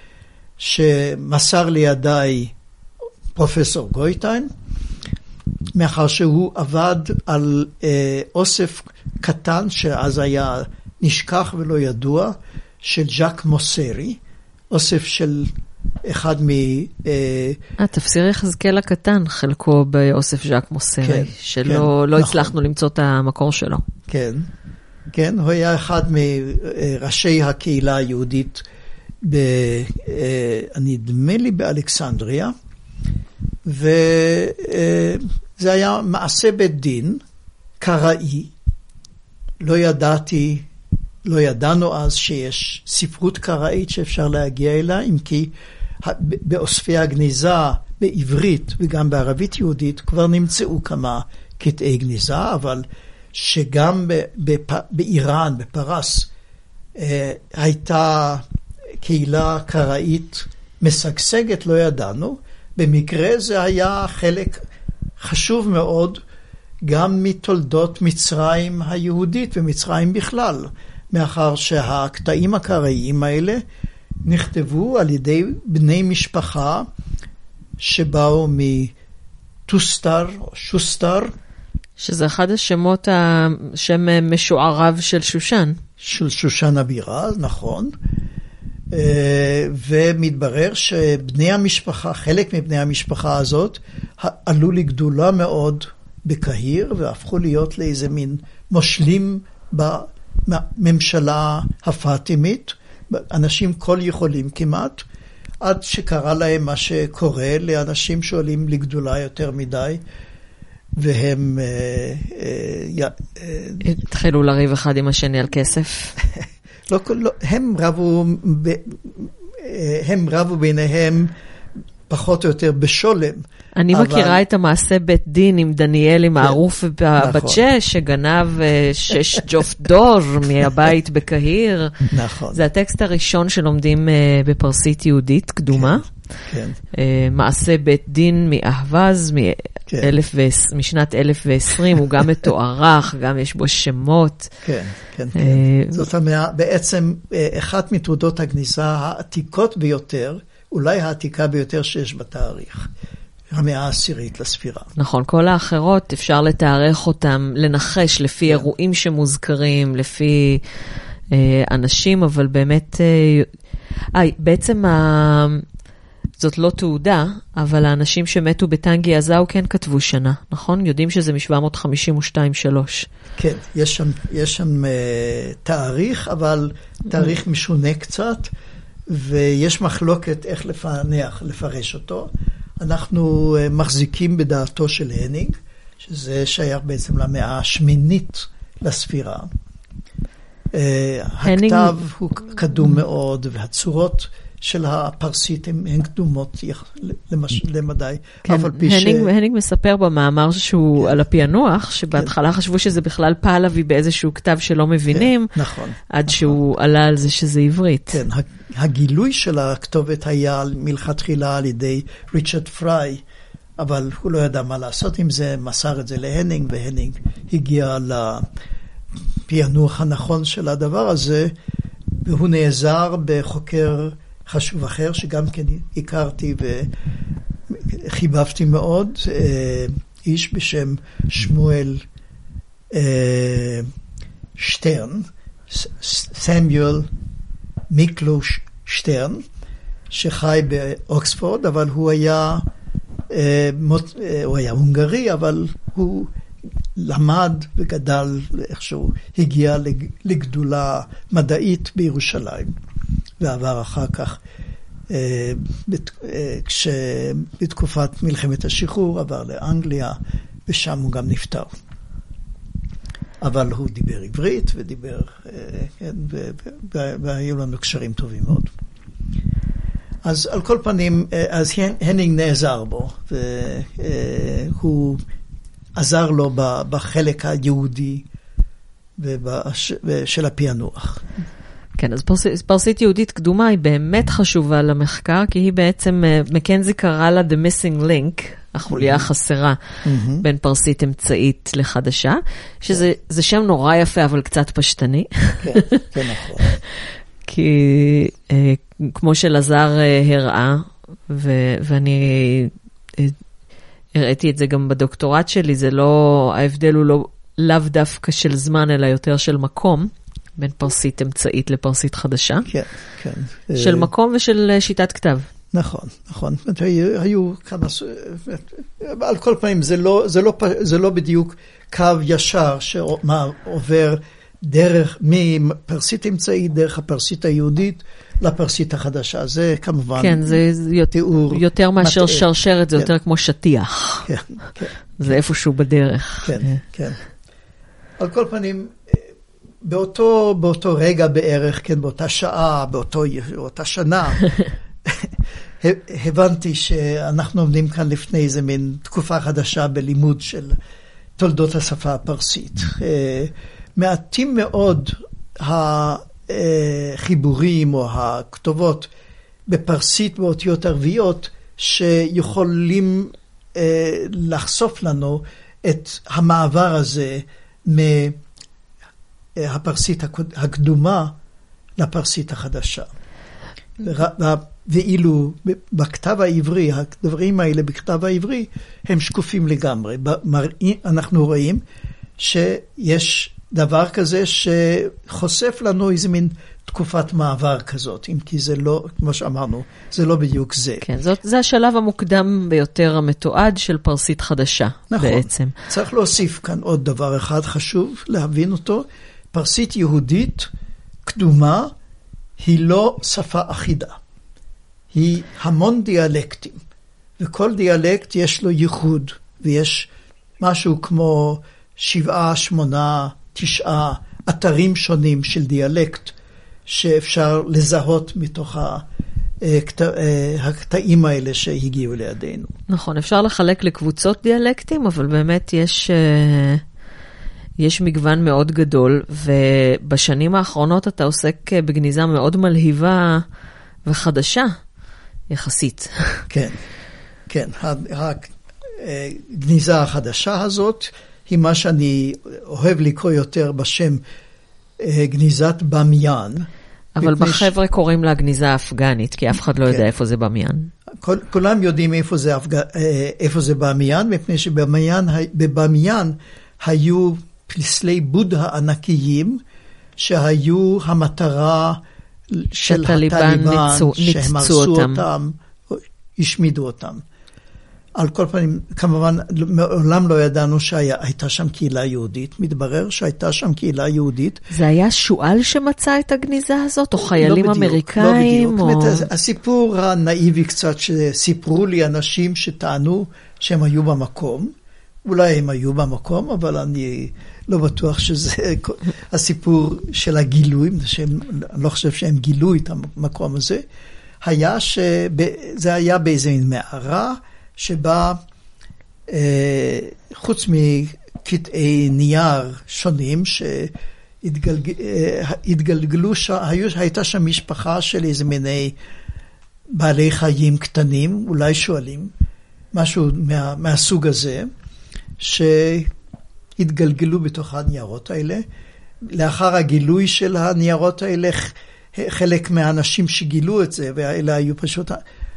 שמסר לידיי פרופסור גויטיין, מאחר שהוא עבד על אה, אוסף קטן, שאז היה נשכח ולא ידוע, של ז'אק מוסרי, אוסף של אחד מ... אה, תפסיר יחזקאל הקטן, חלקו באוסף ז'אק מוסרי, כן, שלא כן, לא נכון. הצלחנו למצוא את המקור שלו. כן, כן, הוא היה אחד מראשי הקהילה היהודית, ב, אה, אני נדמה לי באלכסנדריה, ו... אה, זה היה מעשה בית דין, קראי, לא ידעתי, לא ידענו אז שיש ספרות קראית שאפשר להגיע אליה, אם כי באוספי הגניזה בעברית וגם בערבית יהודית כבר נמצאו כמה קטעי גניזה, אבל שגם באיראן, בפרס, הייתה קהילה קראית משגשגת, לא ידענו. במקרה זה היה חלק חשוב מאוד גם מתולדות מצרים היהודית ומצרים בכלל, מאחר שהקטעים הקראיים האלה נכתבו על ידי בני משפחה שבאו מטוסטר או שוסטר. שזה אחד השמות, השם משוערב של שושן. של שושן הבירה, נכון. ומתברר שבני המשפחה, חלק מבני המשפחה הזאת, עלו לגדולה מאוד בקהיר, והפכו להיות לאיזה מין מושלים בממשלה הפאטימית, אנשים כל יכולים כמעט, עד שקרה להם מה שקורה לאנשים שעולים לגדולה יותר מדי, והם התחילו לריב אחד עם השני על כסף. לא, לא, הם רבו, הם רבו ביניהם פחות או יותר בשולם. אני אבל... מכירה את המעשה בית דין עם דניאל, עם הערוף נכון. בת שש, שגנב שש ג'וף דור מהבית בקהיר. נכון. זה הטקסט הראשון שלומדים בפרסית יהודית קדומה. כן. מעשה בית דין מאהבז, כן. משנת אלף ועשרים, הוא גם מתוארך, גם יש בו שמות. כן, כן, כן. זאת אומרת, בעצם אחת מתעודות הגניזה העתיקות ביותר, אולי העתיקה ביותר שיש בתאריך, המאה העשירית לספירה. נכון, כל האחרות אפשר לתארך אותם, לנחש לפי כן. אירועים שמוזכרים, לפי אה, אנשים, אבל באמת, אה, בעצם ה... זאת לא תעודה, אבל האנשים שמתו בטנגי עזאו כן כתבו שנה, נכון? יודעים שזה מ-שבע מאות חמישים ושתיים שלוש. כן, יש שם, יש שם uh, תאריך, אבל תאריך משונה קצת, ויש מחלוקת איך לפענח, לפרש אותו. אנחנו uh, מחזיקים בדעתו של הנינג, שזה שייך בעצם למאה השמינית לספירה. Uh, הנינג... הכתב הוא קדום מאוד, והצורות של הפרסית הן קדומות למש... למדי. כן, הנינג, ש... הנינג מספר במאמר שהוא כן. על הפענוח, שבהתחלה כן. חשבו שזה בכלל פלאבי באיזשהו כתב שלא מבינים, כן, נכון, עד נכון. שהוא עלה על זה שזה עברית. כן, הגילוי של הכתובת היה מלכתחילה על ידי ריצ'רד פריי, אבל הוא לא ידע מה לעשות עם זה, מסר את זה להנינג, והנינג הגיע לפענוח הנכון של הדבר הזה, והוא נעזר בחוקר חשוב אחר, שגם כן הכרתי וחיבבתי מאוד, איש בשם שמואל שטרן, סמיואל מיקלוש שטרן, שחי באוקספורד, אבל הוא היה, הוא היה הונגרי, אבל הוא למד וגדל, איכשהו הגיע לגדולה מדעית בירושלים. ועבר אחר כך, כשבתקופת מלחמת השחרור עבר לאנגליה, ושם הוא גם נפטר. אבל הוא דיבר עברית ודיבר, והיו לנו קשרים טובים מאוד. אז על כל פנים, אז הנינג נעזר בו, והוא עזר לו בחלק היהודי של הפענוח. כן, אז פרסית, פרסית יהודית קדומה היא באמת חשובה למחקר, כי היא בעצם, מקנזי קרא לה The Missing Link, החוליה החסרה, בין פרסית אמצעית לחדשה, שזה זה שם נורא יפה, אבל קצת פשטני. כן, זה נכון. כי כמו שלזר הראה, ו- ואני הראיתי את זה גם בדוקטורט שלי, זה לא, ההבדל הוא לא לאו דווקא של זמן, אלא יותר של מקום, בין פרסית אמצעית לפרסית חדשה. כן, כן. של מקום ושל שיטת כתב. נכון, נכון. היו, היו כמה, על כל פעמים זה לא, זה לא, זה לא בדיוק קו ישר שעובר דרך, מפרסית אמצעית דרך הפרסית היהודית לפרסית החדשה. זה כמובן כן, זה תיאור יותר מאשר שרשרת, זה יותר כמו שטיח. כן, כן. זה איפשהו בדרך. כן, כן. על כל פנים, באותו, באותו רגע בערך, כן, באותה שעה, באותו, באותה שנה, הבנתי שאנחנו עומדים כאן לפני איזה מין תקופה חדשה בלימוד של תולדות השפה הפרסית. מעטים מאוד החיבורים או הכתובות בפרסית באותיות ערביות שיכולים לחשוף לנו את המעבר הזה מהפרסית הקדומה לפרסית החדשה. ואילו בכתב העברי, הדברים האלה בכתב העברי, הם שקופים לגמרי. אנחנו רואים שיש דבר כזה שחושף לנו איזה מין תקופת מעבר כזאת, אם כי זה לא, כמו שאמרנו, זה לא בדיוק זה. כן, זאת, זה השלב המוקדם ביותר המתועד של פרסית חדשה, נכון. בעצם. צריך להוסיף כאן עוד דבר אחד חשוב, להבין אותו. פרסית יהודית קדומה היא לא שפה אחידה. היא המון דיאלקטים, וכל דיאלקט יש לו ייחוד, ויש משהו כמו שבעה, שמונה, תשעה אתרים שונים של דיאלקט, שאפשר לזהות מתוך הקטעים האלה שהגיעו לידינו. נכון, אפשר לחלק לקבוצות דיאלקטים, אבל באמת יש, יש מגוון מאוד גדול, ובשנים האחרונות אתה עוסק בגניזה מאוד מלהיבה וחדשה, יחסית. כן, כן. הגניזה החדשה הזאת היא מה שאני אוהב לקרוא יותר בשם גניזת במיין. אבל בחבר'ה ש... קוראים לה גניזה האפגנית, כי אף אחד לא כן. יודע איפה זה במיין. כל, כולם יודעים איפה זה, אפג... איפה זה במיין, מפני שבבמיין בבמיין היו פסלי בודה ענקיים, שהיו המטרה של הטליבן, ניצו, שהם הרסו אותם, אותם, השמידו אותם. על כל פנים, כמובן, מעולם לא ידענו שהייתה שם קהילה יהודית. מתברר שהייתה שם קהילה יהודית. זה היה שואל שמצא את הגניזה הזאת? או חיילים לא בדיוק, אמריקאים? לא בדיוק. או... הסיפור הנאיבי קצת שסיפרו לי אנשים שטענו שהם היו במקום. אולי הם היו במקום, אבל אני לא בטוח שזה הסיפור של הגילוי. שהם, אני לא חושב שהם גילו את המקום הזה. היה שזה היה באיזה מערה, שבה אה, חוץ מקטעי נייר שונים שהתגלגלו, הייתה שם משפחה של איזה מיני בעלי חיים קטנים, אולי שואלים, משהו מה, מהסוג הזה, שהתגלגלו בתוך הניירות האלה. לאחר הגילוי של הניירות האלה, חלק מהאנשים שגילו את זה, ואלה היו פשוט...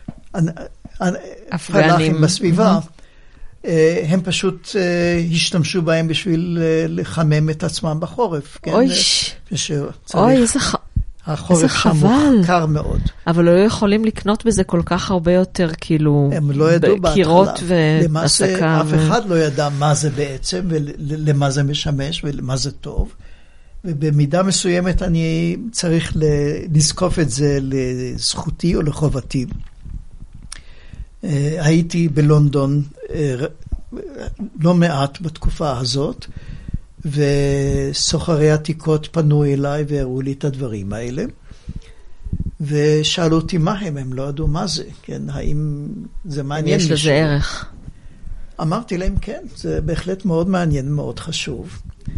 הפלאחים בסביבה, הם פשוט השתמשו בהם בשביל לחמם את עצמם בחורף. אוי, אוי, איזה חבל. החורף שם הוא קר מאוד. אבל לא יכולים לקנות בזה כל כך הרבה יותר, כאילו, הם לא ידעו קירות והסקה. למעשה, אף אחד לא ידע מה זה בעצם, ולמה זה משמש, ולמה זה טוב. ובמידה מסוימת אני צריך לזקוף את זה לזכותי או לחובתי. הייתי בלונדון לא מעט בתקופה הזאת, וסוחרי עתיקות פנו אליי והראו לי את הדברים האלה, ושאלו אותי מה הם, הם לא ידעו מה זה, כן, האם זה מעניין מישהו? יש לזה ערך. אמרתי להם כן, זה בהחלט מאוד מעניין, מאוד חשוב,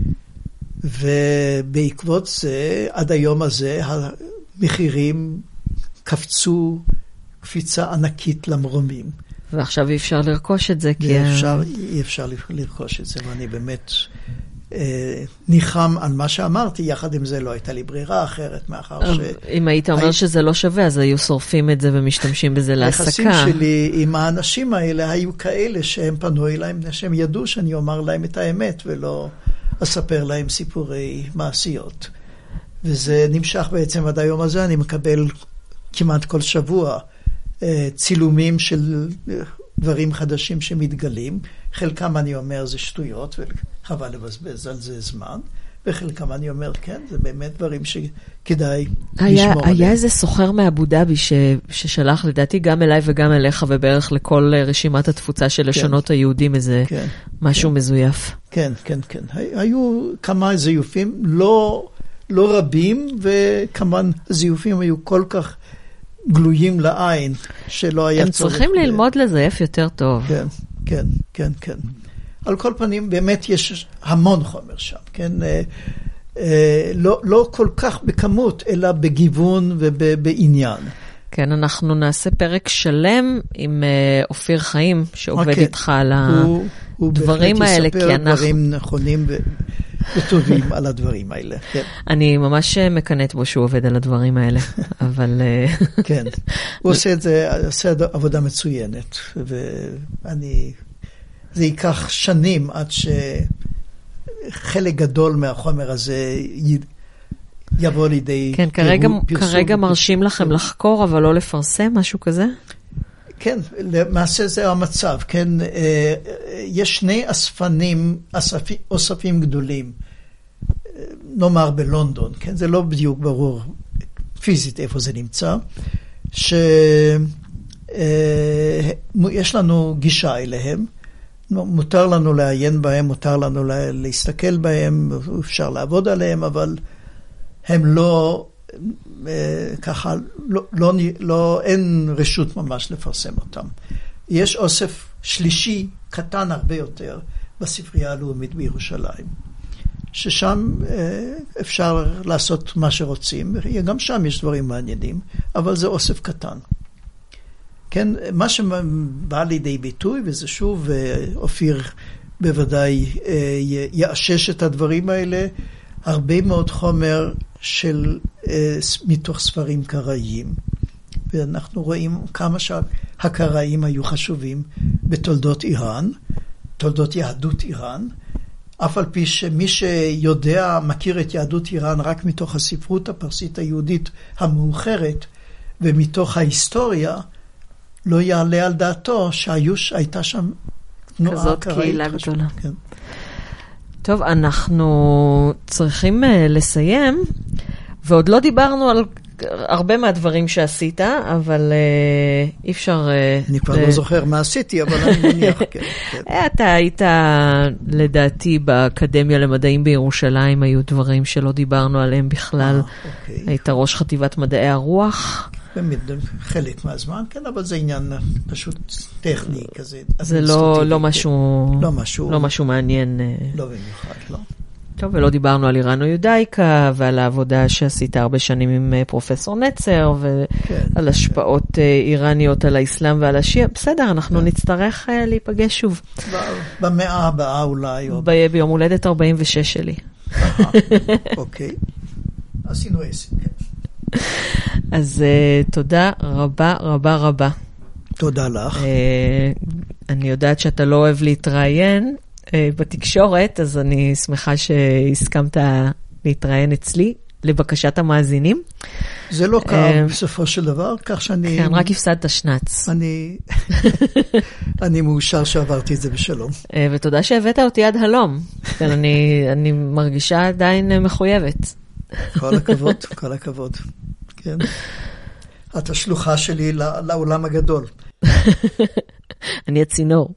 ובעקבות זה, עד היום הזה, המחירים קפצו, קפיצה ענקית למרומים. ועכשיו אי אפשר לרכוש את זה, כי... אפשר, אי אפשר לרכוש את זה, ואני באמת אה, ניחם על מה שאמרתי, יחד עם זה לא הייתה לי ברירה אחרת, מאחר ש... אם היית אומר שזה לא שווה, אז היו שורפים את זה ומשתמשים בזה להסקה. היחסים שלי עם האנשים האלה היו כאלה שהם פנו אליי, שהם ידעו שאני אומר להם את האמת, ולא אספר להם סיפורי מעשיות. וזה נמשך בעצם עד היום הזה, אני מקבל כמעט כל שבוע, צילומים של דברים חדשים שמתגלים. חלקם אני אומר זה שטויות וחבל לבזבז על זה זמן, וחלקם אני אומר כן, זה באמת דברים שכדאי היה, לשמור היה עליהם. איזה סוחר מאבו דאבי ש, ששלח לדעתי גם אליי וגם אליך ובערך לכל רשימת התפוצה של לשונות כן. היהודים איזה כן, משהו כן. מזויף. כן, כן, כן. היו כמה זיופים, לא, לא רבים, וכמה זיופים היו כל כך גלויים לעין, שלא היה הם צורך. הם צריכים ב... ללמוד לזייף יותר טוב. כן, כן, כן, כן. על כל פנים, באמת יש המון חומר שם, כן? אה, אה, לא, לא כל כך בכמות, אלא בגיוון ובעניין. כן, אנחנו נעשה פרק שלם עם אה, אופיר חיים, שעובד okay. איתך על הוא, הדברים הוא האלה. הוא בהחלט יספר דברים אנחנו... נכונים ו... וטובים על הדברים האלה. כן. אני ממש מקנאת בו שהוא עובד על הדברים האלה, אבל... כן, הוא עושה את זה, עושה עבודה מצוינת, ואני... זה ייקח שנים עד חלק גדול מהחומר הזה יבוא לידי כן, כרגע, כרגע מרשים לכם לחקור, אבל לא לפרסם, משהו כזה? כן, למעשה זה המצב, כן, יש שני אספנים, אספים, אוספים גדולים, נאמר בלונדון, כן, זה לא בדיוק ברור פיזית איפה זה נמצא, שיש לנו גישה אליהם, מותר לנו לעיין בהם, מותר לנו להסתכל בהם, אפשר לעבוד עליהם, אבל הם לא, ככה, לא, לא, לא, אין רשות ממש לפרסם אותם. יש אוסף שלישי, קטן הרבה יותר, בספרייה הלאומית בירושלים, ששם אפשר לעשות מה שרוצים, גם שם יש דברים מעניינים, אבל זה אוסף קטן. כן, מה שבא לידי ביטוי, וזה שוב, אופיר בוודאי יאשש את הדברים האלה, הרבה מאוד חומר של, מתוך ספרים קראיים, ואנחנו רואים כמה שהקראיים היו חשובים בתולדות איראן, תולדות יהדות איראן, אף על פי שמי שיודע, מכיר את יהדות איראן רק מתוך הספרות הפרסית היהודית המאוחרת, ומתוך ההיסטוריה, לא יעלה על דעתו שהייתה שם תנועה כזאת קהילה גדולה. כן. טוב, אנחנו צריכים uh, לסיים, ועוד לא דיברנו על הרבה מהדברים שעשית, אבל uh, אי אפשר... Uh, אני כבר ל... לא זוכר מה עשיתי, אבל אני מניח, כן. כן. אתה היית, לדעתי, באקדמיה למדעים בירושלים, היו דברים שלא דיברנו עליהם בכלל. 아, אוקיי. היית ראש חטיבת מדעי הרוח. חלק מהזמן, כן, אבל זה עניין פשוט טכני כזה. זה לא, לא משהו, לא משהו, לא משהו מעניין. לא במיוחד, לא. טוב, ולא דיברנו על איראן או יודאיקה, ועל העבודה שעשית הרבה שנים עם פרופסור נצר, ועל השפעות איראניות על האסלאם ועל השיעה. בסדר, אנחנו נצטרך להיפגש שוב. במאה הבאה אולי. ביום הולדת ארבעים ושש שלי. אוקיי. עשינו עסק, כן. אז uh, תודה רבה רבה רבה. תודה לך. Uh, אני יודעת שאתה לא אוהב להתראיין uh, בתקשורת, אז אני שמחה שהסכמת להתראיין אצלי, לבקשת המאזינים. זה לא קרה uh, בסופו של דבר, כך שאני... כן, רק הפסדת שנץ. אני, אני מאושר שעברתי את זה בשלום. Uh, ותודה שהבאת אותי עד הלום. כן, אני, אני מרגישה עדיין מחויבת. כל הכבוד, כל הכבוד. כן. את השלוחה שלי לעולם הגדול. אני הצינור.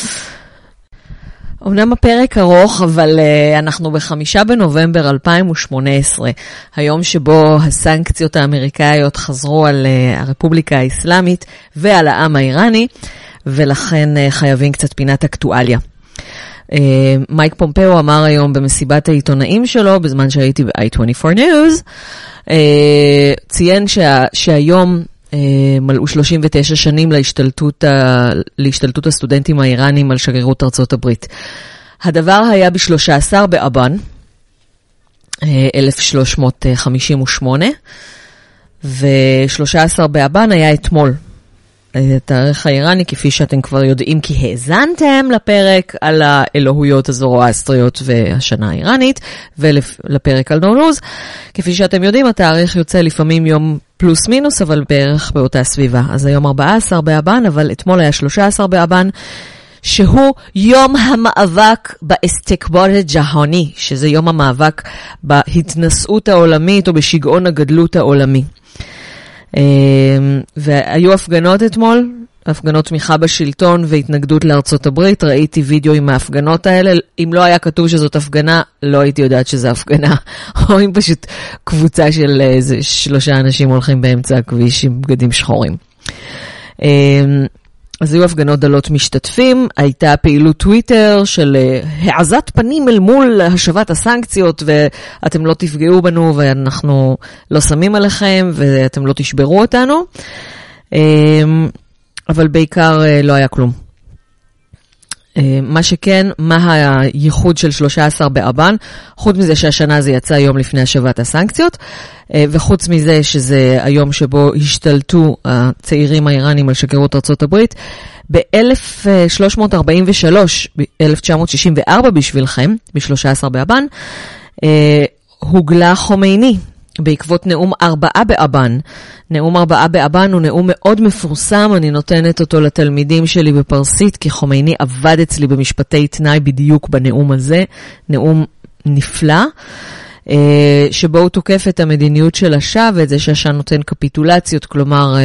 אמנם הפרק ארוך, אבל uh, אנחנו בחמישה בנובמבר אלפיים ושמונה עשרה, היום שבו הסנקציות האמריקאיות חזרו על uh, הרפובליקה האסלאמית ועל העם האיראני, ולכן uh, חייבים קצת פינת אקטואליה. Uh, מייק פומפאו אמר היום במסיבת העיתונאים שלו, בזמן שהייתי ב-איי עשרים וארבע News, uh, ציין שה, שהיום uh, מלאו שלושים ותשע שנים להשתלטות, ה, להשתלטות הסטודנטים האיראנים על שגרירות ארצות הברית. הדבר היה ב-שלושה עשר באבן, uh, אלף שלוש מאות חמישים ושמונה, ו-שלושה עשר באבן היה אתמול. התאריך האיראני, כפי שאתם כבר יודעים, כי האזנתם לפרק על האלוהויות הזורואסטריות והשנה האיראנית, ולפרק על נורוז. כפי שאתם יודעים, התאריך יוצא לפעמים יום פלוס מינוס, אבל בערך באותה סביבה. אז היום ארבעה עשר באבן, אבל אתמול היה שלושה עשר באבן, שהוא יום המאבק באסתיקבאר ג'האני, שזה יום המאבק בהתנשאות העולמית או בשגעון הגדלות העולמי. והיו הפגנות אתמול, הפגנות תמיכה בשלטון והתנגדות לארצות הברית. ראיתי וידאו עם ההפגנות האלה. אם לא היה כתוב שזאת הפגנה, לא הייתי יודעת שזו הפגנה. או אם פשוט קבוצה של איזה שלושה אנשים הולכים באמצע הכביש עם בגדים שחורים. אז היו הפגנות דלות משתתפים, הייתה פעילות טוויטר של העזת פנים אל מול השבת הסנקציות, ואתם לא תפגעו בנו ואנחנו לא שמים עליכם ואתם לא תשברו אותנו, אבל בעיקר לא היה כלום. מה שכן, מה הייחוד של שלושה עשר באבן, חוץ מזה שהשנה זה יצא יום לפני השבת הסנקציות, וחוץ מזה שזה היום שבו השתלטו הצעירים האיראנים על שגרירות ארצות הברית, ב-אלף שלוש מאות ארבעים ושלוש, ב-אלף תשע מאות שישים וארבע בשבילכם, ב-שלושה עשר באבן, אה, הוגלה חומייני, בעקבות נאום ארבעה באבן. נאום ארבעה באבן הוא נאום מאוד מפורסם, אני נותנת אותו לתלמידים שלי בפרסית, כי חומייני עבד אצלי במשפטי תנאי בדיוק בנאום הזה, נאום נפלא, שבו הוא תוקף את המדיניות של השאה, ואת זה שהשאה נותן קפיטולציות, כלומר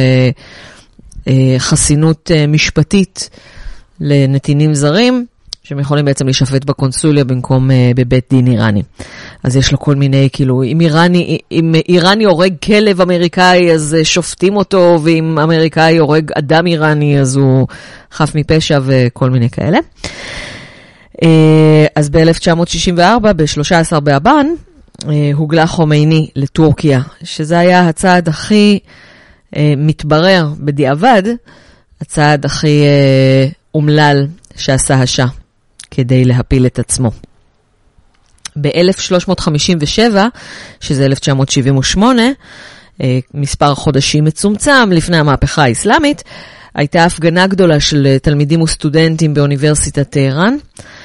חסינות משפטית לנתינים זרים, שהם יכולים בעצם לשפט בקונסוליה במקום uh, בבית דין איראני. אז יש לו כל מיני, כאילו, אם איראני, אם איראני הורג כלב אמריקאי, אז uh, שופטים אותו, ואם אמריקאי הורג אדם איראני, אז הוא חף מפשע וכל מיני כאלה. Uh, אז ב-אלף תשע מאות שישים וארבע, ב-שלושה עשר באבן, uh, הוגלה חומייני לטורקיה, שזה היה הצעד הכי uh, מתברר בדיעבד, הצעד הכי uh, אומלל שעשה השאה. כדי להפיל את עצמו. ב-אלף שלוש מאות חמישים ושבע, שזה אלף תשע מאות שבעים ושמונה, מספר חודשים מצומצם לפני המהפכה האסלאמית, הייתה הפגנה גדולה של תלמידים וסטודנטים באוניברסיטת טהרן,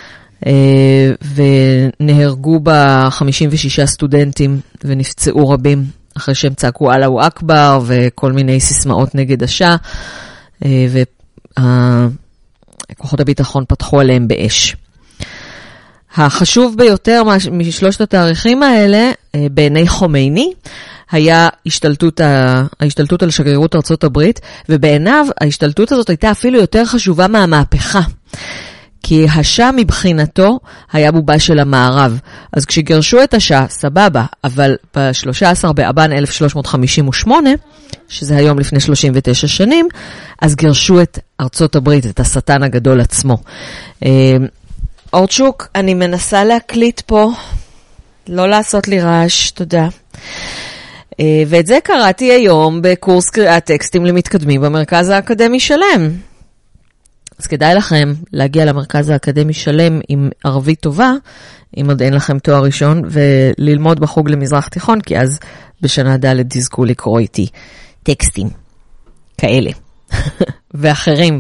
ונהרגו בה חמישים ושישה סטודנטים ונפצעו רבים, אחרי שהם צעקו אללהו אכבר וכל מיני סיסמאות נגד השאה, וה... כוחות הביטחון פתחו עליהם באש. החשוב ביותר משלושת התאריכים האלה, בעיני חומייני, היה השתלטות, ההשתלטות על שגרירות ארצות הברית, ובעיניו ההשתלטות הזאת הייתה אפילו יותר חשובה מהמהפכה. כי השאה מבחינתו היה בובה של המערב. אז כשגרשו את השאה, סבבה, אבל ב-שלושה עשר באבן אלף שלוש מאות חמישים ושמונה, שזה היום לפני שלושים ותשע שנים, אז גרשו את ארצות הברית, את השטן הגדול עצמו. אורצ'וק, אני מנסה להקליט פה, לא לעשות לי רעש, תודה. ואת זה קראתי היום בקורס קריאת טקסטים למתקדמים במרכז האקדמי שלם. אז כדאי לכם להגיע למרכז האקדמי שלם עם ערבית טובה, אם עוד אין לכם תואר ראשון, וללמוד בחוג למזרח תיכון, כי אז בשנה ד' תזכו לקרוא איתי טקסטים כאלה ואחרים.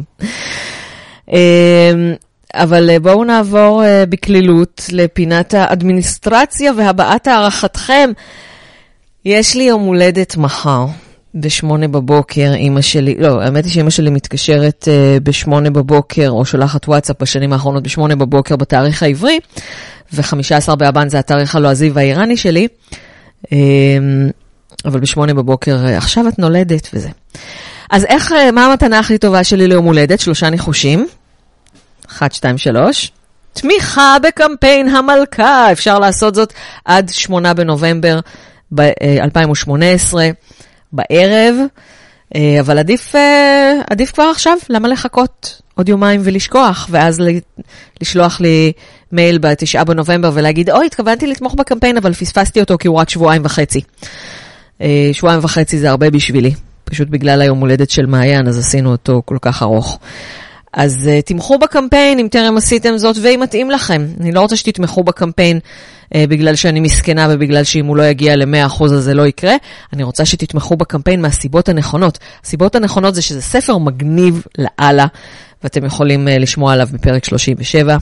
אבל בואו נעבור בכלילות לפינת האדמיניסטרציה והבעת הערכתכם. יש לי יום הולדת מחר. בשמונה בבוקר, אמא שלי, לא, האמת היא שאמא שלי מתקשרת uh, בשמונה בבוקר, או שולחת וואטסאפ בשנים האחרונות בשמונה בבוקר בתאריך העברי, ו-חמישה עשר באבן זה התאריך הלועזי והאיראני שלי, um, אבל בשמונה בבוקר, uh, עכשיו את נולדת וזה. אז איך, uh, מה המתנה הכי טובה שלי ליום הולדת? שלושה ניחושים. אחת, שתיים, שלוש. תמיכה בקמפיין המלכה. אפשר לעשות זאת עד שמונה בנובמבר ב-אלפיים ושמונה עשרה. בערב, אבל עדיף, עדיף כבר עכשיו, למה לחכות עוד יומיים ולשכוח, ואז לשלוח לי מייל בתשעה בנובמבר ולהגיד, אוי, התכוונתי לתמוך בקמפיין, אבל פספסתי אותו כי הוא רק שבועיים וחצי. שבועיים וחצי זה הרבה בשבילי, פשוט בגלל היום הולדת של מעיין, אז עשינו אותו כל כך ארוך. אז תמכו בקמפיין אם טרם עשיתם זאת, ואם מתאים לכם. אני לא רוצה שתתמכו בקמפיין בגלל שאני מסכנה, ובגלל שאם הוא לא יגיע ל-מאה אחוז אז זה לא יקרה. אני רוצה שתתמכו בקמפיין מהסיבות הנכונות. הסיבות הנכונות זה שזה ספר מגניב לאללה, ואתם יכולים לשמוע עליו בפרק שלושים ושבע.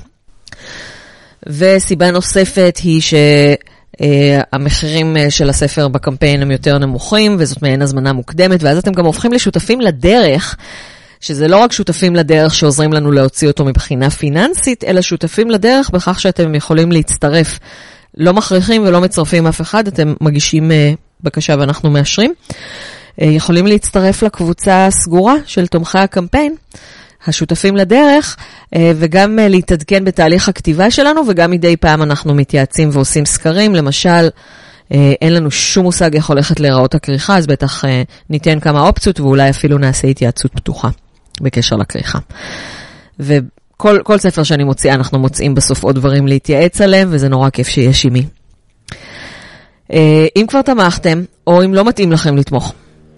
וסיבה נוספת היא שהמחירים של הספר בקמפיין הם יותר נמוכים, וזאת מעין הזמנה מוקדמת, ואז אתם גם הופכים לשותפים לדרך, שזה לא רק שותפים לדרך שעוזרים לנו להוציא אותו מבחינה פיננסית, אלא שותפים לדרך בכך שאתם יכולים להצטרף. לא מכריחים ולא מצרפים אף אחד, אתם מגישים uh, בקשה ואנחנו מאשרים. Uh, יכולים להצטרף לקבוצה הסגורה של תומכי הקמפיין, השותפים לדרך, uh, וגם uh, להתעדכן בתהליך הכתיבה שלנו, וגם מדי פעם אנחנו מתייעצים ועושים סקרים. למשל, uh, אין לנו שום מושג איך הולכת להיראות הכריכה, אז בטח uh, ניתן כמה אופציות, ואולי אפילו נעשה התייעצות פתוחה בקשר לכריכה. וכל כל ספר שאני מוציאה, אנחנו מוצאים בסוף עוד דברים להתייעץ עליהם, וזה נורא כיף שיש עימי. אם כבר תמכתם, או אם לא מתאים לכם לתמוך,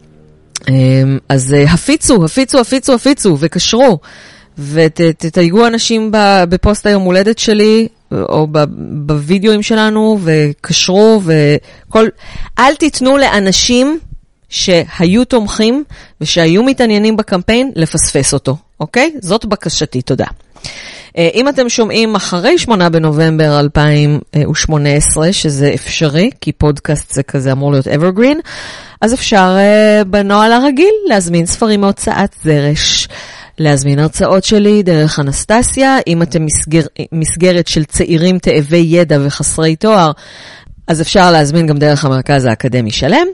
אז הפיצו, הפיצו, הפיצו, הפיצו, וקשרו, ותתייגו אנשים בפוסט היום הולדת שלי, או בווידאוים שלנו, וקשרו, וכל... אל תיתנו לאנשים שהיו תומכים ושהיו מתעניינים בקמפיין לפספס אותו. אוקיי? זאת בקשתי, תודה. אם אתם שומעים אחרי שמונה בנובמבר אלפיים ושמונה עשרה, שזה אפשרי, כי פודקאסט זה כזה אמור להיות evergreen, אז אפשר בנועל הרגיל להזמין ספרים מהוצאת זרש, להזמין הרצאות שלי דרך אנסטסיה. אם אתם מסגר, מסגרת של צעירים תאבי ידע וחסרי תואר, אז אפשר להזמין גם דרך המרכז האקדמי שלם,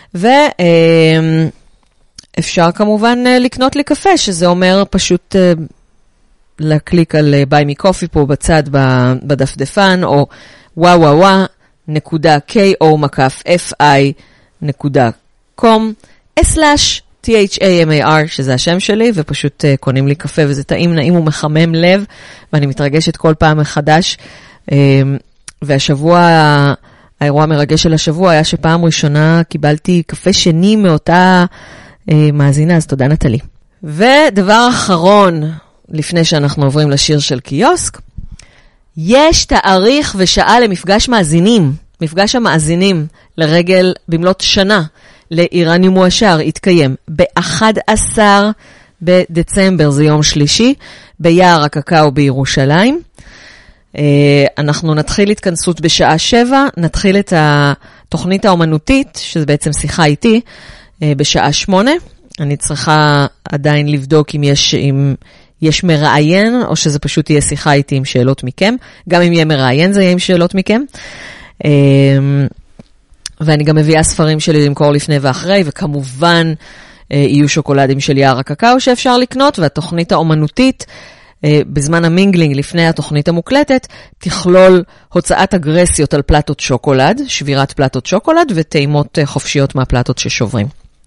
ואפשר כמובן לקנות לי קפה, שזה אומר פשוט להקליק על ביי מי קופי פה בצד בדפדפן, או וואווה נקודה ko מקף fi נקודה com סלש T-H-A-M-A-R, שזה השם שלי, ופשוט uh, קונים לי קפה, וזה טעים, נעים ומחמם לב, ואני מתרגשת כל פעם מחדש. Uh, והשבוע, האירוע המרגש של השבוע היה שפעם ראשונה קיבלתי קפה שני מאותה uh, מאזינה, אז תודה נטלי. ודבר אחרון, לפני שאנחנו עוברים לשיר של קיוסק, יש תאריך ושעה למפגש מאזינים, מפגש המאזינים לרגל במלות שנה, לאיראני מואשר, יתקיים ב-אחד עשר בדצמבר, זה יום שלישי, ביער הקקאו בירושלים. אנחנו נתחיל התכנסות בשעה שבע, נתחיל את התוכנית האומנותית, שזה בעצם שיחה איתי, בשעה שמונה. אני צריכה עדיין לבדוק אם יש, אם יש מראיין, או שזה פשוט יהיה שיחה איתי עם שאלות מכם. גם אם יהיה מראיין, זה יהיה עם שאלות מכם. ואני גם מביאה ספרים שלי למכור לפני ואחרי, וכמובן יהיו שוקולדים של יער הקקאו שאפשר לקנות, והתוכנית האומנותית, בזמן המינגלינג לפני התוכנית המוקלטת, תכלול הוצאת אגרסיות על פלטות שוקולד, שבירת פלטות שוקולד, וטעימות חופשיות מהפלטות ששוברים.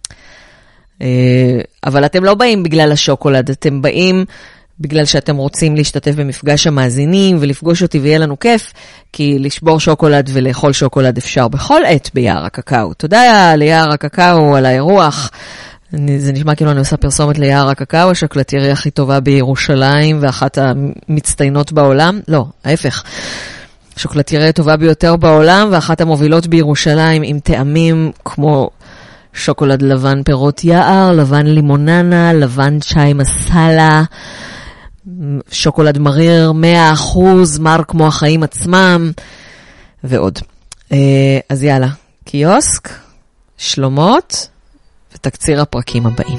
אבל אתם לא באים בגלל השוקולד, אתם באים בגלל שאתם רוצים להשתתף במפגש המאזינים ולפגוש אותי ויהיה לנו כיף, כי לשבור שוקולד ולאכול שוקולד אפשר בכל עת ביער הקקאו. תודה ליער הקקאו על האירוח. זה נשמע כאילו אני עושה פרסומת ליער הקקאו, השוקולטריה הכי טובה בירושלים ואחת המצטיינות בעולם. לא, ההפך. שוקולטריה טובה ביותר בעולם ואחת המובילות בירושלים עם טעמים כמו שוקולד לבן פירות יער, לבן לימוננה, לבן צ'אי מסאלה, שוקולד מריר מאה אחוז, מר כמו החיים עצמם, ועוד. אז יאללה, קיוסק, שלומות, ותקציר הפרקים הבאים.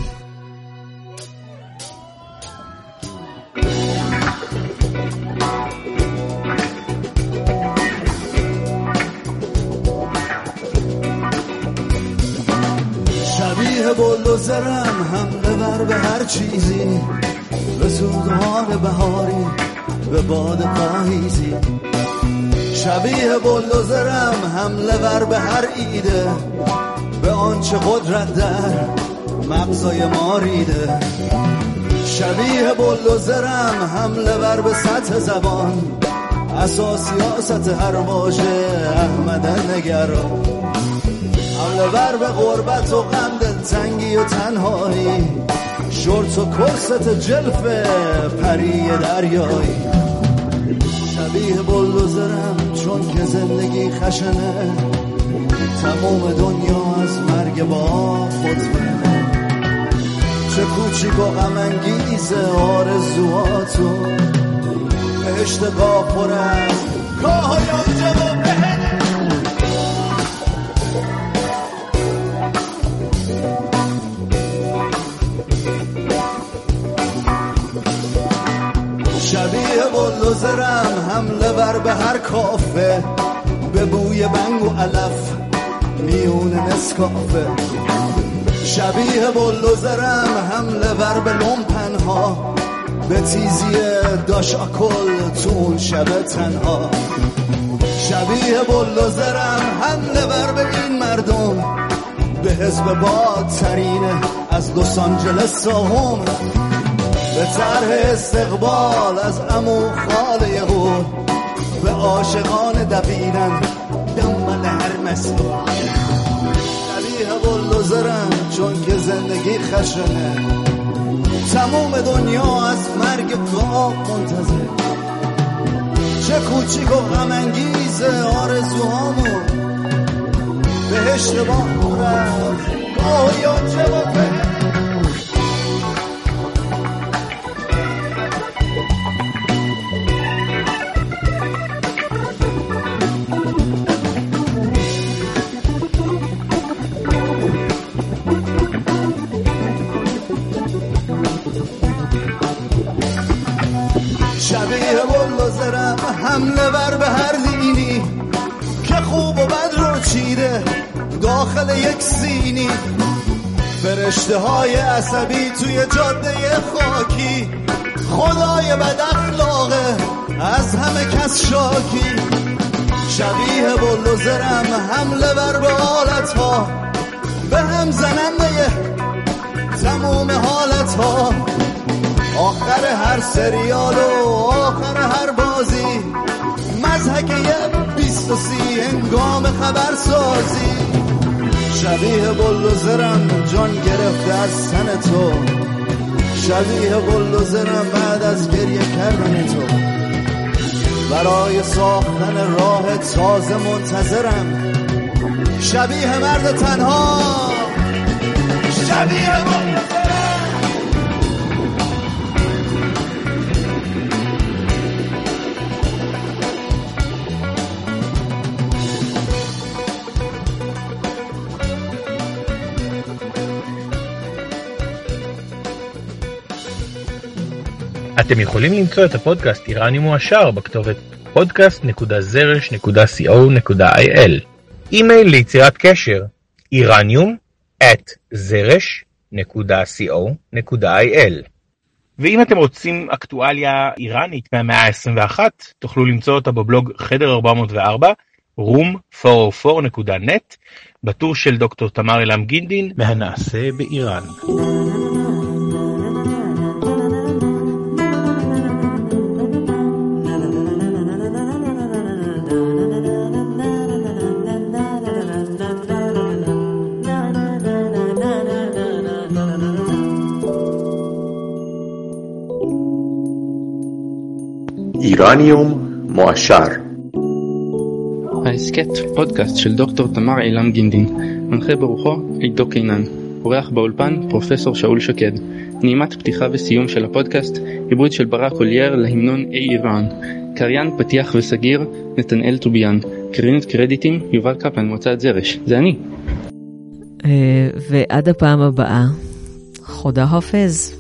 شبیه بلدوزرم حمله ور به هر چیزی به سودهای بهاری به باد پاییزی شبیه بلدوزرم حمله ور به هر ایده به آنچه قدرت در مغزای ما ریده شبیه بلدوزرم حمله ور به سطح زبان اساسیاست هر واژه احمد نگران حمله ور به غربت و غم دلتنگی و تنهایی شورت و کرست جلف پری دریایی شبیه بلدوزرم چون که زندگی خشنه تمام دنیا از مرگ با خودمه چه کوچیک و غم انگیز آرزوهاتو بهشت گاه پر از گاه‌های جواب بهنه شبیه بلدوزرم حمله ور به هر کافه به بوی بنگ و علف میون نسکافه شبیه بلدوزرم حمله ور به لومپنها به تیزی داش آکل تون شب تنها شبیه بلدوزرم حمله ور به این مردم به حزب بادترین از لس آنجلس هم به طرح استقبال از عمو خاله او به عاشقان دویدن دنبال هر مسئول شبیه بلدوزرم چون که زندگی خشنه تمام دنیا از مرگ گاه منتظر چه کوچیک و غم انگیز آرزوهامو بهشت با رفت گاه یا جواب داخل یک سینی، فرشته های عصبی توی جاده خاکی، خدای بد اخلاقه از همه کس شاکی، شبیه بلوزرم حمله بر به حالت ها، به هم زننده تموم حالت ها، آخر هر سریال و آخر هر بازی، مضحک یه بیست و سی انگام خبرسازی، شبیه بلوزرم جان گرفته از تن تو، شبیه بلوزرم بعد از گریه کردن تو، برای ساختن راه تازه منتظرم، شبیه مرد تنها، شبیه بلوزرم. אתם יכולים למצוא את הפודקאסט איראני מועשר בכתובת פודקאסט נקודה זרש נקודה סי או נקודה איי אל. אימייל ליצירת קשר איראניום את זרש נקודה סי או נקודה איי אל. ואם אתם רוצים אקטואליה איראנית מהמאה ה-עשרים ואחת, תוכלו למצוא אותה בבלוג חדר ארבע מאות וארבע, רום ארבע מאות וארבע נקודה נט, בטור של דוקטור תמר אילם גינדין, מהנעשה באיראן. איראניום מועשר. ההסכת פודקאסט של דוקטור תמר אילם גינדין, מנחה ברוחו עידו קינן, אורח באולפן פרופסור שאול שקד. נעימת פתיחה וסיום של הפודקאסט, עיבוד של ברק אולייר להמנון אי איראן, קריין פתיח וסגיר נתנאל טוביאן, קרדיט קרדיטים יובל קפלן מוצאת זרש, זה אני. ועד הפעם הבאה, חודה חופז.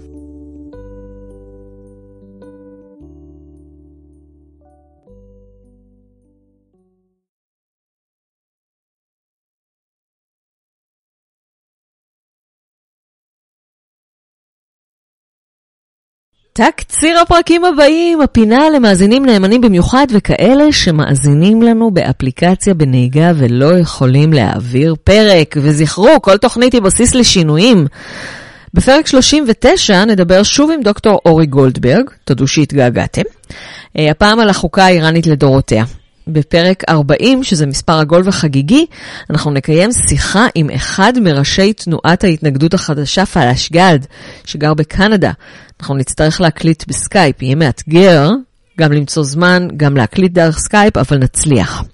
תקציר הפרקים הבאים, הפינה למאזינים נאמנים במיוחד וכאלה שמאזינים לנו באפליקציה בנהיגה ולא יכולים להעביר פרק. וזכרו, כל תוכנית היא בסיס לשינויים. בפרק שלושים ותשע נדבר שוב עם דוקטור אורי גולדברג, תודו שהתגעגעתם, הפעם על החוקה האיראנית לדורותיה. בפרק ארבעים, שזה מספר עגול וחגיגי, אנחנו נקיים שיחה עם אחד מראשי תנועת ההתנגדות החדשה, פלאשגד, שגר בקנדה. אנחנו נצטרך להקליט בסקייפ, יהיה מאתגר, גם למצוא זמן, גם להקליט דרך סקייפ, אבל נצליח.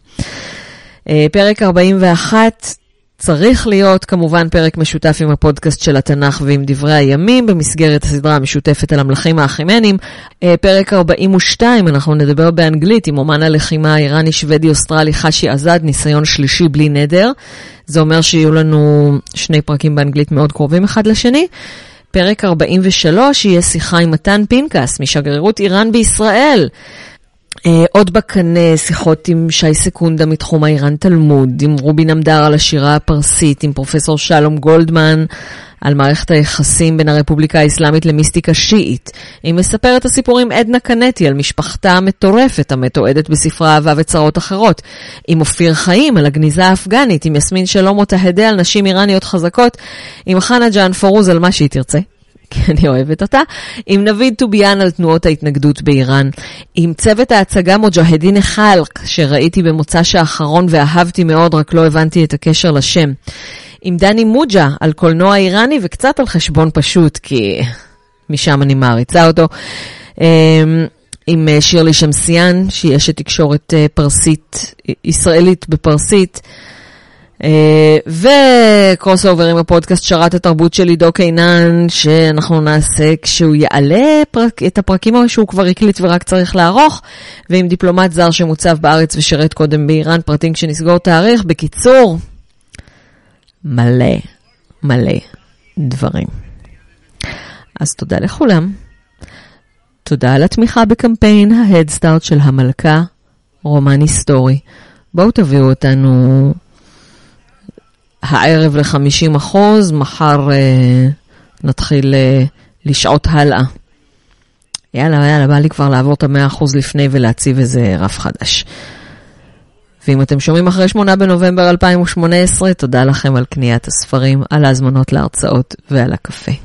פרק ארבעים ואחת צריך להיות כמובן פרק משותף עם הפודקאסט של התנ"ך ועם דברי הימים, במסגרת הסדרה המשותפת על המלכים האחימנים. פרק ארבעים ושתיים, אנחנו נדבר באנגלית עם אומן הלחימה האיראני שוודי אוסטרלי חשי עזד, ניסיון שלישי בלי נדר. זה אומר שיהיו לנו שני פרקים באנגלית מאוד קרובים אחד לשני. פרק ארבעים ושלוש יהיה שיחה עם מתן פינקס משגרירות איראן בישראל. עוד בקנה שיחות עם שי סקונדה מתחום האיראן תלמוד, עם רובין עמדר על השירה הפרסית, עם פרופסור שלום גולדמן על מערכת היחסים בין הרפובליקה האסלאמית למיסטיקה שיעית, עם מספר את הסיפורים עדנה קנטי על משפחתה המטורפת המתועדת בספרה אהבה וצרות אחרות, עם אופיר חיים על הגניזה האפגנית, עם יסמין שלום ותהדה על נשים איראניות חזקות, עם חנה ג'אן פורוז על מה שהיא תרצה, כי אני אוהבת אותה, עם נביד טוביאן על תנועות ההתנגדות באיראן, עם צוות ההצגה מוג'הדין חלק, שראיתי במוצ"ש האחרון ואהבתי מאוד, רק לא הבנתי את הקשר לשם, עם דני מוג'ה על קולנוע איראני וקצת על חשבון פשוט, כי משם אני מעריצה אותו, עם שירלי שמסיין, שהיא אשת תקשורת פרסית, ישראלית בפרסית, וקרוס אובר עם הפודקאסט שרת התרבות של עידו קינן, שאנחנו נעשה כשהוא יעלה את הפרקים שהוא כבר הקליט ורק צריך לערוך, ועם דיפלומט זר שמוצב בארץ ושרת קודם באיראן, פרטים כשנסגור תאריך. בקיצור, מלא מלא דברים. אז תודה לכולם, תודה על התמיכה בקמפיין ההדסטארט של המלכה, רומן היסטורי. בואו תביאו אותנו הערב ל-חמישים אחוז, מחר uh, נתחיל uh, לשעות הלאה. יאללה, יאללה, בא לי כבר לעבור את ה-מאה אחוז לפני ולהציב איזה רף חדש. ואם אתם שומעים אחרי שמונה בנובמבר אלפיים ושמונה עשרה, תודה לכם על קניית הספרים, על ההזמנות להרצאות ועל הקפה.